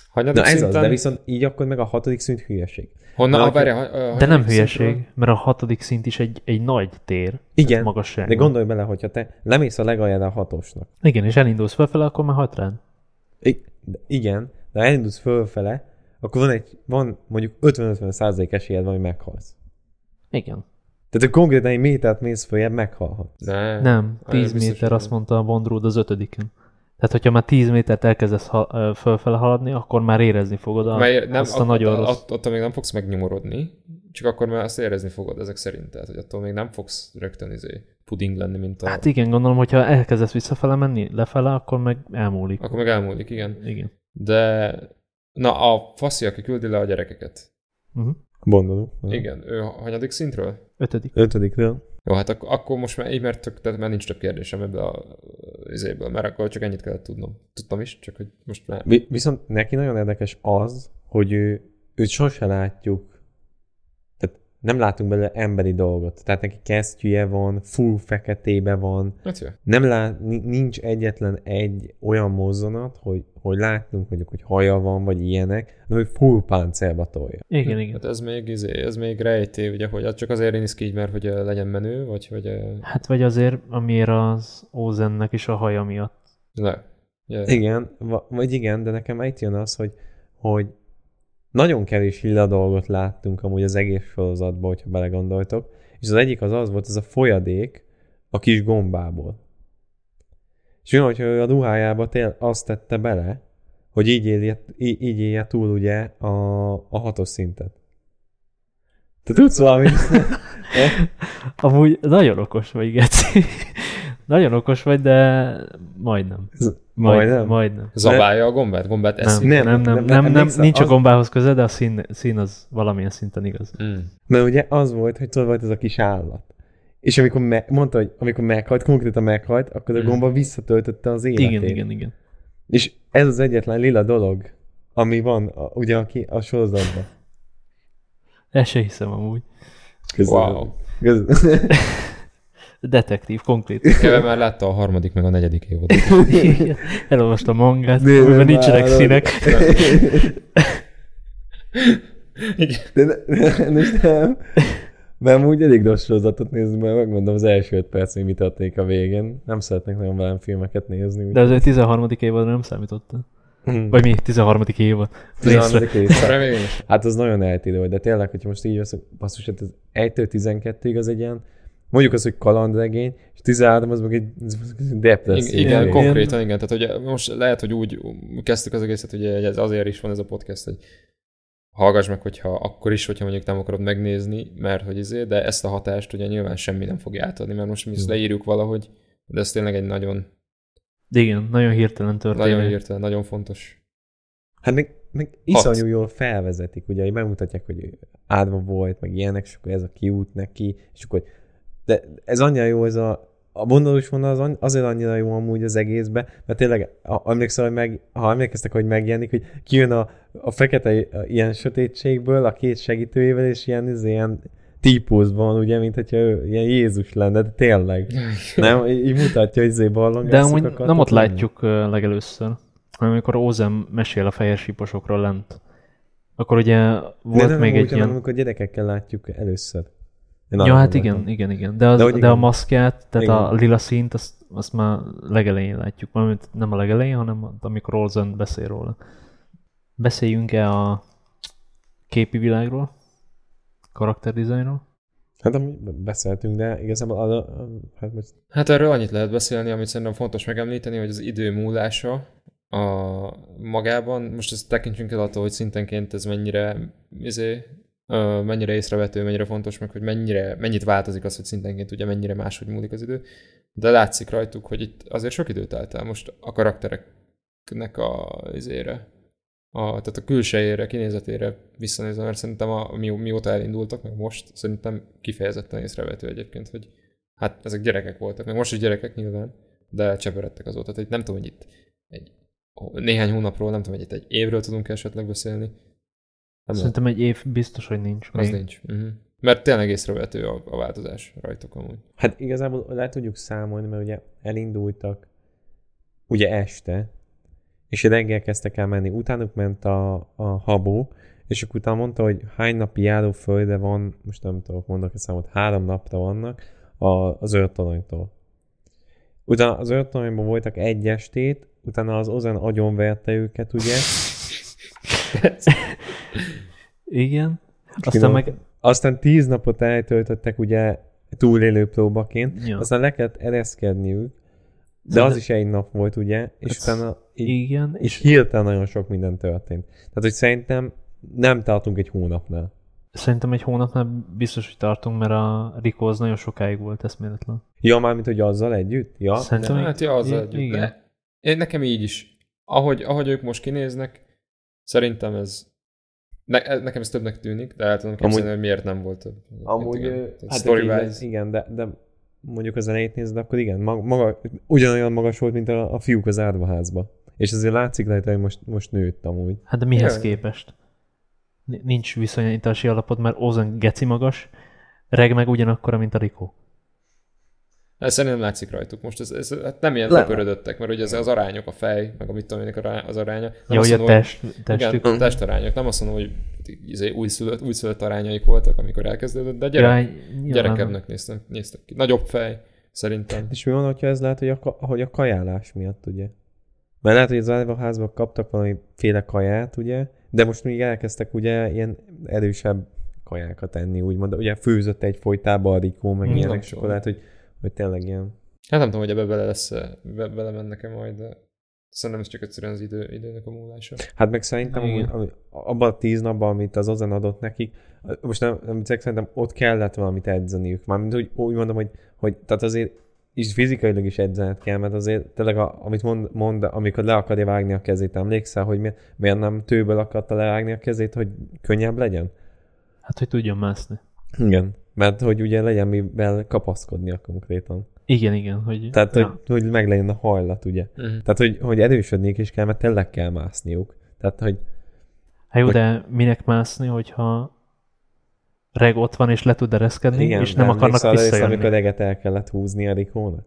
Hanyadik Na ez szinten? az, de viszont így akkor meg a hatodik szint hülyeség. Honnan? Na, Ah, hogyha- várjál, ha- a De hanyadik nem szintről? hülyeség, mert a hatodik szint is egy, egy nagy tér. Igen, Magasságban. de gondolj bele, hogyha te lemész a legaljára a hatosnak. Igen, és elindulsz felfele, akkor már hat rád. I- de igen, de elindulsz fölfele, akkor van, egy, van mondjuk ötven-ötven százalék esélyed van, hogy meghalsz. Igen. Tehát hogy konkrétan egy métert mész följebb, meghalhat. Ne. Nem, Ah, tíz biztos, méter, hogy azt mondta a Bondród az ötödiken. Tehát, hogyha már tíz métert elkezdesz ha- ö, fölfele haladni, akkor már érezni fogod a, Mert nem, azt a nagyon att- rossz. att- attól még nem fogsz megnyomorodni, csak akkor már azt érezni fogod ezek szerint. Tehát, hogy attól még nem fogsz rögtön izé puding lenni, mint a... Hát igen, gondolom, hogyha elkezdesz visszafele menni, lefele, akkor meg elmúlik. Akkor meg elmúlik, igen. Igen. De... Na, a faszi, aki küldi le a gyerekeket. Uh-huh. Bondoló. Igen, ő a hanyadik szintről? Ötödik. Ötödikről. Jó, hát ak- akkor most már így, mert, tök, tehát már nincs több kérdésem ebből a izéből, mert akkor csak ennyit kellett tudnom. Tudtam is, csak hogy most már... Vi- viszont neki nagyon érdekes az, hogy ő, őt sose látjuk, tehát nem látunk belőle emberi dolgot. Tehát neki kesztyűje van, full feketébe van, Hát jó. nem lát, ni- nincs egyetlen egy olyan mozzanat, hogy, hogy látunk mondjuk, hogy haja van, vagy ilyenek, de hogy full páncélba tolja. Igen, igen. Hát ez még, izé, ez még rejtély, ugye, hogy az csak azért néz ki így, mert hogy ö, legyen menő, vagy hogy... ö, Hát vagy azért, amiért az Ózennek is a haja miatt. Ne. Yeah. Igen, va- vagy igen, de nekem itt jön az, hogy, hogy nagyon kevés lila dolgot láttunk amúgy az egész sorozatban, hogyha belegondoltok, és az egyik az az volt, ez a folyadék a kis gombából. És olyan, hogyha ő a ruhájába tél azt tette bele, hogy így élje, így, így élje túl ugye a, a hatos szintet. Te tudsz valamit? Amúgy nagyon okos vagy, Geci. Nagyon okos vagy, de majdnem. Majdnem? Majdnem. Zabálja a gombát? Gombát Nem, eszik? nem, nem, nem, nem, nem emlékszel, nincs a az- gombához köze, de a szín, szín az valamilyen szinten igaz. Mm. Mert ugye az volt, hogy tudod, volt ez a kis állat. És amikor me- mondta, hogy amikor meghalt, konkrétan meghalt, akkor a Mm. gomba visszatöltötte az életét. Igen, igen, igen. És ez az egyetlen lila dolog, ami van a, ugye a, ki- a sorozatban. El se hiszem amúgy. Köszönöm. Wow. Köszönöm. Detektív, konkrét. Keve már látta a harmadik, meg a negyedik évot. Elolvastam a mangát, Nézd amiben már, nincsenek arra- színek. De ne, ne, ne, nem. Mert amúgy elég rossz sorozatot nézni, mert megmondom, az első öt perc, hogy mit adték a végén. Nem szeretnék nagyon velem filmeket nézni. De azért tizenharmadik évadra nem számítottál. Hmm. Vagy mi? tizenharmadik évad. Részre. tizenharmadik része. Reményes. Hát az nagyon eltérő volt, de tényleg, hogyha most így veszünk, basszus, hát ez egytől tizenkettőig az egy ilyen, mondjuk az, hogy kalandregény, és tizenhárom az meg egy depresszió. Igen, igen, regény. konkrétan igen. Tehát hogy most lehet, hogy úgy kezdtük az egészet, hogy ez azért is van ez a podcast, hogy hallgass meg, hogyha akkor is, hogyha mondjuk nem akarod megnézni, mert hogy izé, de ezt a hatást ugye nyilván semmi nem fogja átadni, mert most mi ezt leírjuk valahogy, de ez tényleg egy nagyon, Igen, nagyon hirtelen történt. nagyon hirtelen, nagyon fontos. Hát meg, meg iszonyú jól felvezetik, ugye, hogy megmutatják, hogy ő áldva volt, meg ilyenek, és akkor ez a kiút neki, és akkor de ez annyira jó, ez a a bondolós vonal az an- azért annyira jó amúgy az egészben, mert tényleg, ha emlékszel, hogy meg, ha emlékeztek, hogy megjelenik, hogy kijön a, a fekete a, ilyen sötétségből a két segítőjével, és ilyen, ez ilyen típuszban, ugye, mint hogyha ő ilyen Jézus lenne, de tényleg. Nem? Így mutatja, hogy izé barlangászokat De amúgy akartak nem ott lenni. látjuk ö, legelőször, hanem amikor Ózem mesél a fehér síposokról lent. Akkor ugye volt nem, még úgy, egy hanem ilyen... amikor gyerekekkel látjuk először. Én Ja, arra hát gondoltam. igen, igen, igen. De, az, De de, hogy de a igen. maszkját, tehát Igen. a lila színt, azt, azt már legelején látjuk. Mármint nem a legelején, hanem amikor Olsen beszél róla. Beszéljünk-e a képi világról? Karakterdizájnról? Hát amúgy beszéltünk, de igazából arra, hát most Hát erről annyit lehet beszélni, amit szerintem fontos megemlíteni, hogy az idő múlása a magában, most ezt tekintsünk el attól, hogy szintenként ez mennyire, izé, ö, mennyire észrevető, mennyire fontos, meg hogy mennyire, mennyit változik az, hogy szintenként ugye mennyire máshogy múlik az idő, de látszik rajtuk, hogy itt azért sok időt telt el most a karaktereknek a izére, a, tehát a külsejére, kinézetére visszanézve, mert szerintem a, mi, mióta elindultak, meg most szerintem kifejezetten észrevető egyébként, hogy hát ezek gyerekek voltak, meg most is gyerekek nyilván, de cseperedtek azóta. Tehát nem tudom, hogy itt egy, néhány hónapról, nem tudom, hogy itt egy évről tudunk esetleg beszélni. Nem Szerintem egy év biztos, hogy nincs. az még. nincs. Uh-huh. Mert tényleg észrevető a, a változás rajtuk amúgy. hát igazából le tudjuk számolni, mert ugye elindultak ugye este, és reggel kezdtek el menni. Utánuk ment a, a habó, és akkor utána mondta, hogy hány napi járóföldre van, most nem tudok mondani a számot, három napra vannak a, az őrtoronytól. Utána az őrtoronyban voltak egy estét, utána az Ozen agyonverte őket, ugye? Igen. Aztán meg... Aztán tíz napot eltöltöttek ugye túlélő próbaként, Ja. aztán le kellett ereszkedniük, de az is egy nap volt, ugye? És Hát, utána így, igen. és hirtelen nagyon sok minden történt. Tehát, hogy szerintem nem tartunk egy hónapnál. Szerintem egy hónapnál biztos, hogy tartunk, mert a Rico az nagyon sokáig volt eszméletlen. Ja, mármint, hogy azzal együtt? Ja. Szerintem Nem, hát ja, az i- együtt. igen. De én nekem így is. Ahogy, ahogy ők most kinéznek, szerintem ez ne, nekem ez többnek tűnik, de el tudom képzelni, Amúgy- hogy miért nem volt több. Amúgy, igen. ö, Tehát hát story-wise. igen, igen, de, de mondjuk az elejét nézd, akkor igen, maga, maga, ugyanolyan magas volt, mint a, a fiúk az árvaházba. És azért látszik rajta, hogy most, most nőtt amúgy. Hát de mihez Jaj. képest? N- Nincs viszonyítási alapod, mert Ozen geci magas, Reg meg ugyanakkora, mint a Rico. Ez szerintem látszik rajtuk. Most ez, ez hát nem ilyen Le- tökörödöttek, mert ugye az, az arányok, a fej, meg a mit tudom én, a rá- az aránya. Nem Ja, azt hogy a mondom, test, testük. Igen, testarányok. Nem azt mondom, hogy izé újszülött, újszülött arányaik voltak, amikor elkezdődött, de gyerek, Ja, nyilván. gyerekebbnek néztek, néztek ki. Nagyobb fej, szerintem. És mi van, hogyha ez lehet, hogy a, ka- hogy a kajálás miatt, ugye? Mert lehet, hogy az árvaházban kaptak valamiféle kaját, ugye? De most még elkezdtek ugye ilyen erősebb kajákat enni, úgymond. Ugye főzött egy folytába a Rikó, meg Mm, ilyenek, nem és akkor tudom. lehet, hogy, hogy tényleg ilyen. Hát nem tudom, hogy ebbe bele lesz, be, bele mennek-e majd, de szerintem ez csak egyszerűen az idő, időnek a múlása. Hát meg szerintem Igen. amúgy, ami- abban a tíz napban, amit az Ozen adott nekik, most nem, nem viccek, szerintem ott kellett valamit edzeniük. Mármint úgy, úgy mondom, hogy, hogy tehát azért is fizikailag is edzened kell, mert azért tényleg, a, amit mond, mond, amikor le akarja vágni a kezét, emlékszel, hogy mi, miért nem tőből akarta levágni a kezét, hogy könnyebb legyen? Hát, hogy tudjon mászni. Igen. Mert hogy ugye legyen mivel kapaszkodnia konkrétan. Igen, igen. Hogy, Tehát, ja. hogy, hogy meg legyen a hajlat, ugye. Uh-huh. Tehát, hogy, hogy erősödniük is kell, mert tényleg kell mászniuk. Tehát, hogy Hát jó, hogy- de minek mászni, hogyha Reg ott van és le tud ereszkedni, igen, és nem de akarnak emlékszel arra, visszajönni. amikor reget el kellett húzni a Rikónak?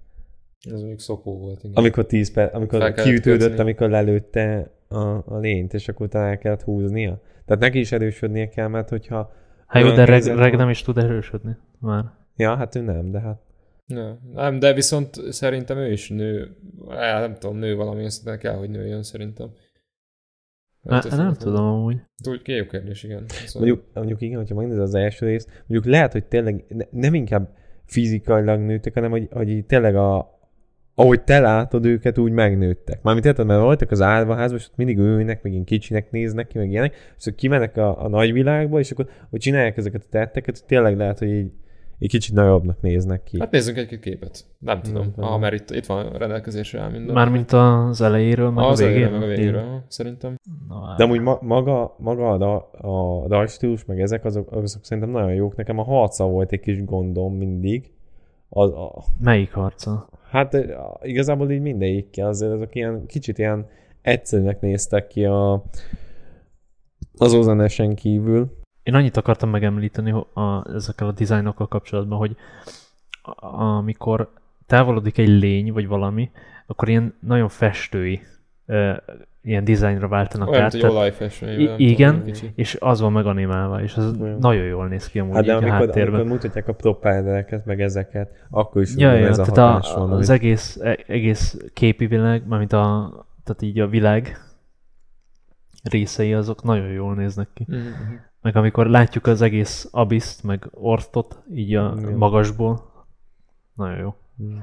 Ez mondjuk szopó volt. Igen. Amikor tíz perc, amikor Fel kellett kiütődött, kötni. amikor lelőtte a, a lényt, és akkor utána el kellett húznia. Tehát neki is erősödnie kell, mert hogyha... Hát jó, olyan de Reg, helyzet Reg van- nem is tud erősödni már. Ja, hát ő nem, de hát... Ja, nem, de viszont szerintem ő is nő, á, nem tudom, nő valamilyen szinten kell, hogy nőjön szerintem. Hát, nem tudom amúgy. Úgy, jó kérdés, igen. Szóval, Mondjuk, mondjuk igen, hogyha megnézed az első részt, mondjuk lehet, hogy tényleg ne, nem inkább fizikailag nőttek, hanem hogy, hogy így tényleg a, ahogy te látod őket, úgy megnőttek. Mármint érted, mert voltak az árvaházban, és ott mindig ülnek, meg ilyen kicsinek néznek ki, meg ilyenek, és akkor kimennek a, a nagyvilágba, és akkor hogy csinálják ezeket a tetteket, hogy tényleg lehet, hogy így, így kicsit nagyobbnak néznek ki. hát nézzünk egy-két képet. Nem tudom, Nem tudom. ah, mert itt, itt van a rendelkezésre áll minden. Mármint az elejéről, meg az a elejére, végéről. meg a végéről, szerintem. Na, De amúgy ma, maga, maga a, da, a rajstílus, meg ezek, azok, azok szerintem nagyon jók. Nekem a harca volt egy kis gondom mindig. Az, a, Melyik harca? hát eh, igazából így mindegyikkel, azért azok ilyen kicsit ilyen egyszerűnek néztek ki a, az Ozenesen kívül. Én annyit akartam megemlíteni a, a, ezekkel a dizájnokkal kapcsolatban, hogy a, amikor távolodik egy lény, vagy valami, akkor ilyen nagyon festői e, ilyen dizájnra váltanak Olyan, át. hogy tehát- olajfestményben. I- igen. Kicsi. és az van meganimálva, és az Olyan. nagyon jól néz ki amúgy Hát de így a amikor, háttérben. amikor mutatják a propellereket, meg ezeket, akkor is Ja, ja, ez a tehát hatás a, van. az hogy- egész, e- egész képi világ, mármint a, tehát így a világ részei azok nagyon jól néznek ki. Mhm. Meg amikor látjuk az egész abiszt, meg ortot, így a Igen. magasból, nagyon jó.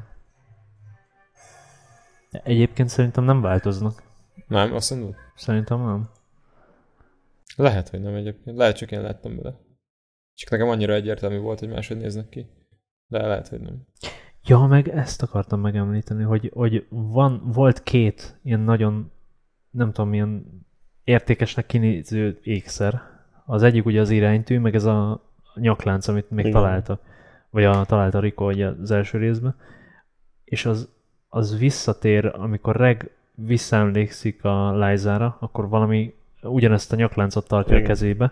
Egyébként szerintem nem változnak. Nem, azt mondod? Szerintem nem. Lehet, hogy nem egyébként. Lehet, csak én láttam bele. Csak nekem annyira egyértelmű volt, hogy máshogy néznek ki. De lehet, hogy nem. Ja, meg ezt akartam megemlíteni, hogy, hogy van, volt két ilyen nagyon, nem tudom, milyen értékesnek kinéző ékszer. Az egyik ugye az iránytű, meg ez a nyaklánc, amit még Igen. találta. Vagy a, találta Rico ugye az első részben. És az, az visszatér, amikor Reg visszaemlékszik a Lizára, akkor valami ugyanezt a nyakláncot tartja Igen. a kezébe.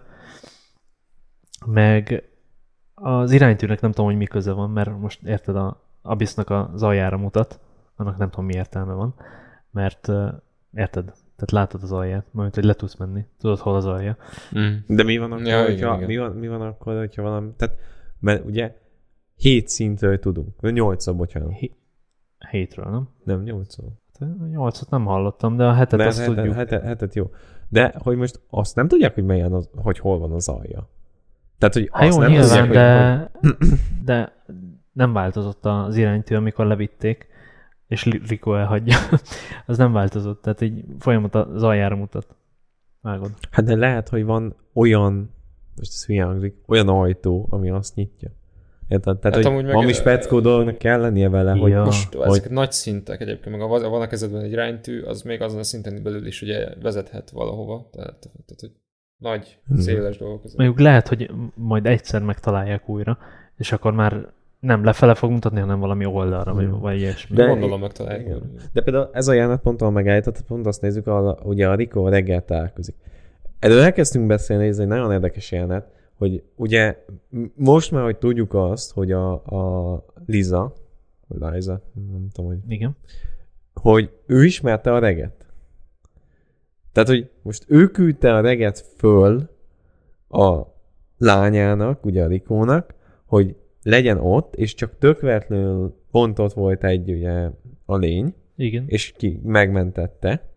Meg az iránytűnek nem tudom, hogy mi köze van, mert most érted, a Abyssnak az aljára mutat, annak nem tudom, mi értelme van, mert uh, Érted? Tehát látod az alját, majd hogy le tudsz menni. Tudod, hol az alja. Mm. De mi van akkor, Ja, hogyha, igen, igen. Mi, van, mi van akkor, hogyha valami... Tehát, mert ugye hét szintről tudunk. nyolcról, bocsánat. Hétről, nem? Nem, nyolcról. A nyolcat nem hallottam, de a hetet Mert azt hetet, tudjuk. hetet, hetet, jó. De hogy most azt nem tudják, hogy melyen az, hogy hol van az alja. Tehát, hogy Hát azt jó, nem nyilván, tudják, hogy, de, de nem változott az iránytű, amikor levitték, és Rico elhagyja. Az nem változott, tehát így folyamat az aljára mutat. Vágod. Hát de lehet, hogy van olyan, most ez hülye hangzik, olyan ajtó, ami azt nyitja. Érted? Tehát, Hát hogy amúgy meg- valami speckó dolognak kell lennie vele, hogy Ja. Most hogy- ezek nagy szintek egyébként, meg a van a kezedben egy iránytű, az még azon a szinten belül is ugye vezethet valahova. Tehát, tehát hogy nagy, Hmm. széles dolgok. ezek. Mondjuk lehet, hogy majd egyszer megtalálják újra, és akkor már nem lefele fog mutatni, hanem valami oldalra, vagy, Hmm. vagy ilyesmi. De- Gondolom megtalálják. Igen. De például ez a jelenet pont, ahol megállított, pont azt nézzük, ahol ugye a Rico reggel találkozik. Erről elkezdtünk beszélni, ez egy nagyon érdekes jelenet, hogy ugye m- most már, hogy tudjuk azt, hogy a, a Liza, vagy Liza, nem tudom, hogy, Igen. hogy ő ismerte a reget. Tehát, hogy most ő küldte a reget föl a lányának, ugye a Rikónak, hogy legyen ott, és csak tökvetlenül pont ott volt egy ugye a lény, Igen. és ki megmentette.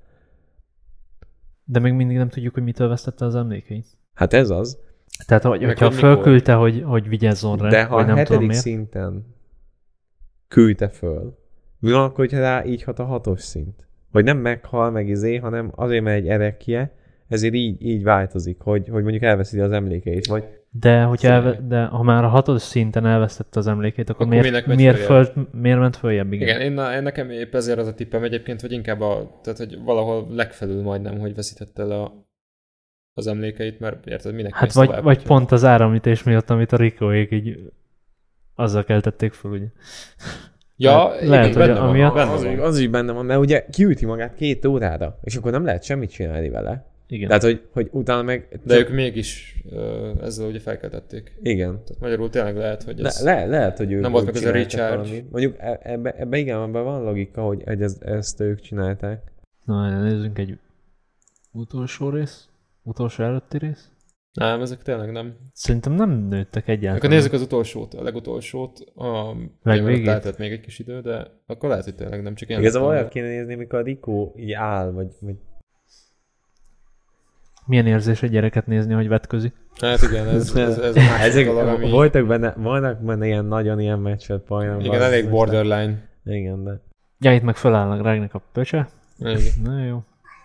De még mindig nem tudjuk, hogy mitől vesztette az emlékeit. Hát ez az. Tehát, hogy, Meg hogyha hogy mikor. fölküldte, hogy, hogy vigyázzon rá, De ha vagy a nem tudom hetedik miért. szinten küldte föl, mi van akkor, hogyha rá így hat a hatos szint? Hogy nem meghal meg izé, hanem azért, mert egy erekje, ezért így, így változik, hogy, hogy mondjuk elveszíti az emlékeit, vagy De, hogyha Szóval- elve, de ha már a hatos szinten elvesztette az emlékeit, akkor, Akkor miért, minek megy miért, följebb? föl, miért ment följebb? Igen. Igen, én, én nekem épp ezért az a tippem egyébként, hogy inkább a, tehát, hogy valahol legfelül majdnem, hogy veszítette el a, az emlékeit, mert érted, minek Hát mész vagy, tovább, vagy hogyha- pont az áramütés miatt, amit a Rikóék így azzal keltették fel, ugye. Ja, lehet, igen, lehet, hogy benne van, amiatt- benne az, van. az is benne van, mert ugye kiüti magát két órára, és akkor nem lehet semmit csinálni vele. Igen. Tehát, hogy, hogy utána meg... De ők mégis ö, ezzel ugye felkeltették. Igen. Tehát magyarul tényleg lehet, hogy ez... Le, le, lehet, hogy ők Nem volt ők meg ez a csináltak recharge. valamit. Mondjuk e- ebbe, ebbe igen, ebben van logika, hogy hogy ezt, ezt ők csinálták. Na, nézzünk egy utolsó rész. Utolsó előtti rész. Nem, ezek tényleg nem. Szerintem nem nőttek egyáltalán. Akkor nézzük az utolsót, a legutolsót. A Legvégét? lehetett még egy kis idő, de akkor lehet, hogy tényleg nem csak én. Igazából lettem, olyat kéne nézni, amikor a Rico így áll, vagy, vagy Milyen érzés egy gyereket nézni, hogy vetközik? de- Hát igen, ez, ez, ez a másik ezek, dolog, ami... voltak benne, vannak benne ilyen nagyon ilyen meccset pajlan. Igen, elég borderline. Igen, de... Ja, itt meg fölállnak rágnak a pöcse. Igen. Na jó.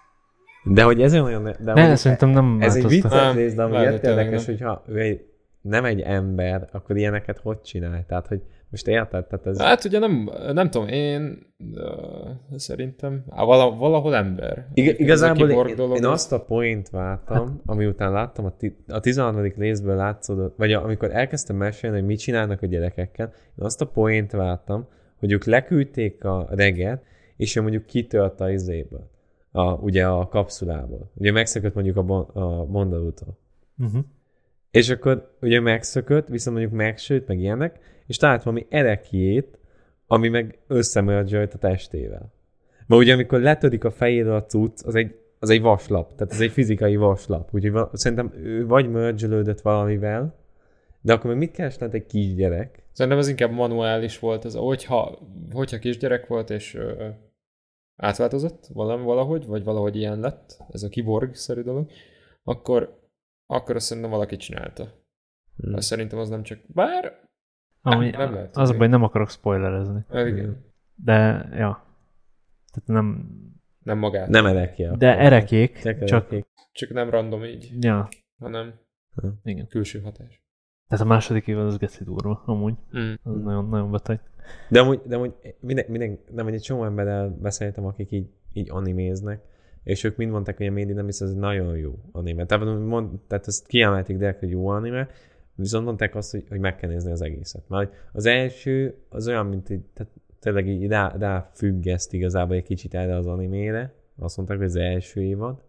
De hogy ez olyan... De Ne, hogy szerintem nem ez egy változtat. vicces Nem, rész, de ami lehet, hogy tényleg érdekes, nem. hogyha ő egy, nem egy ember, akkor ilyeneket hogy csinál? Tehát, hogy most érted? Tehát ez... Hát ugye nem, nem tudom, én uh, szerintem á, vala, valahol ember. Ig- igazából Ez a kiborg én, dolog, én ez- azt a point vártam, ami után láttam, a, ti, a tizenharmadik részből látszódott, vagy a, amikor elkezdtem mesélni, hogy mit csinálnak a gyerekekkel, én azt a point vártam, hogy ők leküldték a reggelt, és ő mondjuk kitört a izéből, a, ugye a kapszulából. Ugye megszökött mondjuk a, bon, a Bondalútól. Uh-huh. És akkor ugye megszökött, viszont mondjuk megsőt, meg ilyenek, és talált valami erekjét, ami meg összemörzsölt a testével. Mert ugye amikor letörik a fejéről a cucc, az egy, az egy vaslap, tehát ez egy fizikai vaslap. Úgyhogy val- szerintem ő vagy mörzsölődött valamivel, de akkor meg mit keresett egy kisgyerek? Szerintem ez inkább manuális volt, ez, hogyha, hogyha kisgyerek volt, és ö, átváltozott valami, valahogy, vagy valahogy ilyen lett, ez a kiborg-szerű dolog, akkor, akkor azt szerintem valaki csinálta. Hmm. Azt szerintem az nem csak... Bár... Ami, nem lehet az a tudni. baj, nem akarok spoilerezni. Ö, igen. De, ja. Tehát nem... Nem magát. Nem erekje. De erekék, Csak csak... erekék. Csak nem random így, Ja, hanem igen. külső hatás. Tehát a második évad az geci durva, amúgy. Mm. Az nagyon, nagyon beteg. De amúgy, de amúgy minden, minden, nem, hogy egy csomó emberrel beszéltem, akik így, így animéznek, és ők mind mondták, hogy a Médi nem hisz, ez egy nagyon jó anime. Tehát, mond, tehát ezt kiemelték direkt, hogy jó anime, viszont mondták azt, hogy, hogy meg kell nézni az egészet. Mert az első az olyan, mint így, tehát tényleg így rá, rá függeszt igazából egy kicsit erre az animére. Azt mondták, hogy az első évad.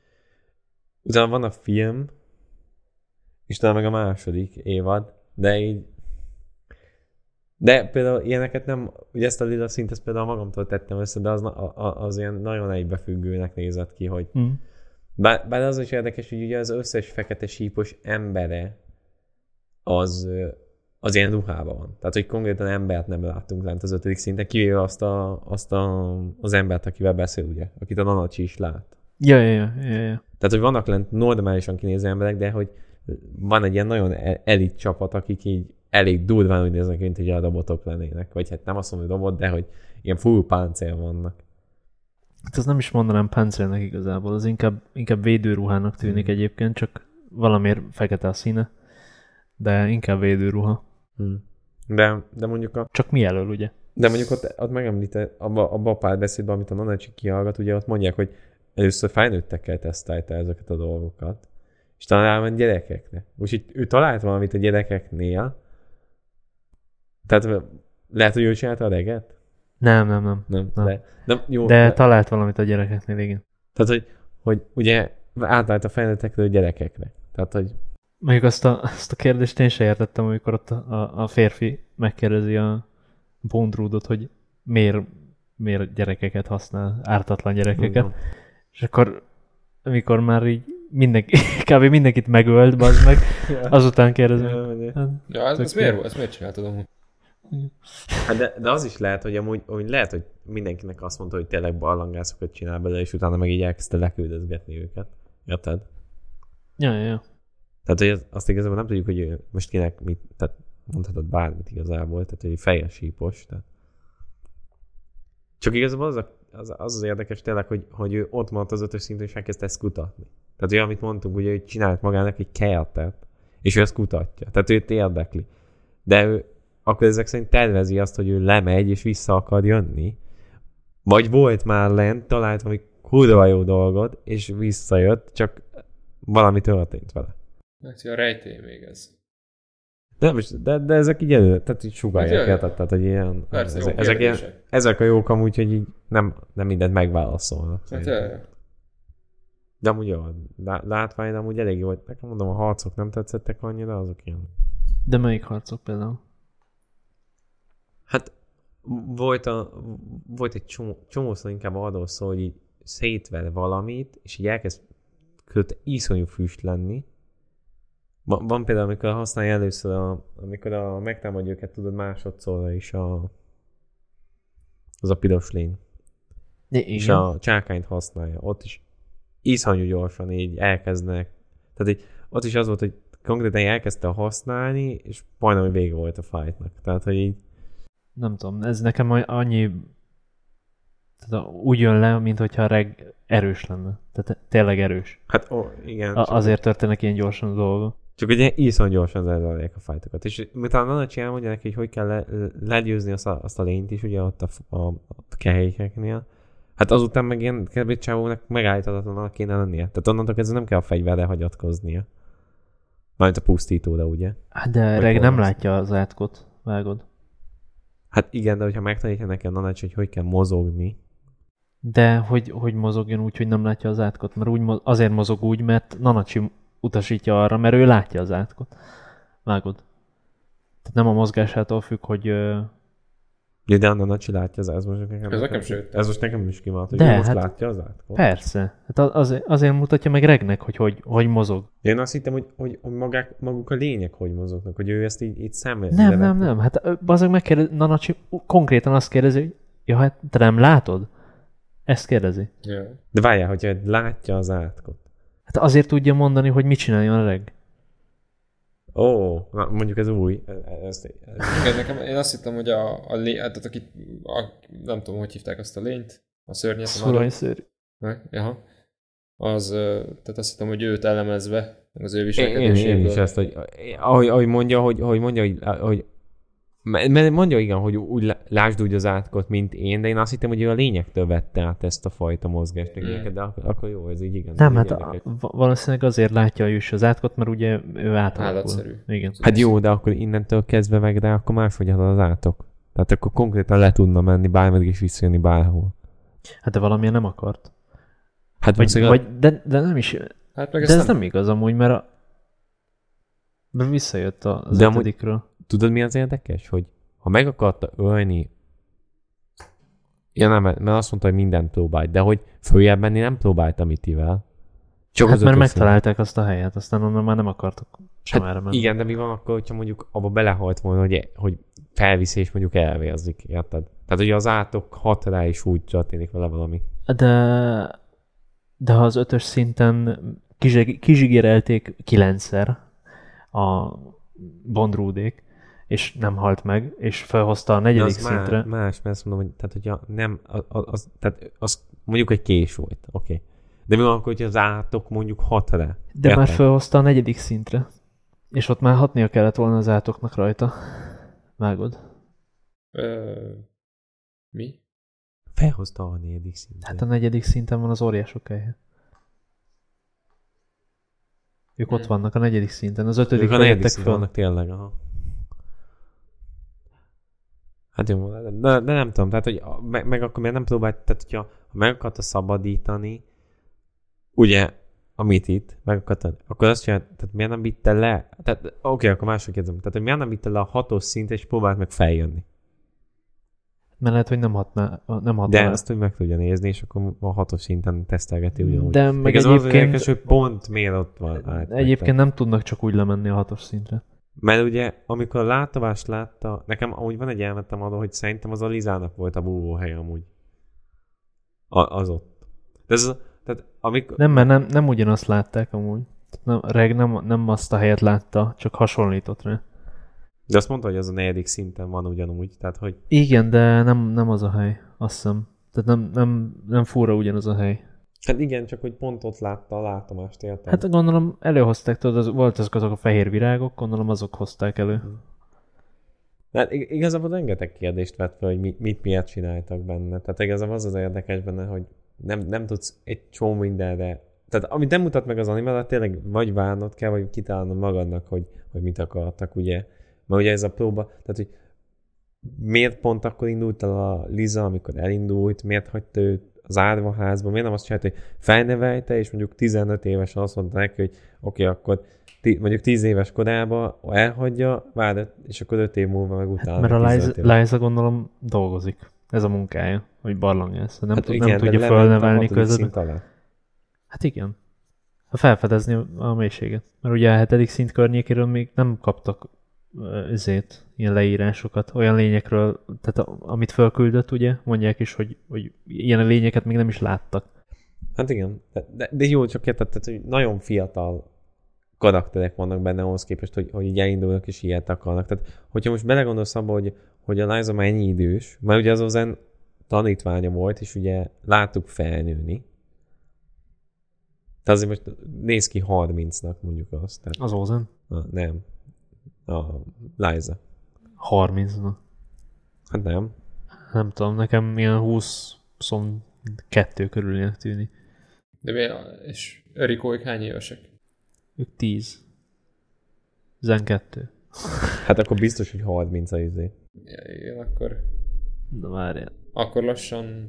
Utána van a film, és talán meg a második évad, de így De például ilyeneket nem, ugye ezt a lila szint, ezt például magamtól tettem össze, de az, az, az ilyen nagyon egybefüggőnek nézett ki, hogy Mm. bár, bár az is érdekes, hogy ugye az összes fekete sípos embere az, az ilyen ruhában van. Tehát, hogy konkrétan embert nem láttunk lent az ötödik szinten, kivéve azt, a, azt a, az embert, akivel beszél, ugye, akit a Nanacsi is lát. Ja, ja, ja, ja, ja. Tehát, hogy vannak lent normálisan kinéző emberek, de hogy van egy ilyen nagyon elit csapat, akik így elég durván úgy néznek, mint hogy a robotok lennének. Vagy hát nem azt mondom, hogy robot, de hogy ilyen full páncél vannak. Hát azt nem is mondanám páncélnek igazából, az inkább, inkább védőruhának tűnik Mm. egyébként, csak valamiért fekete a színe, de inkább védőruha. Hmm. De, de mondjuk a, Csak mi elől, ugye? de mondjuk ott, ott megemlített, abba, abba a párbeszédben, amit a Nanacsi kihallgat, ugye ott mondják, hogy először felnőttekkel tesztelte ezeket a dolgokat, és talán elment gyerekekre. Úgyhogy ő talált valamit a gyerekeknél, tehát lehet, hogy ő csinálta a reget? Nem, nem, nem. Nem, Nem. de, de jó. De de, talált valamit a gyerekeknél, igen. tehát, hogy, hogy ugye átállt a felnőttekről a gyerekekre. Tehát, hogy Mondjuk azt a, azt a kérdést én sem értettem, amikor ott a, a, a férfi megkérdezi a Bondrúdot, hogy miért, miért gyerekeket használ, ártatlan gyerekeket. Mhm. És akkor, amikor már így mindenki, kb. Mindenkit megölt, bazd meg, azután kérdezem. Ja, ugye. Hát, Ja, ez, Tök ez jó. miért, ezt miért csináltad amúgy? Hát de, de az is lehet, hogy amúgy hogy lehet, hogy mindenkinek azt mondta, hogy tényleg barlangászokat csinál bele, és utána meg így elkezdte leküldözgetni őket. Érted? ja, ja, ja. Tehát, hogy az- azt igazából nem tudjuk, hogy ő most kinek mit, tehát mondhatod bármit igazából, tehát, hogy fejes sípos. Tehát. Csak igazából az, a, az, az az érdekes tényleg, hogy, hogy ő ott maradt az ötös szinten, és elkezdte ezt kutatni. Tehát olyan, amit mondtunk, ugye, hogy csinált magának egy kertet, és ő ezt kutatja. Tehát őt érdekli. De ő akkor ezek szerint tervezi azt, hogy ő lemegy, és vissza akar jönni. Vagy volt már lent, talált valami kurva jó dolgot, és visszajött, csak valami történt vele. Hát, a rejtély még ez. De, nem is- de, de ezek így elő, tehát így sugálják, Hát jaj. érted? Tehát, hogy ilyen, Persze, jó ezek, ezek, ilyen, kérdések. ezek a jók amúgy, hogy így nem, nem mindent megválaszolnak. Hát, szerintem. jaj, jaj. De amúgy jó, lá- látvány, de amúgy elég jó, hogy nekem mondom, a harcok nem tetszettek annyira, azok ilyen. De melyik harcok például? Hát volt, a, volt egy csomó, csomószor inkább arról szól, hogy így szétver valamit, és így elkezd között iszonyú füst lenni. Van, van például, amikor használja először, a, amikor a megtámadja őket, tudod, másodszorra is a, az a piros lény. Igen. És a csákányt használja. Ott is iszonyú gyorsan így elkezdnek. Tehát így, ott is az volt, hogy konkrétan elkezdte használni, és majdnem, hogy vége volt a fightnak. Tehát, hogy így Nem tudom, ez nekem a- annyi... Tehát úgy jön le, mint hogyha a reg erős lenne. Tehát tényleg erős. hát ó, igen. A- csak- azért történnek ilyen gyorsan a dolgok. Csak ugye iszonyú gyorsan zárják a fájtokat. És miután Nanacsi elmondja neki, hogy hogy kell le, legyőzni azt a, azt a lényt is, ugye ott a, a, a kehékeknél, hát azután meg ilyen kb. Csávónak megállíthatatlanak kéne lennie. Tehát onnantól kezdve nem kell a fegyverre hagyatkoznia. Mármint a pusztítóra, ugye? Hát de Vagy reg nem hol látja az átkot, vágod. Hát igen, de hogyha megtanítja neki a Nanacsi, hogy hogy kell mozogni, De hogy, hogy mozogjon úgy, hogy nem látja az átkot? Mert úgy, mo- azért mozog úgy, mert Nanacsi utasítja arra, mert ő látja az átkot. Vágod? Tehát nem a mozgásától függ, hogy... ö, ugye, de a Nanacsi látja az ez most nekem. Ez nekem sem jött el. Ez most nekem is kimaradt, hogy De, ő most hát- látja az átkot. Persze. Hát az- azért, azért mutatja meg regnek, hogy hogy, hogy mozog. Én azt hittem, hogy, hogy, hogy magák, maguk a lények hogy mozognak, hogy ő ezt így, így szemben. Nem, nem, nem. Hát ö, bazeg megkérdezi, Nanacsi konkrétan azt kérdezi, hogy ja, hát te nem látod? Ezt kérdezi. Ja. De várjál, hogyha látja az átkot. Hát azért tudja mondani, hogy mit csináljon a reg. Ó, na, mondjuk ez új. Ez, ez, ez, Igen, nekem, én azt hittem, hogy a, a lény, tehát akit, a, nem tudom, hogy hívták azt a lényt, a szörnyet, a Szuronyszörű. Meg, aha. Az, ö, tehát azt hittem, hogy őt elemezve, meg az ő én, én, viselkedéséből. én is ezt, hogy ahogy, ahogy mondja, hogy, hogy mondja, hogy, hogy mert mondja, igen, hogy úgy lá- lásd úgy az átkot, mint én, de én azt hittem, hogy ő a lényektől vette át ezt a fajta mozgást, Mm. de akkor, akkor jó, ez így igen. Nem, ez így hát a, érdekes. va- valószínűleg azért látja ő is az átkot, mert ugye ő átalakul. Állatszerű. Igen. Hát jó, de akkor innentől kezdve meg, de akkor máshogy ad az átok. Tehát akkor konkrétan le tudna menni bármeddig és visszajönni bárhol. Hát de valamilyen nem akart. Hát Vagy, valószínűleg- vagy de, de nem is, Hát meg de ezt ez nem... nem igaz amúgy, mert a, mert visszajött a- az De amúgy- ötödikről. Tudod, mi az érdekes? Hogy, ha meg akarta ölni, ja nem, mert azt mondta, hogy mindent próbált, de hogy följebb menni nem próbáltam Itivel. Csak hát mert megtalálták azt a helyet, aztán onnan már nem akartak sem hát erre menni. Igen, de mi van akkor, hogyha mondjuk abba belehalt volna, hogy, hogy felviszi és mondjuk elvérzik, érted? Tehát ugye az átok hat rá is úgy történik vele valami. De, de ha az ötös szinten kizsig, kizsigérelték kilencszer a Bondrúdék, és nem halt meg, és felhozta a negyedik az szintre. Más, más, mert azt mondom, hogy tehát, hogyha nem, az, az, tehát az mondjuk egy kés volt, oké. Okay. De mi van akkor, hogyha az átok mondjuk hat rá? De érted? már felhozta a negyedik szintre, és ott már hatnia kellett volna az átoknak rajta. Vágod? Ö... Mi? Felhozta a negyedik szintre. Hát a negyedik szinten van az óriások helye. Ők hmm. ott vannak a negyedik szinten, az ötödik a negyedik szinten föl. vannak tényleg, aha. Hát jó, de, de nem tudom, tehát hogy meg, meg akkor miért nem próbált, tehát hogyha ha meg akarta szabadítani, ugye, amit itt, meg akartad, akkor azt csinált, tehát miért nem vitte le, tehát oké, okay, akkor mások kérdezem, tehát hogy miért nem vitte le a hatos szint, és próbált meg feljönni. Mert lehet, hogy nem hatná, nem hatná. De el. Azt, hogy meg tudja nézni, és akkor a hatos szinten tesztelgeti ugyanúgy. De meg ez egyébként... az érdekes, hogy pont miért ott van. Át, egyébként nem tudnak csak úgy lemenni a hatos szintre. Mert ugye, amikor a látomást látta, nekem amúgy van egy elmetem arról, hogy szerintem az a Lizának volt a búvóhely amúgy. A, az ott. De ez, tehát amikor... Nem, mert nem, nem ugyanazt látták amúgy. Nem, Reg nem, nem azt a helyet látta, csak hasonlított rá. De azt mondta, hogy az a negyedik szinten van ugyanúgy, tehát hogy... Igen, de nem, nem az a hely, azt hiszem. Tehát nem, nem, nem fúra ugyanaz a hely. Hát igen, csak hogy pont ott látta a látomást, érted? Hát gondolom előhozták, tudod, az, volt azok, azok a fehér virágok, gondolom azok hozták elő. Hát igazából rengeteg kérdést vett fel, hogy mit, mit miért csináltak benne. Tehát igazából az az érdekes benne, hogy nem, nem tudsz egy csomó mindenre... Tehát amit nem mutat meg az animálat, tényleg vagy várnod kell, vagy kitalálnod magadnak, hogy, hogy mit akartak, ugye. Mert ugye ez a próba, tehát hogy miért pont akkor indult el a Liza, amikor elindult, miért hagyta őt az árvaházban, miért nem azt csinálta, hogy felnevelte, és mondjuk tizenöt évesen azt mondta neki, hogy oké, okay, akkor t- mondjuk tíz éves korában elhagyja, várj, és akkor öt év múlva meg utána. Hát, mert a Liza, Liza gondolom dolgozik. Ez a munkája, hogy barlangjász. Nem, hát tud, igen, nem tudja fölnevelni közben. Hát igen. Ha felfedezni a mélységet. Mert ugye a hetedik szint környékéről még nem kaptak ezért ilyen leírásokat, olyan lényekről, tehát a, amit fölküldött, ugye, mondják is, hogy, hogy ilyen lényeket még nem is láttak. Hát igen, de, de, de jó, csak érted, hogy nagyon fiatal karakterek vannak benne ahhoz képest, hogy, hogy így elindulnak és ilyet akarnak. Tehát, hogyha most belegondolsz abba, hogy, hogy a Liza már ennyi idős, mert ugye az Ozen tanítványa volt, és ugye láttuk felnőni. Tehát azért most néz ki harmincnak mondjuk azt. Tehát, az Ozen? A, nem. A Liza. harmincnak. Hát nem. Nem tudom, nekem ilyen húsz-huszonkettő körülének tűnik. De mi, és Rikóik hány évesek? Ők tíz. tizenkettő. Hát akkor biztos, hogy harminc a izé. Ja, igen, akkor... Na várjál. Akkor lassan...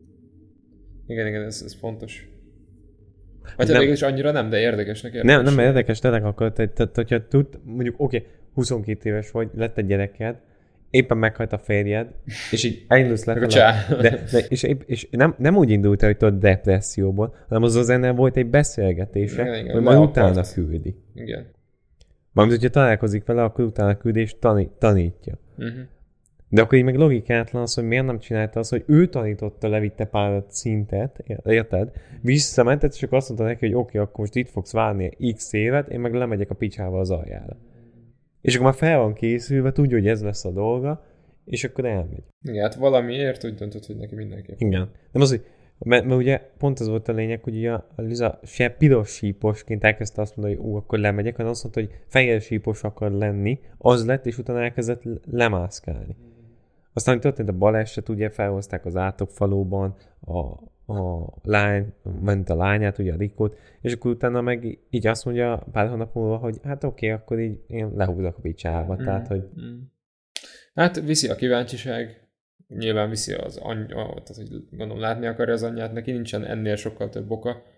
Igen, igen, ez, ez fontos. Vagy nem, is annyira nem, de érdekesnek érdekes. Nem, nem érdekes, tényleg akkor, tehát hogyha tud, mondjuk oké, okay, huszonkét éves vagy, lett egy gyereked, éppen meghalt a férjed, és így elindulsz lefelé. De, de, és, és nem, nem úgy indult el, hogy tudod depresszióból, hanem az az ennél volt egy beszélgetése, igen, igen, hogy majd utána küldi. Igen. Mármint, hogyha találkozik vele, akkor utána küldi és tanít, tanítja. Uh-huh. De akkor így meg logikátlan az, hogy miért nem csinálta azt, hogy ő tanította, levitte pár szintet, érted? Visszamentet, és akkor azt mondta neki, hogy oké, okay, akkor most itt fogsz várni x évet, én meg lemegyek a picsába az aljára. És akkor már fel van készülve, tudja, hogy ez lesz a dolga, és akkor elmegy. Igen, hát valamiért úgy döntött, hogy neki mindenképp. Igen. Nem az, hogy, mert, mert ugye pont az volt a lényeg, hogy ugye a Liza se piros síposként elkezdte azt mondani, hogy ú, akkor lemegyek, hanem azt mondta, hogy fehér sípos akar lenni, az lett, és utána elkezdett lemászkálni. Aztán történt a baleset, ugye felhozták az átokfalóban a, a lány, ment a lányát, ugye a Rikót, és akkor utána meg így azt mondja pár hónap múlva, hogy hát oké, okay, akkor így én lehúzok a picsába, mm. tehát hogy... Mm. Hát viszi a kíváncsiság, nyilván viszi az anyja, tehát hogy gondolom látni akarja az anyját, neki nincsen ennél sokkal több oka,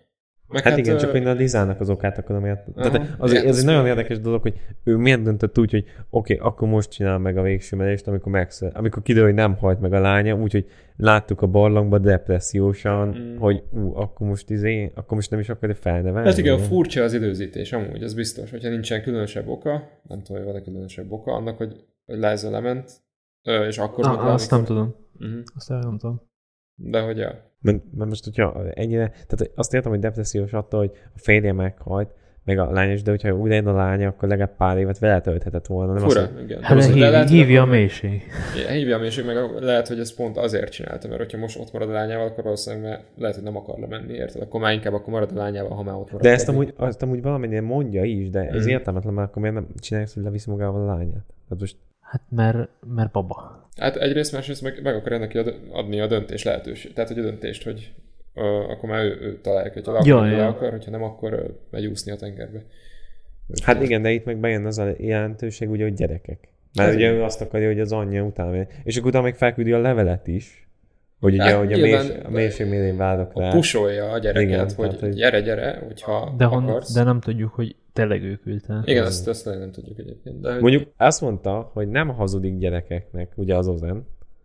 Hát, hát igen, csak hogy a Lizának az okát akarom érteni. Tehát az, ez egy nagyon érdekes dolog, hogy ő miért döntött úgy, hogy oké, okay, akkor most csinál meg a végső merést, amikor megszöl. Amikor kiderül, hogy nem halt meg a lánya, úgyhogy láttuk a barlangba depressziósan, mm. hogy ú, akkor most izé, akkor most nem is akarja felnevelni. Hát igen, furcsa az időzítés, amúgy, az biztos, hogyha nincsen különösebb oka, nem tudom, hogy van-e különösebb oka, annak, hogy, hogy Liza lement, és akkor... Na, azt nem tudom. Uh-huh. Azt nem tudom. De hogy ja. Mert, mert most, hogyha ennyire, tehát azt értem, hogy depressziós attól, hogy a férje meghalt, meg a lány is, de hogyha újra jön a lánya, akkor legalább pár évet vele tölthetett volna. Nem Fura, azt, hogy... igen. Hát hív, lehet, hívja a mélység. Hívja a mélység, meg lehet, hogy ez pont azért csinálta, mert hogyha most ott marad a lányával, akkor valószínűleg mert lehet, hogy nem akar lemenni, érted? Akkor már inkább akkor marad a lányával, ha már ott marad. De ezt amúgy, azt amúgy valamennyire mondja is, de ez mm. értelmetlen, mert akkor miért nem csinálják, hogy leviszi magával a lányát? Hát most... Hát mert, mert baba. Hát egyrészt, másrészt meg, meg akarja neki adni a döntés lehetőséget. Tehát, hogy a döntést, hogy uh, akkor már ő, ő találja, hogyha le akar, ja, akar, hogyha nem, akkor uh, megy úszni a tengerbe. Hát tehát... igen, de itt meg bejön az a jelentőség, ugye, hogy gyerekek. Mert ez ugye ő azt akarja, hogy az anyja utána megy. És akkor utána még felküldi a levelet is. Hogy ugye, hát, hogy a, mérs, a mélység mélyen várok rá. Pusolja a gyereket, igen, hogy, tehát, hogy gyere, gyere, hogyha de akarsz. De nem tudjuk, hogy tényleg ő küldte. Igen, azt, azt nem tudjuk egyébként. De hogy... Mondjuk azt mondta, hogy nem hazudik gyerekeknek, ugye az Ozen.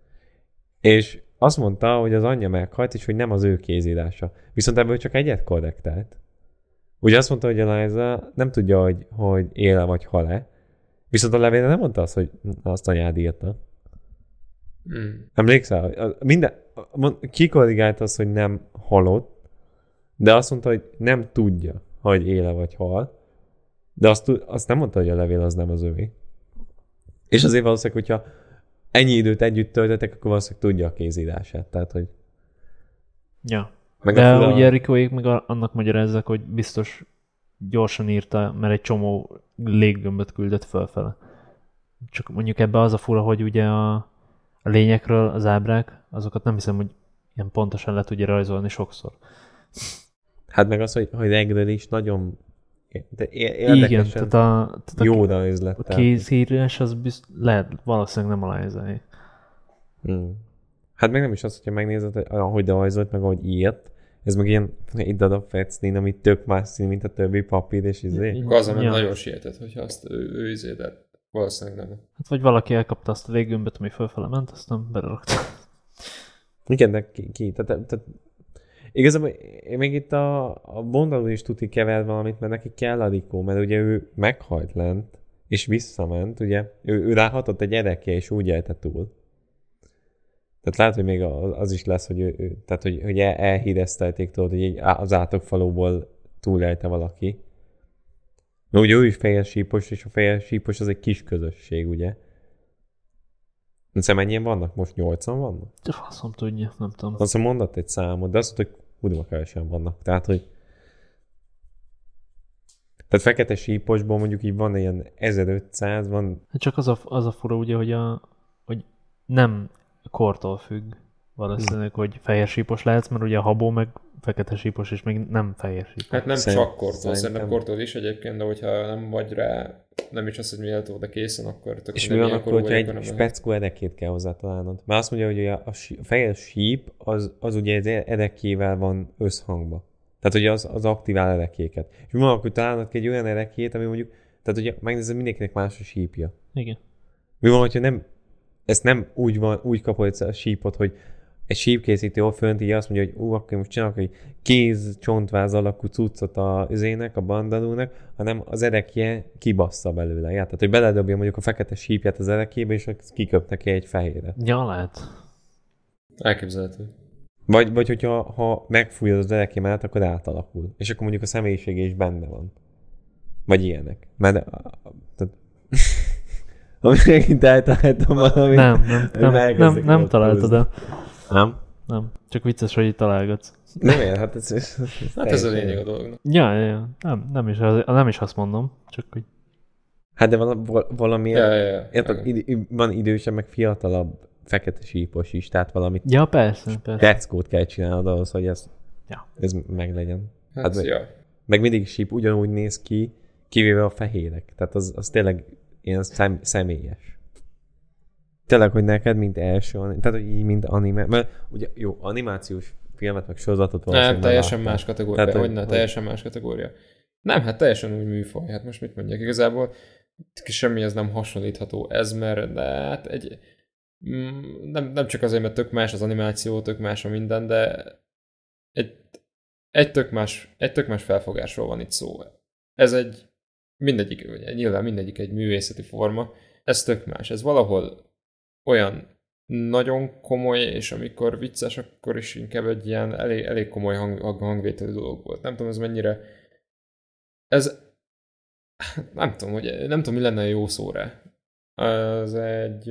És azt mondta, hogy az anyja meghalt, és hogy nem az ő kézírása. Viszont ebből csak egyet korrektált. Ugye azt mondta, hogy a Liza nem tudja, hogy, hogy éle vagy hal-e. Viszont a levélre nem mondta azt, hogy azt anyád írta. Hmm. Emlékszel? Minden, kikorrigált azt, hogy nem halott, de azt mondta, hogy nem tudja, hogy éle vagy hal, de azt, azt nem mondta, hogy a levél az nem az övé. És azért valószínűleg, hogyha ennyi időt együtt töltöttek, akkor valószínűleg tudja a kézírását. Tehát, hogy... Ja. Meg de fura... ugye Ricoék meg annak magyarázzák, hogy biztos gyorsan írta, mert egy csomó léggömböt küldött fölfele. Csak mondjuk ebbe az a fura, hogy ugye a, a lényekről az ábrák, azokat nem hiszem, hogy ilyen pontosan le tudja rajzolni sokszor. Hát meg az, hogy, hogy regről is nagyon érdekesen igen, tehát a, tehát jó rajz lett. A kézírás az bizt, lehet valószínűleg nem a Liza-é. Hmm. Hát meg nem is az, hogyha megnézed, ahogy rajzolt, meg ahogy írt, ez meg ilyen egy darab fecnin, ami tök más szín, mint a többi papír, és izé. Gazza, ja. Nagyon sietett, hogyha azt ő, ő izé, de valószínűleg nem. Hát vagy valaki elkapta azt a léggömböt, ami fölfele ment, aztán belerakta. Igen, de ki? ki? Tehát, tehát, igazából én még itt a, a Bondalul is tudni kever valamit, mert neki kell a Rico, mert ugye ő meghalt lent, és visszament, ugye, ő, ő ráhatott egy gyerekje, és úgy élte túl. Tehát lehet, hogy még az is lesz, hogy, ő, tehát, hogy, hogy el, elhíreztelték tudod, hogy az átokfalóból túlélte valaki. Na ugye ő is fejes sípos, és a fejes sípos az egy kis közösség, ugye? Nem tudom, mennyien vannak? Most nyolcan vannak? Faszom tudja, nem tudom. Azt mondott egy számot, de azt mondta, hogy kurva kevesen vannak. Tehát, hogy tehát fekete síposból mondjuk így van ilyen ezerötszáz, van... Hát csak az a, az a fura ugye, hogy, a, hogy nem kortól függ valószínűleg, hmm. hogy fehér sípos lehetsz, mert ugye a habó meg fekete sípos, és még nem fehér sípos. Hát nem Szerint, csak kortól, szerintem kortól is egyébként, de hogyha nem vagy rá, nem is az, hogy méltó, de készen, akkor tök és mi van akkor, hogyha egy speckó edekét kell hozzá találnod? Mert azt mondja, hogy a, a, sí, a fehér síp az, az ugye az edekével van összhangba. Tehát ugye az, az aktivál edekéket. És mi van akkor, hogy találnod egy olyan edekét, ami mondjuk, tehát ugye megnézed, mindenkinek más a sípja. Igen. Mi van, hogyha nem ezt nem úgy van, úgy kapod a sípot, hogy egy sípkészítő ott fönt így azt mondja, hogy ú, akkor most csinálok egy kéz csontváz alakú cuccot a izének, a Bandalúnak, hanem az erekje kibassza belőle. Ja? Tehát, hogy beledobja mondjuk a fekete sípját az erekébe, és kiköp neki egy fehéret. Ja, lehet. Elképzelhető. Vagy, vagy hogyha ha megfújod az ereké mellett, akkor átalakul. És akkor mondjuk a személyisége is benne van. Vagy ilyenek. Mert... Tehát, ami megint eltaláltam valamit. Nem, nem, nem, nem, nem találtad el. Nem? Nem, csak vicces, hogy itt találgatsz. Nem ér, hát ez... ez, ez hát ez a lényeg a dolognak. Ja, ja, ja. Nem, nem, is, nem is azt mondom, csak hogy... Hát de valami, valami ja, ja, ja. Érted, id- van idősebb, meg fiatalabb fekete sípos is, tehát valamit... Ja, persze, persze. Teckót kell csinálnod ahhoz, hogy ez, ja. ez meglegyen. Hát, hát meg, ja. meg mindig síp ugyanúgy néz ki, kivéve a fehérek. Tehát az, az tényleg ilyen szem, személyes. Tényleg, hogy neked, mint első, tehát hogy így, mint anime, mert ugye jó, animációs filmet, meg sorozatot Nem, teljesen más kategória. Tehát, hogy ne, teljesen más kategória. Nem, hát teljesen úgy műfaj. Hát most mit mondjak? Igazából semmihez nem hasonlítható ez, mert de hát egy... Nem, nem csak azért, mert tök más az animáció, tök más a minden, de egy, egy, tök más, egy tök más felfogásról van itt szó. Ez egy mindegyik, nyilván mindegyik egy művészeti forma, ez tök más. Ez valahol olyan nagyon komoly, és amikor vicces, akkor is inkább egy ilyen elég, elég komoly hang, hangvételű dolog volt. Nem tudom, ez mennyire... Ez... Nem tudom, hogy, nem tudom, mi lenne a jó szó rá. Ez egy...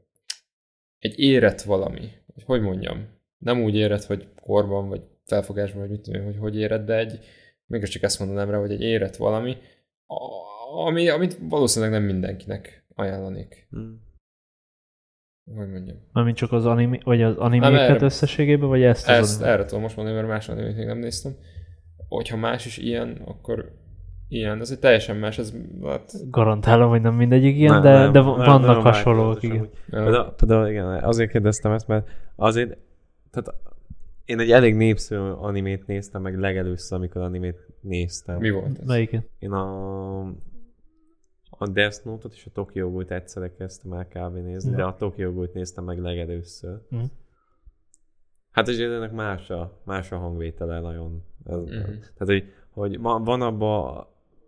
Egy érett valami. Hogy mondjam? Nem úgy érett, hogy korban, vagy felfogásban, vagy mit tudom, hogy hogy érett, de egy... Mégiscsak ezt mondanám rá, hogy egy érett valami, ami, amit valószínűleg nem mindenkinek ajánlanék. Hmm. Hogy mondjam. Mármint csak az anime, vagy az animéket összességében, vagy ezt? Ezt erre tudom most mondani, mert más animét még nem néztem. Hogyha más is ilyen, akkor ilyen. Ez egy teljesen más. Ez, hát... Garantálom, hogy nem mindegyik ilyen, nem, de, nem, de vannak nem, hasonlók. Igen. Például, például igen, azért kérdeztem ezt, mert azért, tehát én egy elég népszerű animét néztem meg legelőször, amikor animét néztem. Mi volt ez? Melyiket? Én a... A Death Note-ot és a Tokyo Ghoul-t egyszerre kezdtem el kb. Nézni, ja. De a Tokyo Ghoul-t néztem meg legelőször. Mm. Hát és ennek más a, más a hangvétele nagyon. Ez, mm-hmm. Tehát, hogy, hogy van abban,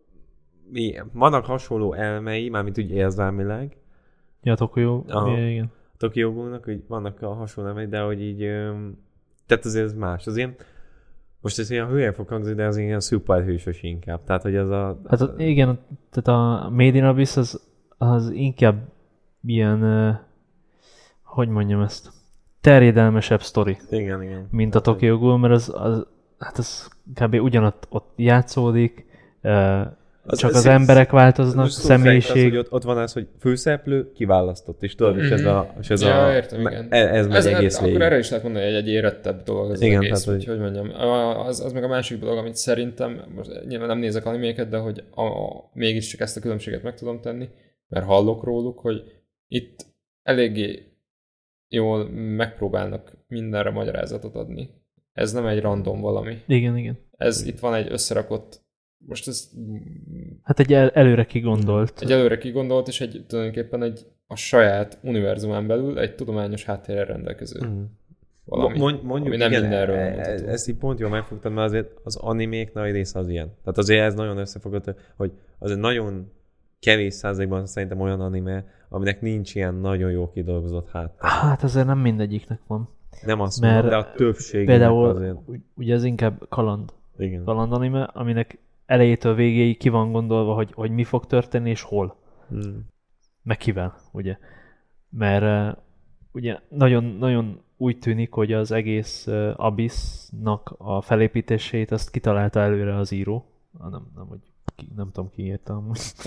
vannak hasonló elmei, mármint úgy érzelmileg. Ja, Tokyo, a, igen. A Tokyo Ghoul-nak, hogy vannak a hasonló elmei, de hogy így, tehát azért ez más. Az ilyen, most ez ilyen hülyen fog hangzni, de az ilyen szuperhősös inkább. Tehát, hogy az a... Hát a, igen, tehát a Made in Abyss az, az inkább ilyen, uh, hogy mondjam ezt, terjedelmesebb sztori. Igen, igen. Mint a Tokyo Ghoul, mert az, az, hát az kb. Ugyanott ott játszódik, uh, az, csak az emberek változnak, személyiség. Az, hogy ott, ott van az, hogy főszereplő kiválasztott, és tudod, mm-hmm. és ez a... És ez ja, a értem, igen. Ez, ez megy ez, egész végig. Akkor erre is lehet mondani, hogy egy érettebb dolog az, igen, az egész, tehát, hogy, hogy mondjam. Az, az meg a másik dolog, amit szerintem, most nyilván nem nézek animéket, de hogy a, a, mégiscsak ezt a különbséget meg tudom tenni, mert hallok róluk, hogy itt eléggé jól megpróbálnak mindenre magyarázatot adni. Ez nem egy random valami. Igen, igen. Ez itt van egy összerakott. Most ez... Hát egy el, előre kigondolt. Egy előre kigondolt, és egy, tulajdonképpen egy a saját univerzumán belül egy tudományos háttérrel rendelkező mm. valami, Mond, mondjuk, ami nem igen, mindenről e, mondható. Ezt így pont jól megfogtad, mert azért az animék nagy része az ilyen. Tehát azért ez nagyon összefogott, hogy azért nagyon kevés százalékban szerintem olyan anime, aminek nincs ilyen nagyon jó kidolgozott háttér. Hát azért nem mindegyiknek van. Nem azt mondom, de a többség például azért. Ugye ez inkább kaland. Igen. Kaland anime, aminek elejétől végéig ki van gondolva, hogy, hogy mi fog történni és hol. Hmm. Meg kivel, ugye. Mert uh, ugye nagyon, nagyon úgy tűnik, hogy az egész uh, Abyss-nak a felépítését azt kitalálta előre az író. Ah, nem, nem, hogy ki, nem tudom ki írta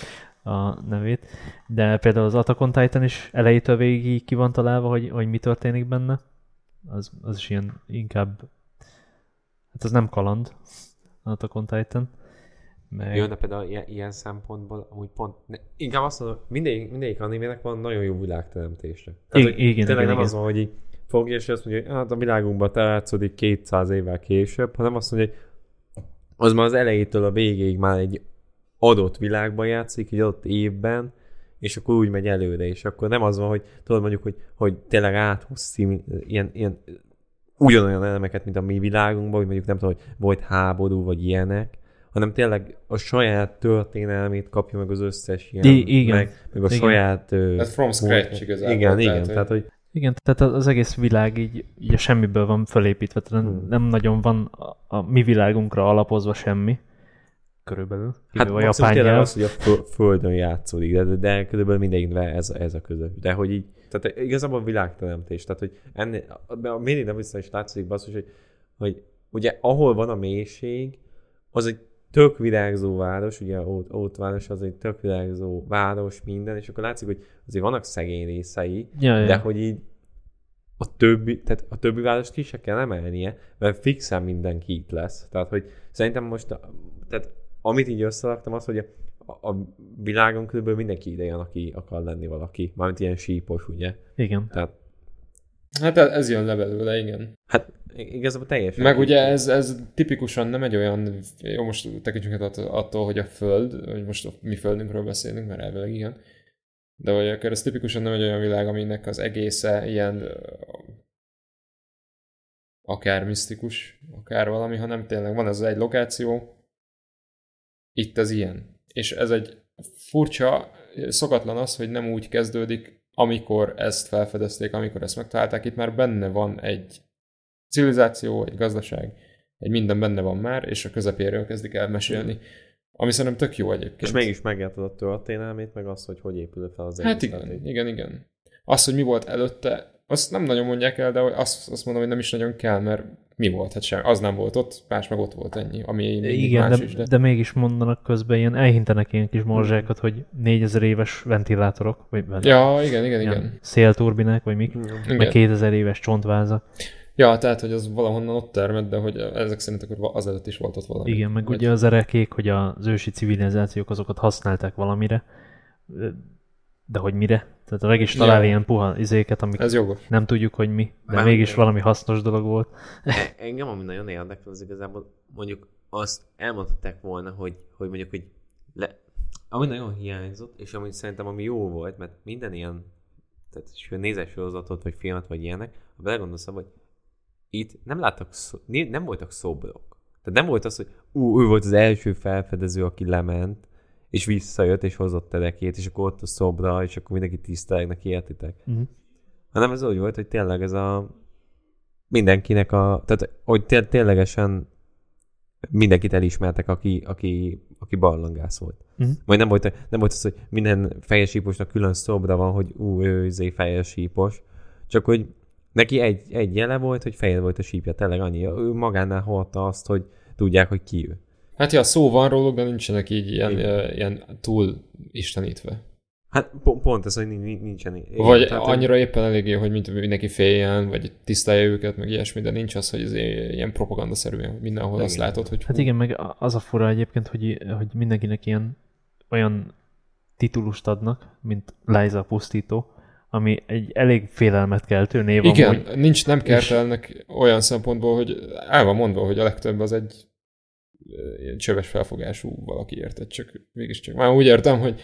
a nevét. De például az Attack on Titan is elejétől végig ki van találva, hogy, hogy mi történik benne. Az, az is ilyen inkább... Hát az nem kaland, Attack on Titan. Meg... Jó, de például ilyen, ilyen szempontból amúgy pont... Ne, inkább azt mondom, mindegyik, mindegyik animének van nagyon jó világteremtése. Tehát, igen, igen, tényleg igen, nem az van, hogy így fogja, és azt mondja, hogy hát a világunkban telátszódik kétszáz évvel később, hanem azt mondja, hogy az már az elejétől a végéig már egy adott világban játszik, egy adott évben, és akkor úgy megy előre, és akkor nem az van, hogy tudod mondjuk, hogy, hogy tényleg áthúsz ilyen, ilyen ugyanolyan elemeket, mint a mi világunkban, hogy mondjuk nem tudom, hogy volt háború, vagy ilyenek, hanem tényleg a saját történelmét kapja meg az összes ilyen, I- igen. Meg, meg a igen. saját... Ez from scratch igazából. Igen, igen, tehát, tehát hogy... Igen, tehát az egész világ így, így a semmiből van fölépítve, tehát hmm. nem nagyon van a, a mi világunkra alapozva semmi. Körülbelül. Hát maximum tényleg az, hogy a földön játszódik, de, de körülbelül mindegyikben ez, ez a között. De hogy így, tehát igazából világteremtés, tehát hogy ennél, a mindig nem vissza is látszik basszus, hogy, hogy ugye ahol van a mélység, az egy tök virágzó város, ugye a Ót város az egy tök virágzó város, minden, és akkor látszik, hogy azért vannak szegény részei, ja, de ja. hogy így a többi, tehát a többi várost ki se kell emelnie, mert fixen mindenki itt lesz. Tehát, hogy szerintem most, tehát amit így összeraktam az, hogy a, a világon körülbelül mindenki ide jön, aki akar lenni valaki. Mármint ilyen sípos, ugye? Igen. Tehát Hát ez jön le belőle, igen. Hát igazából teljesen. Meg ugye ez, ez tipikusan nem egy olyan, jó, most tekintsünk attól, hogy a Föld, hogy most a mi Földünkről beszélünk, mert elvileg igen, de hogy akár ez tipikusan nem egy olyan világ, aminek az egésze ilyen akár misztikus, akár valami, hanem tényleg van ez egy lokáció, itt ez ilyen. És ez egy furcsa, szokatlan az, hogy nem úgy kezdődik, amikor ezt felfedezték, amikor ezt megtalálták, itt már benne van egy civilizáció, egy gazdaság, egy minden benne van már, és a közepéről kezdik el mesélni. Ami szerintem tök jó egyébként. És mégis megjártad a történelmét, meg azt, hogy hogy épül fel az egész. Hát igen, igen, igen, igen. Az, hogy mi volt előtte, azt nem nagyon mondják el, de azt, azt mondom, hogy nem is nagyon kell, mert mi volt? Hát sem. Az nem volt ott, más meg ott volt ennyi, ami igen, más de, is. De... de mégis mondanak közben ilyen, elhintenek ilyen kis morzsákat, hogy négyezer éves ventilátorok, vagy ja, igen, igen, igen. szélturbinák, vagy mik, igen. meg kétezer éves csontvázak. Ja, tehát, hogy az valahonnan ott termett, de hogy ezek szerint akkor azelőtt is volt ott valami. Igen, meg ugye az erekék, hogy az ősi civilizációk azokat használták valamire, de hogy mire? Tehát meg is talál ja. ilyen puha izéket, amik ez jogos. Nem tudjuk, hogy mi, de Már mégis valami hasznos dolog volt. Engem ami nagyon érdekel, az igazából mondjuk azt elmondhatták volna, hogy, hogy mondjuk, hogy le, ami nagyon hiányzott, és ami szerintem ami jó volt, mert minden ilyen tehát nézősorozatot, vagy filmet, vagy ilyenek, ha belegondolsz abba, hogy itt nem láttak, szó, nem voltak szobrok. Tehát nem volt az, hogy ú, ő volt az első felfedező, aki lement, és visszajött, és hozott telekét, és akkor ott a szobra, és akkor mindenki tisztelegnek, értitek. Uh-huh. Hanem ez úgy volt, hogy tényleg ez a mindenkinek a, tehát hogy té- ténylegesen mindenkit elismertek, aki, aki, aki barlangász volt. Uh-huh. Majd nem volt, nem volt az, hogy minden fejes síposnak külön szobra van, hogy ú, ő izé fejes sípos, csak hogy neki egy, egy jele volt, hogy fehér volt a sípja, tényleg annyi. Ő magánál hordta azt, hogy tudják, hogy ki ő. Hát ja, szó van róluk, de nincsenek így ilyen, uh, ilyen túl istenítve. Hát po- pont ez, hogy nincsen. Igen, vagy tehát, annyira éppen eléggé, hogy mindenki féljen, vagy tisztelje őket, meg ilyesmi, de nincs az, hogy ez ilyen propagandaszerűen, hogy mindenhol igen. Azt látod, hogy... Hát igen, meg az a fura egyébként, hogy, hogy mindenkinek ilyen olyan titulust adnak, mint Liza a pusztító, ami egy elég félelmet keltő név. Igen, amúgy, nincs, nem kertelnek és... olyan szempontból, hogy el van mondva, hogy a legtöbb az egy ilyen csöves felfogású valaki, érted, csak mégiscsak. Már úgy értem, hogy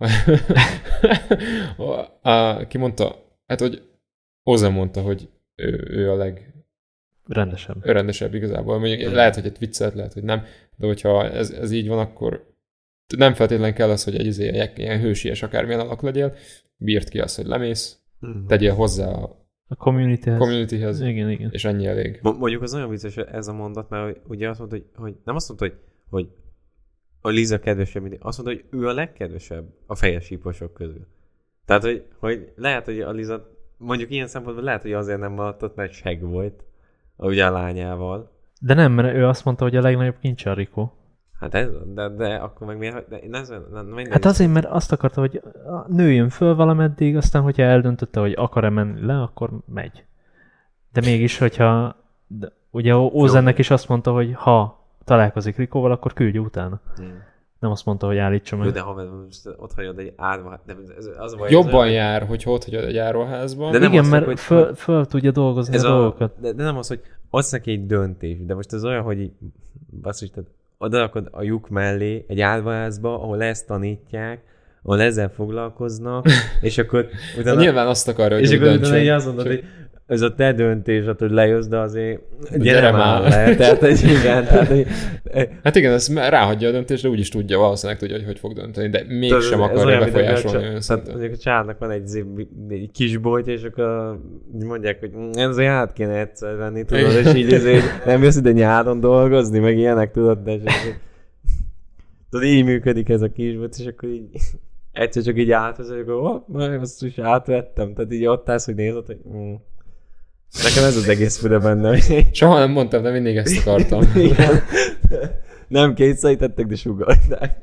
a, ki mondta, hát, hogy Ozen mondta, hogy ő, ő a leg rendesebb. rendesebb igazából. Mondjuk lehet, hogy egy viccelt, lehet, hogy nem, de hogyha ez, ez így van, akkor nem feltétlenül kell az, hogy egy izé, ilyen hősies akármilyen alak legyél, bírt ki azt, hogy lemész, uh-huh. tegyél hozzá a A communityhez. communityhez, igen, igen. és ennyi elég. Mondjuk az nagyon vicces ez a mondat, mert ugye azt mondta, hogy, hogy nem azt mondta, hogy, hogy a Liza kedvesebb, mint azt mondta, hogy ő a legkedvesebb a fejes síposok közül. Tehát, hogy, hogy lehet, hogy a Liza, mondjuk ilyen szempontból lehet, hogy azért nem maradt, mert seg volt, ugye a lányával. De nem, mert ő azt mondta, hogy a legnagyobb kincs a Rico. Hát ez, de, de akkor meg miért, de ez, nem, nem, hát azért, mert azt akarta, hogy nőjön föl valameddig, aztán, hogyha eldöntötte, hogy akar-e menni le, akkor megy. De mégis, hogyha de ugye Ozennek is azt mondta, hogy ha találkozik Ricóval, akkor küldje utána. Hmm. Nem azt mondta, hogy állítsa meg. Jó, de ha ott hagyod egy árva, de ez, az a baj, jobban olyan, jár, hogy ott hagyod egy árvaházban. De nem igen, az, mert hogy, föl, hogy föl tudja dolgozni a, a dolgokat. De, de nem az, hogy adsz neki egy döntés, de most ez olyan, hogy basszus, tehát odarakod a lyuk mellé egy árvaházba, ahol ezt tanítják, ahol ezzel foglalkoznak, és akkor utána... nyilván azt akarja, hogy és akkor utána így azt mondod, hogy ez a te döntés, hogy lejössz, de azért gyere, gyere már le. Tehát, hogy igen, tehát, hogy... Hát igen, ez ráhagyja a döntést, de úgyis tudja, valószínűleg tudja, hogy hogy fog dönteni, de mégsem akarja befolyásolni. Tehát mondjuk a csárnak van egy, egy kis boltja, és akkor mondják, hogy ez át kéne egyszer venni, tudod, és így ezért nem jössz ide nyáron dolgozni, meg ilyenek, tudod, de tudod, így működik ez a kis bolt, és akkor így egyszer csak így átvesz, és akkor hopp, majd azt is átvettem, tehát így ott állsz, hogy nézed, hogy mm. Nekem ez az egész fura benne. Soha nem mondtam, de mindig ezt akartam. Nem kényszerítettek, de sugallták.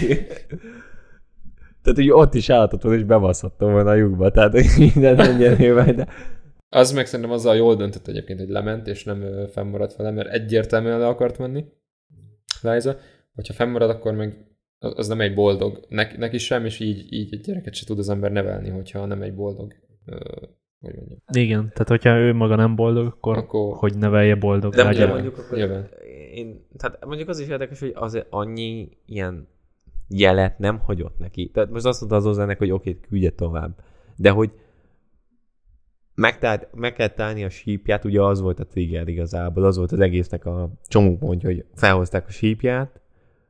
Tehát, hogy ott is állhatott volna, és bebaszhattam volna a lyukba. Tehát, hogy minden ennyire de... Az meg szerintem azzal jól döntött egyébként, hogy lement, és nem fennmaradt vele, mert egyértelműen le akart menni. Liza. Hogyha fennmarad, akkor meg az nem egy boldog. Nek- neki sem, és így, így egy gyereket se tud az ember nevelni, hogyha nem egy boldog hogy mondjam. Igen, tehát hogyha ő maga nem boldog, akkor, Akkor- hogy nevelje boldog De rá a ugye gyereket. mondjuk akkor Nyilván. én, tehát mondjuk az is érdekes, hogy azért annyi ilyen jelet nem hagyott neki. Tehát most azt mondta az Ozzának, hogy oké, küldje tovább. De hogy megtalált, meg kell találni a sípját, ugye az volt a trigger igazából, az volt az egésznek a csomópontja, hogy felhozták a sípját,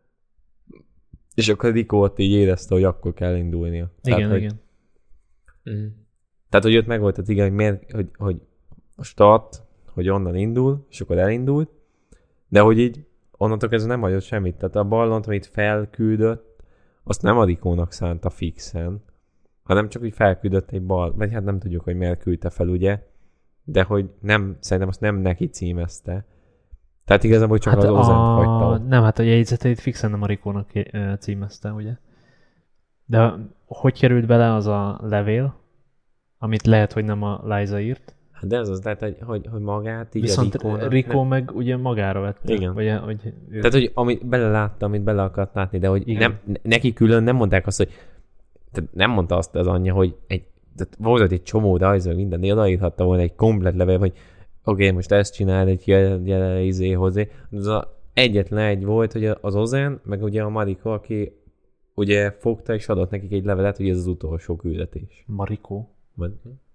és akkor Rico ott így érezte, hogy akkor kell indulnia. Igen, tehát, hogy, igen. Mm. Tehát, hogy ott meg volt a trigger, hogy, miért, hogy, hogy a start, hogy onnan indul, és akkor elindult, de hogy így onnantól kezdve nem hagyott semmit. Tehát a ballont, amit felküldött, azt nem a Ricónak szánta fixen, hanem csak úgy felküldött egy bal, vagy hát nem tudjuk, hogy miért küldte fel, ugye, de hogy nem, szerintem azt nem neki címezte. Tehát igazából csak Hát az Ozent a... hagyta ott. Nem, hát a jegyzeteit fixen nem a Rikónak eh, címezte, ugye? De hogy került bele az a levél, amit lehet, hogy nem a Liza írt, Hát de ez az lehet, hogy, hogy, hogy magát így viszont a Ricónak... Rikó meg ugye magára vette. Igen. Vagy, hogy ő... Tehát, hogy amit belelátta, amit bele akart látni, de hogy Igen. nem, ne- neki külön nem mondták azt, hogy tehát nem mondta azt az anyja, hogy egy, tehát volt egy csomó rajzol minden, odaírhatta volna egy komplet levél, hogy oké, okay, most ezt csinál egy jel, jel, izé hozzá. Az a egyetlen egy volt, hogy az Ozen, meg ugye a Mariko, aki ugye fogta és adott nekik egy levelet, hogy ez az utolsó küldetés. Mariko. Vagy...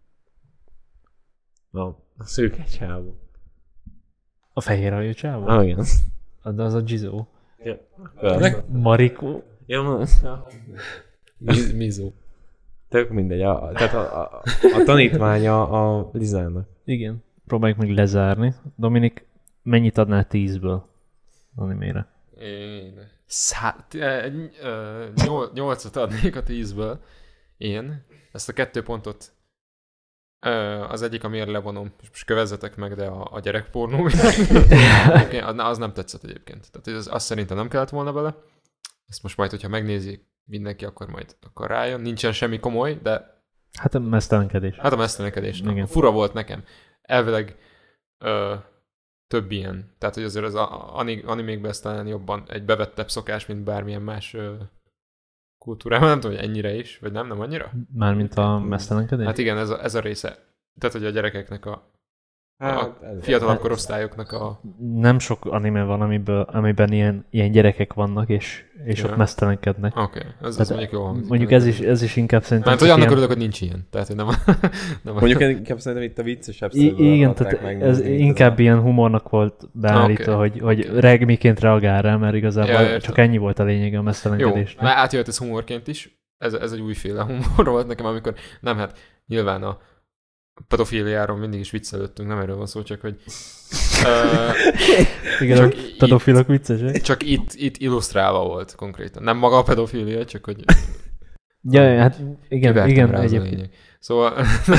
A, a szürke csávó. A fehér hajú csávó? Ah, igen. De az a Gizó. Ja. Mariko. Ja, ma- Mi- Mizo. tök mindegy. A, tehát a, a, a tanítványa a Lizának. Igen. Próbáljuk meg lezárni. Dominik, mennyit adnál tízből animére? Én szá... eh, ny- ö, nyol- nyolcat adnék a tízből. Én ezt a kettő pontot ö, az egyik, amiért levonom, és most kövezzetek meg, de a, a gyerekpornó. Egyébként az, az nem tetszett egyébként. Tehát az, azt szerintem nem kellett volna bele. Ezt most majd, hogyha megnézi mindenki, akkor majd akkor rájön. Nincsen semmi komoly, de Hát a mesztelenkedés. hát a mesztelenkedés. Igen. Fura volt nekem. Elvileg ö, több ilyen. Tehát, hogy azért az a- ani- animékben ez talán jobban egy bevettebb szokás, mint bármilyen más ö, kultúrában. Nem tudom, hogy ennyire is, vagy nem, nem annyira? Mármint a mesztelenkedés? Hát igen, ez a, ez a része. Tehát, hogy a gyerekeknek a, Hát, a fiatalabb korosztályoknak a... Nem sok anime van, amiből, amiben ilyen, ilyen gyerekek vannak, és, és Ja. ott mesztelenkednek. Oké, okay, ez, ez Tehát mondjuk jó hangzik. Mondjuk ez is, ez is inkább szerintem... Mert hogy csak annak ilyen- örülök, hogy nincs ilyen. Tehát, hogy nem... nem Mondjuk inkább szerintem itt a viccesebb I- szögből igen, akarták tehát ez megnézni, mint inkább ez a- ilyen humornak volt beállítva, Oké, hogy, hogy oké. reg miként reagál rá, mert igazából Ja, értem. csak ennyi volt a lényege a Jó, mesztelenkedésnek. már átjött ez humorként is. Ez, ez egy újféle humor volt nekem, amikor nem, hát nyilván a pedofíliáról mindig is viccelődtünk, nem erről van szó, csak hogy uh, Igen, csak a így- pedofilok viccesek. csak itt, itt illusztrálva volt konkrétan. Nem maga a pedofília, csak hogy Ja, hát igen, kivertem igen, rá, az a egyébként. lényeg. Szóval...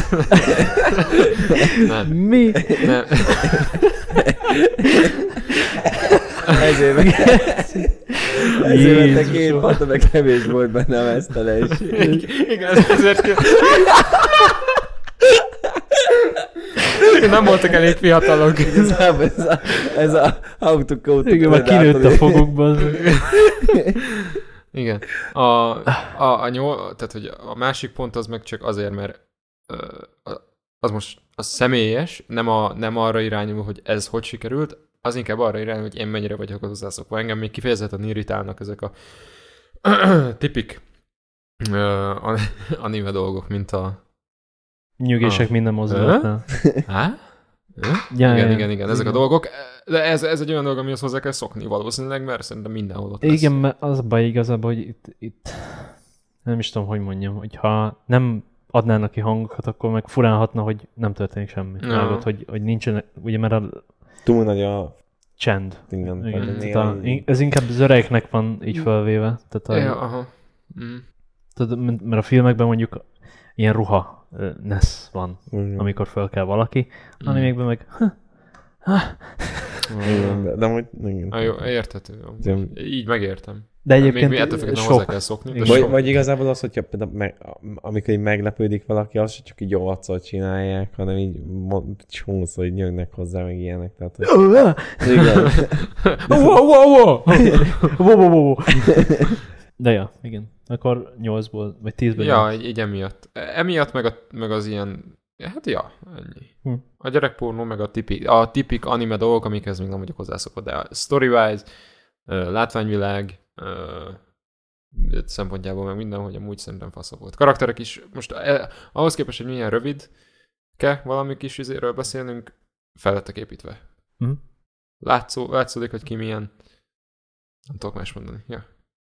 nem, Mi? nem. Ezért meg, ezért ment a két Jézusom. pata, meg kevés volt benne a mesztelenség. Igen, ezért ki... Nem voltak elég fiatalok. Igazából ez a, ez a how to code Igen, már kinőtt a fogukba. az- Igen. A, a, a, nyol, tehát, hogy a másik pont az meg csak azért, mert ö, az most az személyes, nem, a, nem arra irányul, hogy ez hogy sikerült, az inkább arra irányul, hogy én mennyire vagyok hozzászokva. Engem még kifejezetten irritálnak ezek a tipik ö, anime dolgok, mint a... Nyugések Ah. minden mozdulatnál. Há? Ja, igen, ja, igen, igen, ezek a igen. dolgok. De ez, ez egy olyan dolog, amihez hozzá kell szokni valószínűleg, mert szerintem mindenhol ott lesz. Igen, mert az a baj igazából, hogy itt, itt nem is tudom, hogy mondjam, hogyha nem adnának ki hangokat, akkor meg furán hatna, hogy nem történik semmi. Ja. Vágod, hogy, hogy nincsen, ugye mert a Túl nagy a... csend. Igen, Igen, pedig tehát a, néha- ez inkább az öregnek van így felvéve. Tehát a, Ja, aha. Mm. tehát, mert a filmekben mondjuk ilyen ruha ö, nesz van, Igen. amikor föl kell valaki, Mm. animékben meg Igen, de, de amúgy, igen. Ah, jó, érthető. Igen. Így megértem. de Még, egyébként még ettől függetlenül hozzá sok. kell szokni. De Igen. Vagy, sok. vagy igazából az, hogyha például meg, amikor így meglepődik valaki, azt csak így jó arccal csinálják, hanem így csomószor így nyögnek hozzá, meg ilyenek. Tehát, hogy... Igen. Wow, wow, wow! Wo, wo, wo, wo. De ja, igen. Akkor nyolcból, vagy tízből Ja, nyolc. így, így emiatt. Emiatt meg, a, meg az ilyen Hát ja, ennyi. Hm. A gyerekpornó, meg a tipik, a tipik anime dolgok, amikhez még nem vagyok hozzászokva, de a story-wise, látványvilág, szempontjából meg minden, hogy amúgy szerintem fasza volt. Karakterek is, most eh, ahhoz képest, hogy milyen rövid ke valami kis izéről beszélnünk, fel lettek építve. Hm. Látszó, látszódik, hogy ki milyen. Nem tudok más mondani. Ja.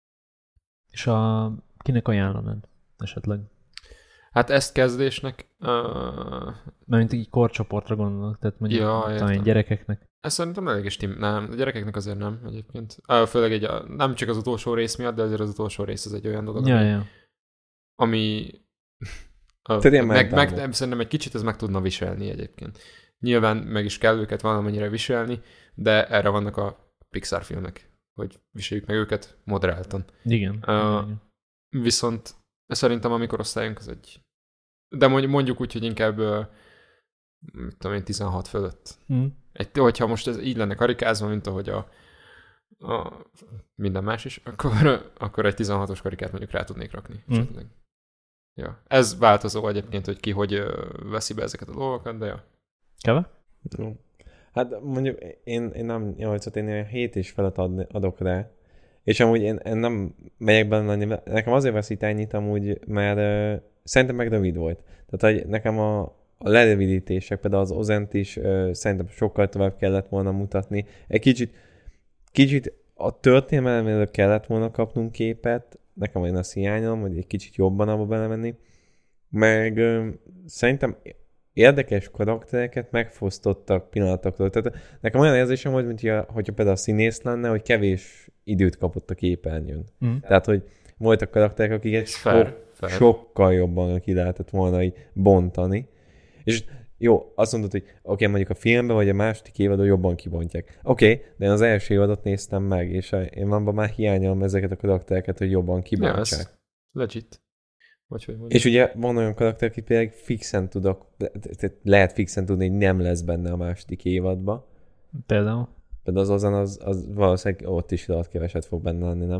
És a... kinek ajánlanád esetleg? Hát ezt kezdésnek... Uh... Mert így korcsoportra gondolok, tehát mondjuk Ja, talán értem. gyerekeknek. Ez szerintem elég is tim... Nem, a gyerekeknek azért nem egyébként. Uh, főleg egy, a... nem csak az utolsó rész miatt, de azért az utolsó rész az egy olyan dolog, Ja, ami... ja. ami... Uh, Tehát ilyen meg, meg, mentálban. szerintem egy kicsit ez meg tudna viselni egyébként. Nyilván meg is kell őket valamennyire viselni, de erre vannak a Pixar filmek, hogy viseljük meg őket moderáltan. Igen. Uh, igen, igen. Viszont szerintem a mikorosztályunk az egy... De mondjuk úgy, hogy inkább uh, mit tudom én, tizenhat fölött. Hm. Egy, hogyha most ez így lenne karikázva, mint ahogy a, a minden más is, akkor, akkor egy tizenhatos karikát mondjuk rá tudnék rakni. Mm. Ja. Ez változó egyébként, hogy ki hogy veszi be ezeket a dolgokat, de ja. Keve? Jó. Hát mondjuk én, én nem nyolcat, én olyan hét és felett adni, adok rá. És amúgy én, én nem megyek benne annyira. Nekem azért veszít ennyit amúgy, mert uh, szerintem meg rövid volt. Tehát hogy nekem a, a lerövidítések, például az Ozent is uh, szerintem sokkal tovább kellett volna mutatni. Egy kicsit, kicsit a történelméről kellett volna kapnunk képet, nekem én azt hiányolom, hogy egy kicsit jobban abba belemenni. Meg uh, szerintem érdekes karaktereket megfosztottak pillanatokról. Tehát nekem olyan érzésem volt, mint hogyha, hogyha például a színész lenne, hogy kevés időt kapott a képernyőn. Mm. Tehát, hogy voltak karakterek, akiket Fair, so- fair. sokkal jobban ki lehetett volna így bontani. És jó, azt mondod, hogy oké, okay, mondjuk a filmben vagy a második évadon jobban kibontják. Oké, okay, de én az első évadot néztem meg, és én abban már hiányolom ezeket a karaktereket, hogy jobban kibontsák. Ja, legit. Vagy hogy mondjam. És ugye van olyan karakter, aki például fixen tudok, lehet fixen tudni, hogy nem lesz benne a második évadba. Például? Például az azon az, az valószínűleg ott is rohadt keveset fog benne lenni, nem?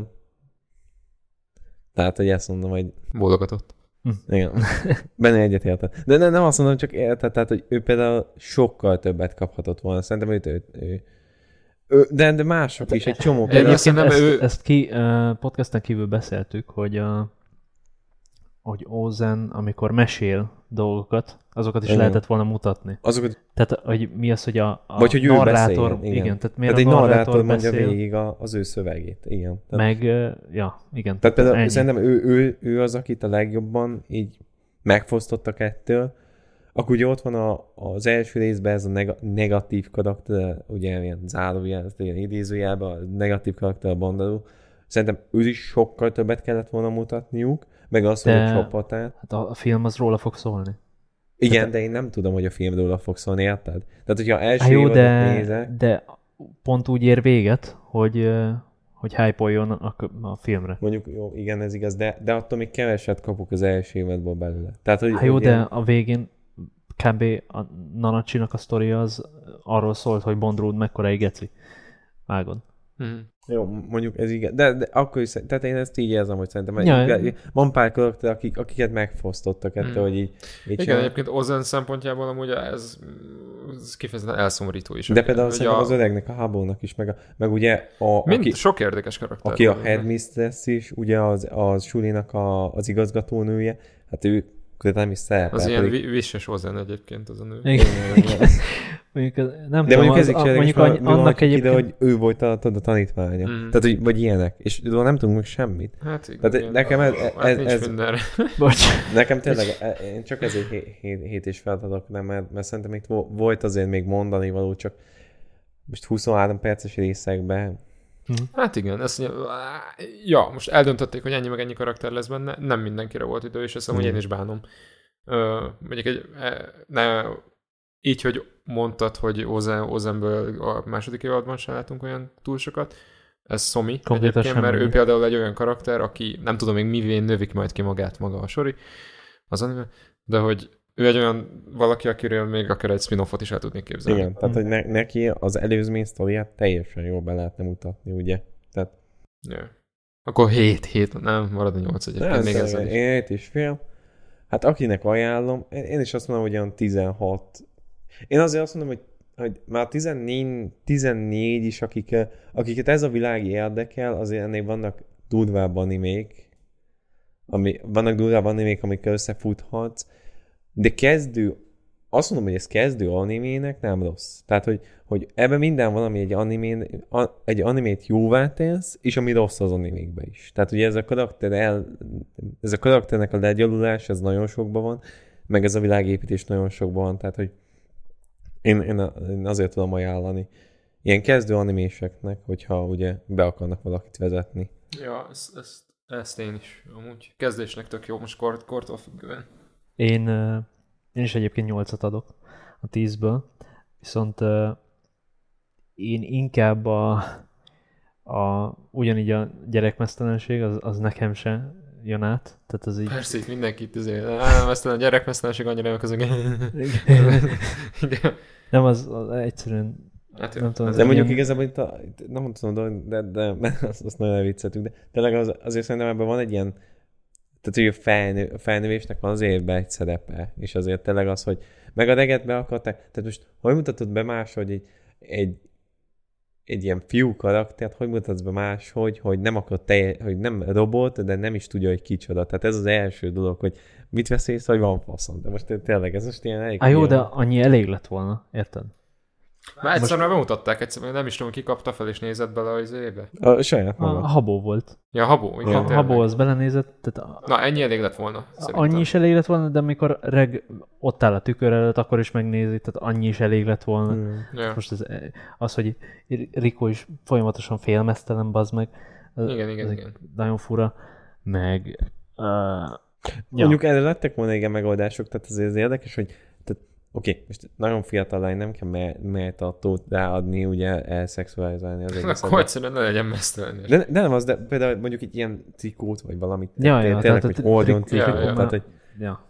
Tehát, hogy ezt mondom, hogy... Bólogatott. Igen. Benne egyetértek. De ne, nem azt mondom, csak érted, tehát, hogy ő például sokkal többet kaphatott volna. Szerintem őt, őt, ő, ő, de, de mások is, egy csomó. Én Például, azt hiszem, Egyébként ezt, ő- ezt ki, uh, podcasten kívül beszéltük, hogy, uh, hogy Ozen, amikor mesél dolgokat, azokat is Igen. lehetett volna mutatni. azokat, Tehát, hogy mi az, hogy a, a vagy hogy ő narrátor... beszéljen. Igen. igen, tehát miért tehát egy a narrátor narrátor mondja beszél, végig a, az ő szövegét. Igen. Tehát, meg, uh, ja, igen. tehát például ennyi. szerintem ő, ő, ő az, akit a legjobban így megfosztottak ettől. Akkor ugye ott van a, az első részben ez a neg- negatív karakter, ugye ilyen zárójel, ezt ilyen idézőjelben, a negatív karakter a Bandarú. Szerintem ő is sokkal többet kellett volna mutatniuk, meg az, hogy De- a csapatát. Hát a, a film az róla fog szólni. Igen, de én nem tudom, hogy a filmről fog szólni, érted? Tehát, hogyha első Hát jó, évadot de, nézek, de pont úgy ér véget, hogy, uh, hogy hype-oljon a, a filmre. mondjuk, jó, igen, ez igaz, de, de attól még keveset kapok az első évadból belőle. Tehát, hogy, Hát jó, hogy de ilyen- a végén kb. A Nanachi-nak a sztoria az arról szólt, hogy Bondrúd mekkora egy geci. Vágod. Mhm. Jó, mondjuk ez igen, de, de akkor is, tehát én ezt így érzem, hogy szerintem Ja, ja, ja. van pár karakter, akik, akiket megfosztottak ettől, Mm. hogy így, így Igen, csinál. egyébként Ozen szempontjából amúgy ez, ez kifejezetten elszomorító is. De például Hogy szerintem a, az öregnek, a Habónak is, meg, a, meg ugye a, mind aki, sok érdekes karakter. aki a van. headmistress is, ugye az, az Sulinak a, az igazgatónője, hát ő közben nem is szerepel. Az ilyen pedig- vi- visses Ozen egyébként az a nő. Igen. mondjuk, ez- nem De tudom, mondjuk ez az, is a, érdekes, mondjuk mert annyi- mi van, annak hogy ide, egyébként... hogy ő volt a, tudod, a tanítványa. Mm. Tehát, hogy, vagy ilyenek. És róla nem tudunk meg semmit. Hát igen. Tehát nekem ez- hát ez- nincs ez- mindenre. Bocs. Nekem tényleg, e- én csak ezért hét, hét, hét és feladok, nem, mert, mert szerintem itt vo- volt azért még mondani való, csak most huszonhárom perces részekben. Hát igen, ezt mondja, ja, most eldöntötték, hogy ennyi meg ennyi karakter lesz benne, nem mindenkire volt idő, és ezt amúgy Mm. én is bánom. Ö, mondjuk egy, e, ne, így, hogy mondtad, hogy Ozen, Ozenből a második évadban sem látunk olyan túl sokat, ez Szomi Konkrétan egyébként, mert semmi. ő például egy olyan karakter, aki nem tudom még mivé növik majd ki magát maga a sori, az anime, de hogy ő egy olyan valaki, akiről még akár egy spin-offot is el tudnék képzelni. Igen, tehát hogy ne, neki az előzmény sztoriát teljesen jól be lehetne mutatni, ugye? Tehát Ja. Akkor hét, hét, nem, marad a nyolc egyébként, nem, még ezzel is. én hét és fél. Hát akinek ajánlom, én is azt mondom, hogy olyan tizenhat. Én azért azt mondom, hogy, hogy már tizennégy, tizennégy is, akik, akiket ez a világ érdekel, azért ennél vannak durvább animék, ami, vannak durvább animék, amikkel összefuthatsz, de kezdő, azt mondom, hogy ez kezdő animének nem rossz. Tehát, hogy, hogy ebben minden van, ami egy, animén, egy animét jóvá tesz, és ami rossz az animékben is. Tehát ugye ez a karakter el, ez a karakternek a legyalulás, ez nagyon sokban van, meg ez a világépítés nagyon sokban van, tehát, hogy én, én, én azért tudom ajánlani ilyen kezdő animéseknek, hogyha ugye be akarnak valakit vezetni. Ja, ezt, ezt, ezt én is amúgy kezdésnek tök jó, most kort, kortól függően. Én, én is egyébként nyolcat adok a tízből, viszont én inkább a, a ugyanígy a gyerekmesztelenség, az, az nekem se jön át. Tehát az így... Persze, itt mindenkit azért, nem, ezt a gyerekmesztelenség annyira jön közben. Nem, az, az egyszerűen Hát jó, nem tudom. De mondjuk ilyen... igazából itt, a, itt nem tudom, de, de, de azt, azt nagyon elvicceltük, de tényleg az, azért szerintem ebben van egy ilyen, tehát hogy a, felnő, a felnövésnek van azért be egy szerepe, és azért tényleg az, hogy meg a reget be akarták, tehát most hogy mutatod be más, hogy egy, egy, egy ilyen fiú karaktert, hogy mutatsz be más, hogy, hogy nem akar telje, hogy nem robot, de nem is tudja, hogy kicsoda. Tehát ez az első dolog, hogy mit vesz észre, hogy van faszom. De most tényleg ez most ilyen elég... Á, jó, de annyi elég lett volna, érted? Már egyszer most... már bemutatták, egyszer, nem is tudom, ki kapta fel és nézett bele az éve. A saját maga. A Habó volt. Ja, Habó, igen. A Habó az belenézett. Tehát a... Na, ennyi elég lett volna. Szerintem. Annyi is elég lett volna, de amikor Reg ott áll a tükör előtt, akkor is megnézi, tehát annyi is elég lett volna. Hmm. Ja. Most az, az, hogy Rico is folyamatosan félmeztelen, bazd meg. Az, igen, igen, igen. Nagyon fura. Meg... Uh, Mondjuk ja. Erre lettek volna igen megoldások, tehát azért az érdekes, hogy oké, okay, most nagyon fiatal lány, nem kell melltartót ráadni, ugye elszexualizálni az egészet. Akkor egyszerűen ne legyen mesztelen. De, de nem az, de például mondjuk egy ilyen trikót, vagy valamit. Ja, ja, tényleg, hogy oldjon trikót. Ja, ja. Tehát, hogy... ja.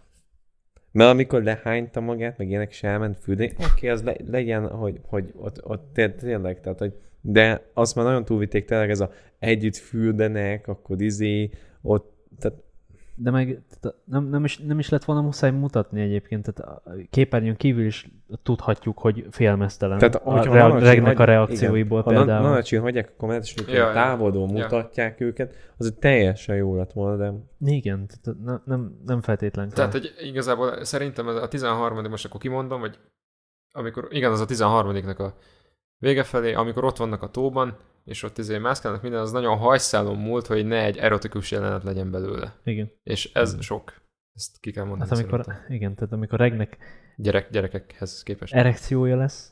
Mert amikor lehányta magát, meg ilyenek se elment fürdeni, oké, okay, az le, legyen, hogy, hogy ott, ott tényleg, tehát, hogy de azt már nagyon túlvitték tényleg ez a együtt fürdenek, akkor izé, ott, tehát de meg nem, nem, is, nem is lett volna muszáj mutatni egyébként, tehát a képernyőn kívül is tudhatjuk, hogy félmeztelen. Tehát, a, a Regnek a reakcióiból igen, például. Ha Nanacsin hagyják a kommentet, és ja, távolról ja. mutatják ja. őket, az teljesen jó lett volna, de... Igen, tehát nem, nem, nem feltétlen. Tehát, hogy igazából szerintem a tizenharmadik most akkor kimondom, hogy amikor, igen, az a tizenharmadiknak a vége felé, amikor ott vannak a tóban, és ott izé mászkálnak minden, az nagyon hajszálon múlt, hogy ne egy erotikus jelenet legyen belőle. Igen. És ez mm. sok. Ezt ki kell mondani. Hát amikor, igen, tehát amikor Regnek Gyerek, gyerekekhez képest. Erekciója lesz,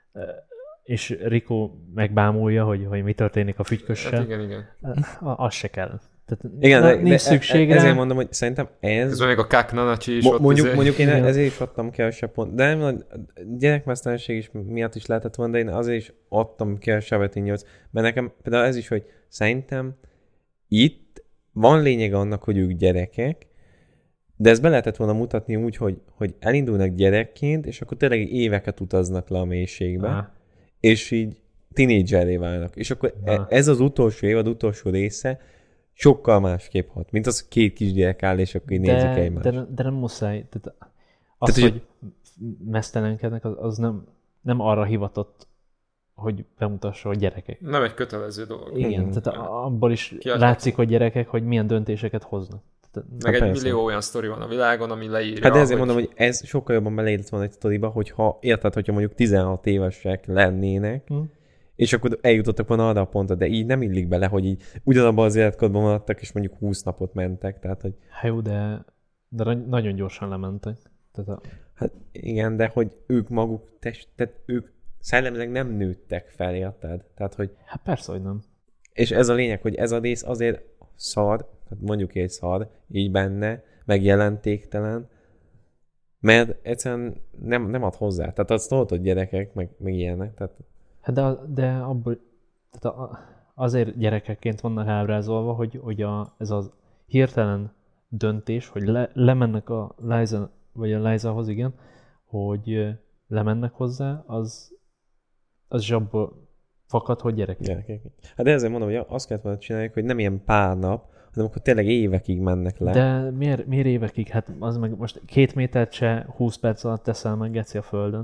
és Rico megbámulja, hogy, hogy mi történik a fügykössel. Hát igen, igen. Az se kell. Tehát igen, na, de, nincs szükség rá. Ezért mondom, hogy szerintem ez... Ez még a Kák Nanacsi is Mo- ott mondjuk, izé. mondjuk én ezért is adtam kevesebb pont. De nem, a gyerekmesztelenség is miatt is lehetett volna, de én azért is adtam kevesebbet nyolc. Mert nekem például ez is, hogy szerintem itt van lényeg annak, hogy ők gyerekek, de ezt be lehetett volna mutatni úgy, hogy, hogy elindulnak gyerekként, és akkor tényleg éveket utaznak le a mélységbe, ah. és így tinédzserré válnak. És akkor ah. ez az utolsó év, az utolsó része sokkal másképp hat, mint az, két kisgyerek áll, és akkor így de, nézik egymást. De, de nem muszáj. Tehát az, Tehát, hogy mesztelenkednek, az, az nem, nem arra hivatott, hogy bemutassa, hogy gyerekek. Nem egy kötelező dolog. Igen, hmm. tehát abból is Ki látszik, hogy gyerekek, hogy milyen döntéseket hoznak. Tehát, Meg egy persze. millió olyan sztori van a világon, ami leírja. Hát de ezért hogy... mondom, hogy ez sokkal jobban beleírott volna egy sztoriba, hogyha érted, hogyha mondjuk tizenhat évesek lennének, hmm. és akkor eljutottak volna arra a pontra, de így nem illik bele, hogy így ugyanabban az életkorban maradtak, és mondjuk húsz napot mentek, tehát hogy... Hát jó, de, de nagyon gyorsan lementek. Tehát a... Hát igen, de hogy ők maguk, test, tehát ők szellemileg nem nőttek fel, érted? Tehát, hogy... Hát persze, hogy nem. És ez a lényeg, hogy ez a rész azért szar, tehát mondjuk egy szar, így benne, meg jelentéktelen, mert egyszerűen nem, nem ad hozzá. Tehát azt tudod, hogy gyerekek, meg, meg ilyenek, tehát... Hát de, de abból, tehát azért gyerekekként vannak ábrázolva, hogy, hogy a, ez az hirtelen döntés, hogy le, lemennek a Liza, vagy a Lizahoz, igen, hogy lemennek hozzá, az, az is abból fakad, hogy gyerekek. gyerekek. Hát de ezért mondom, hogy azt kellett volna csinálni, hogy nem ilyen pár nap, hanem akkor tényleg évekig mennek le. De miért, miért évekig? Hát az meg most két métert se húsz perc alatt teszel meg, geci, a földön.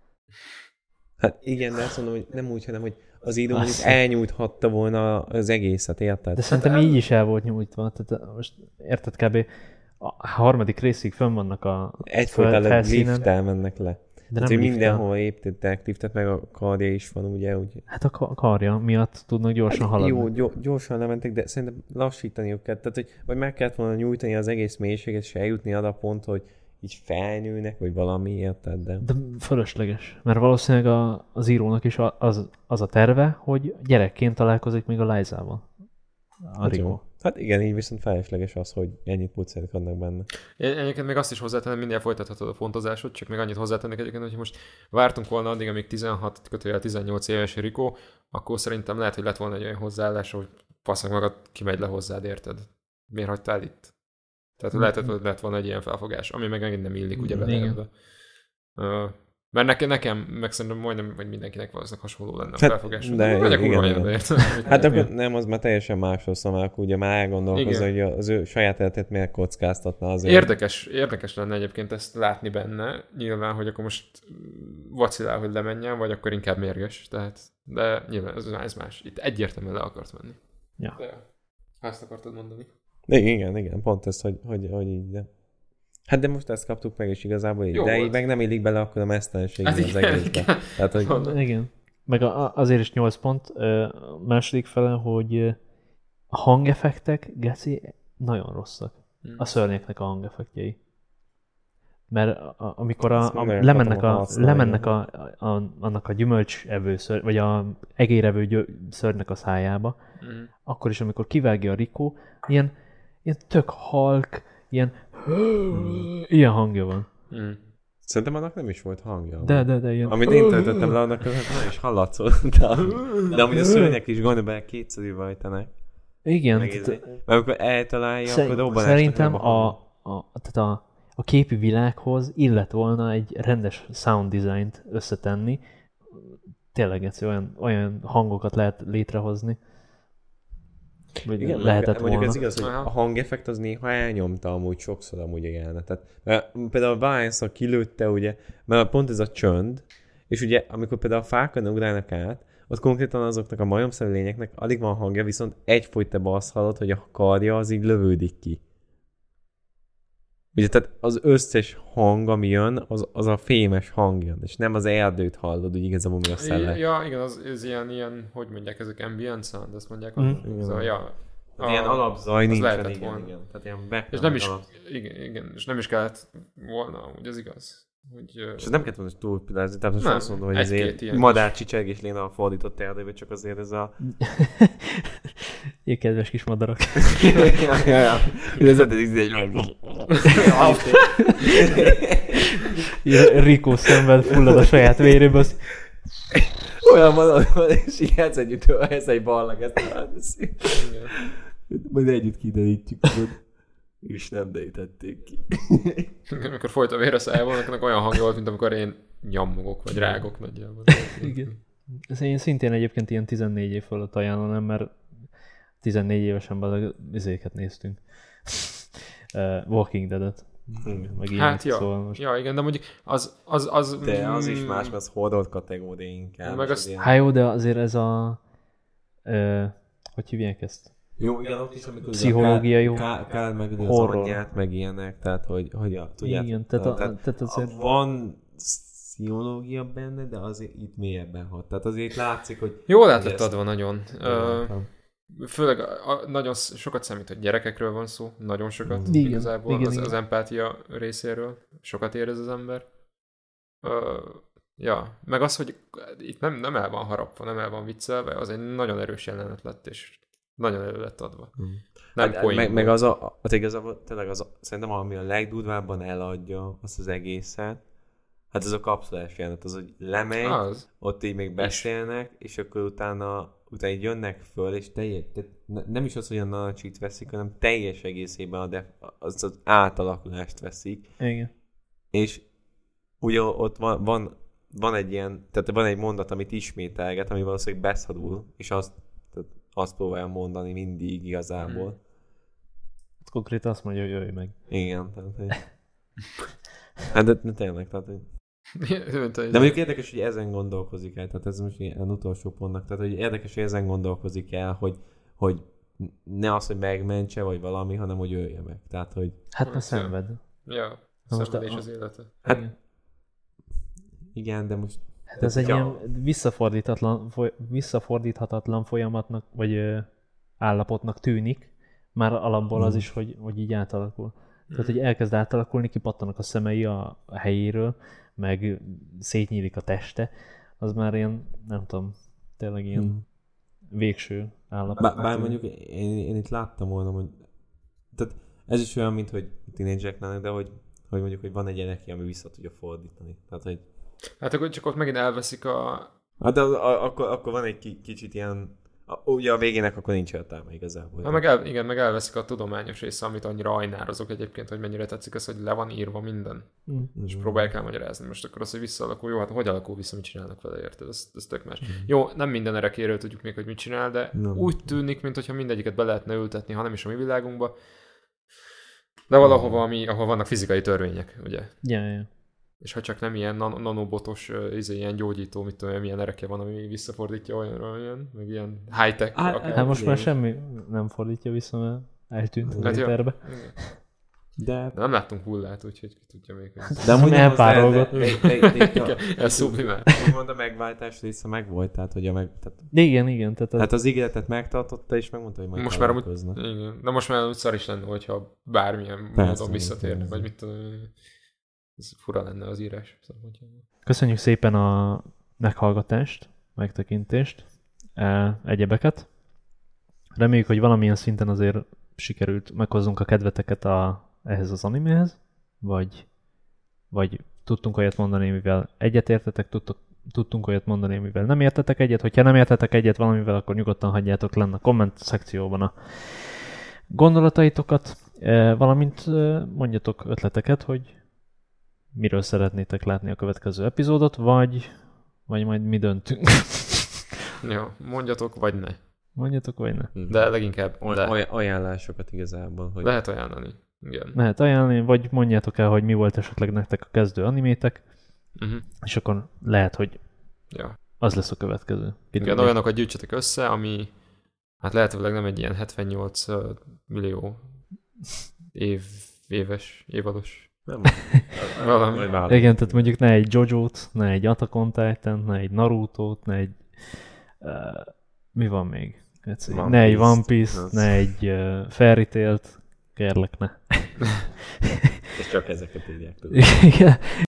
Hát igen, de azt mondom, hogy nem úgy, hanem hogy az író mondjuk Azt- elnyújthatta volna az egészet, érted? De szerintem így is el volt nyújtva. Tehát most érted, kb. A harmadik részig fönn vannak a Egyfolytában föl- felszínen. lifttel mennek le. De Hát, nem hogy lifttel. mindenhol építettek liftet, meg a karja is van, ugye? Úgy. Hát a ka- karja miatt tudnak gyorsan haladni. Jó, gyo- gyorsan lementek, de szerintem lassítaniuk kell. Tehát, hogy vagy meg kellett volna nyújtani az egész mélységet, és eljutni arra a pont, hogy így felnőnek, vagy valami, érted? De... De fölösleges, mert valószínűleg a, az írónak is a- az, az a terve, hogy gyerekként találkozik még a Liza-val. A Hát Rico. jó. Hát igen, így viszont felesleges az, hogy ennyit pucérik adnak benne. Én egyébként még azt is hozzátenném, mindjárt folytathatod a fontozásot, csak még annyit hozzátennék egyébként, hogy most vártunk volna addig, amíg tizenhat, kötőjel tizennyolc éves Rico, akkor szerintem lehet, hogy lett volna egy olyan hozzáállás, hogy passzak magad, kimegy le hozzád, érted? Miért hagytál itt? Tehát lehetett, hogy lett volna egy ilyen felfogás, ami meg megint nem illik ugye bele Igen. ebbe. Uh, mert nekem, nekem, meg szerintem majdnem, vagy mindenkinek valószínűleg hasonló lenne a Hát, felfogás. de Megyek igen, kurva igen. anyámba, érted? Hát akkor nem, az már teljesen másról szól, már akkor ugye már elgondolkozza, hogy az ő saját életét miért kockáztatna azért. Érdekes, érdekes lenne egyébként ezt látni benne, nyilván, hogy akkor most vacilál, hogy lemenjen, vagy akkor inkább mérges, tehát, de nyilván ez, ez más. Itt egyértelműen le akart menni. Ja. De, ha ezt akartad mondani. De igen, igen, pont ez, hogy, hogy, hogy így, de... Hát de most ezt kaptuk meg, és igazából így, Jó de volt. így meg nem illik bele akkor a mesztelenség Hát az igen, egészbe. igen. Tehát, hogy Mondom. Igen. Meg a, a- azért is nyolc pont. Ö, A második fele, hogy ö, a hangeffektek, geci, nagyon rosszak. Hmm. A szörnyeknek a hangeffektjei. Mert a, a, amikor Ezt a, a, nagyon lemennek, akartam a, használni. lemennek a, a, a, annak a gyümölcsevő szörny, vagy a egérevő gyö, szörnynek a szájába, Mm. akkor is, amikor kivágja a Rico, ilyen, ilyen tök halk, ilyen ilyen hangja van. Mm. szerintem annak nem is volt hangja. De, de, de ilyen... Amit én töltöttem le, annak nem is hallatszott. De, de amúgy a szörnyek is gondolj bele, kétszerű vajtanak. Igen, Meg tehát- izé. Mert amikor eltalálja, Szer- akkor dobbanásnak Szerintem nem a, hang. a, tehát a, a képi világhoz illet volna egy rendes sound designt összetenni. Tényleg ez olyan, olyan hangokat lehet létrehozni. Vagy Igen, lehetett mondjuk volna. ez igaz, hogy Aha. a hangeffekt az néha elnyomta amúgy sokszor amúgy a jelenetet. Mert például a Vines-szal kilőtte, ugye, mert pont ez a csönd, és ugye amikor például a fákon ugrálnak át, ott konkrétan azoknak a majomszerű lényeknek alig van hangja, viszont egyfolytában azt hallod, hogy a karja az így lövődik ki. Ugye, tehát az összes hang, ami jön, az, az a fémes hang jön, és nem az erdőt hallod, úgy igazából mi a szellem. Ja, igen, az, ez ilyen, ilyen, hogy mondják ezek, ambient sound, azt mondják. Mm. Mm. Szóval, ja. Hát ilyen alapzaj az nincsen, lehetett igen, volna. igen. Tehát ilyen background És nem is, alap. igen, igen, és nem is kellett volna, úgy az igaz. Hogy, És ez nem kellett volna túlpilázni, tehát most Nem, azt mondom, hogy egy-két ezért ilyen madár csicsergés léne a fordított erdőbe, csak azért ez a... Ilyen kedves kis madarak. ja, ja, ja. Ez az egy... Ilyen Rico szenved, fullad a saját véréből. az- Olyan madár van, és így ez együtt, ez egy ballag, ezt majd együtt kiderítjük, hogy és nem dejtették ki. amikor folyt a vér a szájában, annak olyan hangja volt, mint amikor én nyammogok, vagy rágok nagyjából. Igen. Ez én szintén egyébként ilyen tizennégy év fölött ajánlanám, mert tizennégy évesen bazeg izéket néztünk. uh, Walking Dead-et. Meg ilyenek, Hát ja, szóval most... ja, igen, de mondjuk az... az, az De az is mm, más, mert az horror kategória inkább. Meg és azt- az ilyen- Hát jó, de azért ez a... Uh, hogy hívják ezt? Jó, igen, ott is, amikor Pszichológia jó. Kál, kál meg az Horror. anyját, meg ilyenek, tehát hogy, hogy a, tudjátok, Igen, tehát, a, tehát azért... a, van pszichológia benne, de azért itt mélyebben hat. Tehát azért látszik, hogy... Jól lett hogy lett ezt- adva nagyon. Ö, főleg a, a, nagyon sz- sokat számít, hogy gyerekekről van szó, nagyon sokat Igen, igazából igen, az, igen. az empátia részéről. Sokat érez az ember. Ö, ja, meg az, hogy itt nem, nem el van harapva, nem el van viccelve, az egy nagyon erős jelenet lett, és nagyon elő lett adva. Hmm. Nem Hát, poén meg, meg volt. az a, az igazából tényleg az a, szerintem ami a legdurvábban eladja azt az egészet, hát ez a kapszulás jelenet, az, hogy lemegy, Az. ott így még beszélnek, és akkor utána, utána így jönnek föl, és teljes, tehát ne, nem is az, hogy a nanacsit veszik, hanem teljes egészében a def, az, az átalakulást veszik, Igen. és ugye ott van, van, van egy ilyen, tehát van egy mondat, amit ismételget, ami valószínűleg beszorul, és azt, tehát azt próbálja mondani mindig igazából. Konkrétan azt mondja, hogy jöjj meg. Igen, tehát, hogy... Hát de, de tényleg, tehát, hogy... De mondjuk érdekes, hogy ezen gondolkozik el, tehát ez most ilyen utolsó pontnak, tehát hogy érdekes, hogy ezen gondolkozik el, hogy, hogy ne az, hogy megmentse, vagy valami, hanem hogy ölje meg. Tehát, hogy... Hát ne szenved. Ja, Na most szenvedés a- az élete. Hát, Igen. igen, de most... Hát ez egy ja. ilyen visszafordíthatatlan, foly- visszafordíthatatlan folyamatnak, vagy ö, állapotnak tűnik, már alapból az Mm. is, hogy, hogy így átalakul. Tehát, hogy elkezd átalakulni, kipattanak a szemei a, a helyéről, meg szétnyílik a teste, az már ilyen, nem tudom, tényleg ilyen Hmm. végső állapot. Bár, bár mondjuk én, én itt láttam volna, hogy... Tehát ez is olyan, mint hogy tínédzserek lennek, de hogy, hogy mondjuk, hogy van egy gyerek, ami vissza tudja fordítani. Tehát, hogy... Hát akkor csak ott megint elveszik a... Hát de az, a, akkor, akkor van egy ki, kicsit ilyen... A, ugye a végének akkor nincs értelme igazából. Hát meg el, igen, meg elveszik a tudományos része, amit annyira ajnározok egyébként, hogy mennyire tetszik az, hogy le van írva minden. Mm. És próbálják elmagyarázni. Most akkor az, hogy visszaalakul, jó, hát hogy alakul vissza, mit csinálnak vele, érted? Ez, ez tök más. Mm. Jó, nem minden erekéről tudjuk még, hogy mit csinál, de Nem. úgy tűnik, mintha mindegyiket be lehetne ültetni, ha nem is a mi világunkba, de valahova, ami, ahol vannak fizikai törvények, ugye? Ja, ja. És ha csak nem ilyen nan- nanobotos, uh, izé, ilyen gyógyító, mit tudom, milyen ereke van, ami visszafordítja olyanra, olyan, meg ilyen high-tech. Á, akár. Hát most igen. már semmi nem fordítja vissza, mert eltűnt az Hát jó. éterbe. Igen. De... De nem láttunk hullát, úgyhogy ki tudja még. hogy- De amúgy nem az- elpárolgott. de- de- de- de- de- Igen, ez szublimál. Úgymond a megváltás része megvolt, tehát hogy a meg... Tehát, De igen, igen. Tehát az, hát az ígéretet megtartotta, és megmondta, hogy majd Most már amúgy, találkoznak. igen. De most már úgy szar is lenne, hogyha bármilyen Persze, módon visszatérnek, persze. vagy mit tudom, ez fura lenne az írás szempontjából. Köszönjük szépen a meghallgatást, megtekintést, e, egyebeket. Reméljük, hogy valamilyen szinten azért sikerült meghozzunk a kedveteket a, ehhez az animéhez, vagy, vagy tudtunk olyat mondani, mivel egyetértetek, tudtok, tudtunk olyat mondani, mivel nem értetek egyet. Hogyha nem értetek egyet valamivel, akkor nyugodtan hagyjátok lenn a komment szekcióban a gondolataitokat, e, valamint e, mondjatok ötleteket, hogy miről szeretnétek látni a következő epizódot, vagy, vagy majd mi döntünk. Jó, mondjatok, vagy ne. Mondjatok, vagy ne. De leginkább Aj- de. aj- ajánlásokat igazából, hogy... Lehet ajánlani. Igen. Lehet ajánlani, vagy mondjátok el, hogy mi volt esetleg nektek a kezdő animétek, Uh-huh. és akkor lehet, hogy Ja. az lesz a következő. Igen, olyanokat gyűjtsetek össze, ami hát lehetőleg nem egy ilyen hetvennyolc millió év, éves, évados. Nem. Valami. Majd vállalom. Igen, tehát mondjuk ne egy Jojo-t, ne egy Attack on Titan, ne egy Naruto-t, ne egy... Uh, mi van még? One Ne egy Piece-t. One Piece-t, Az- ne egy uh, Fairy Tail-t. Kérlek, ne. És csak ezeket írják. Igen.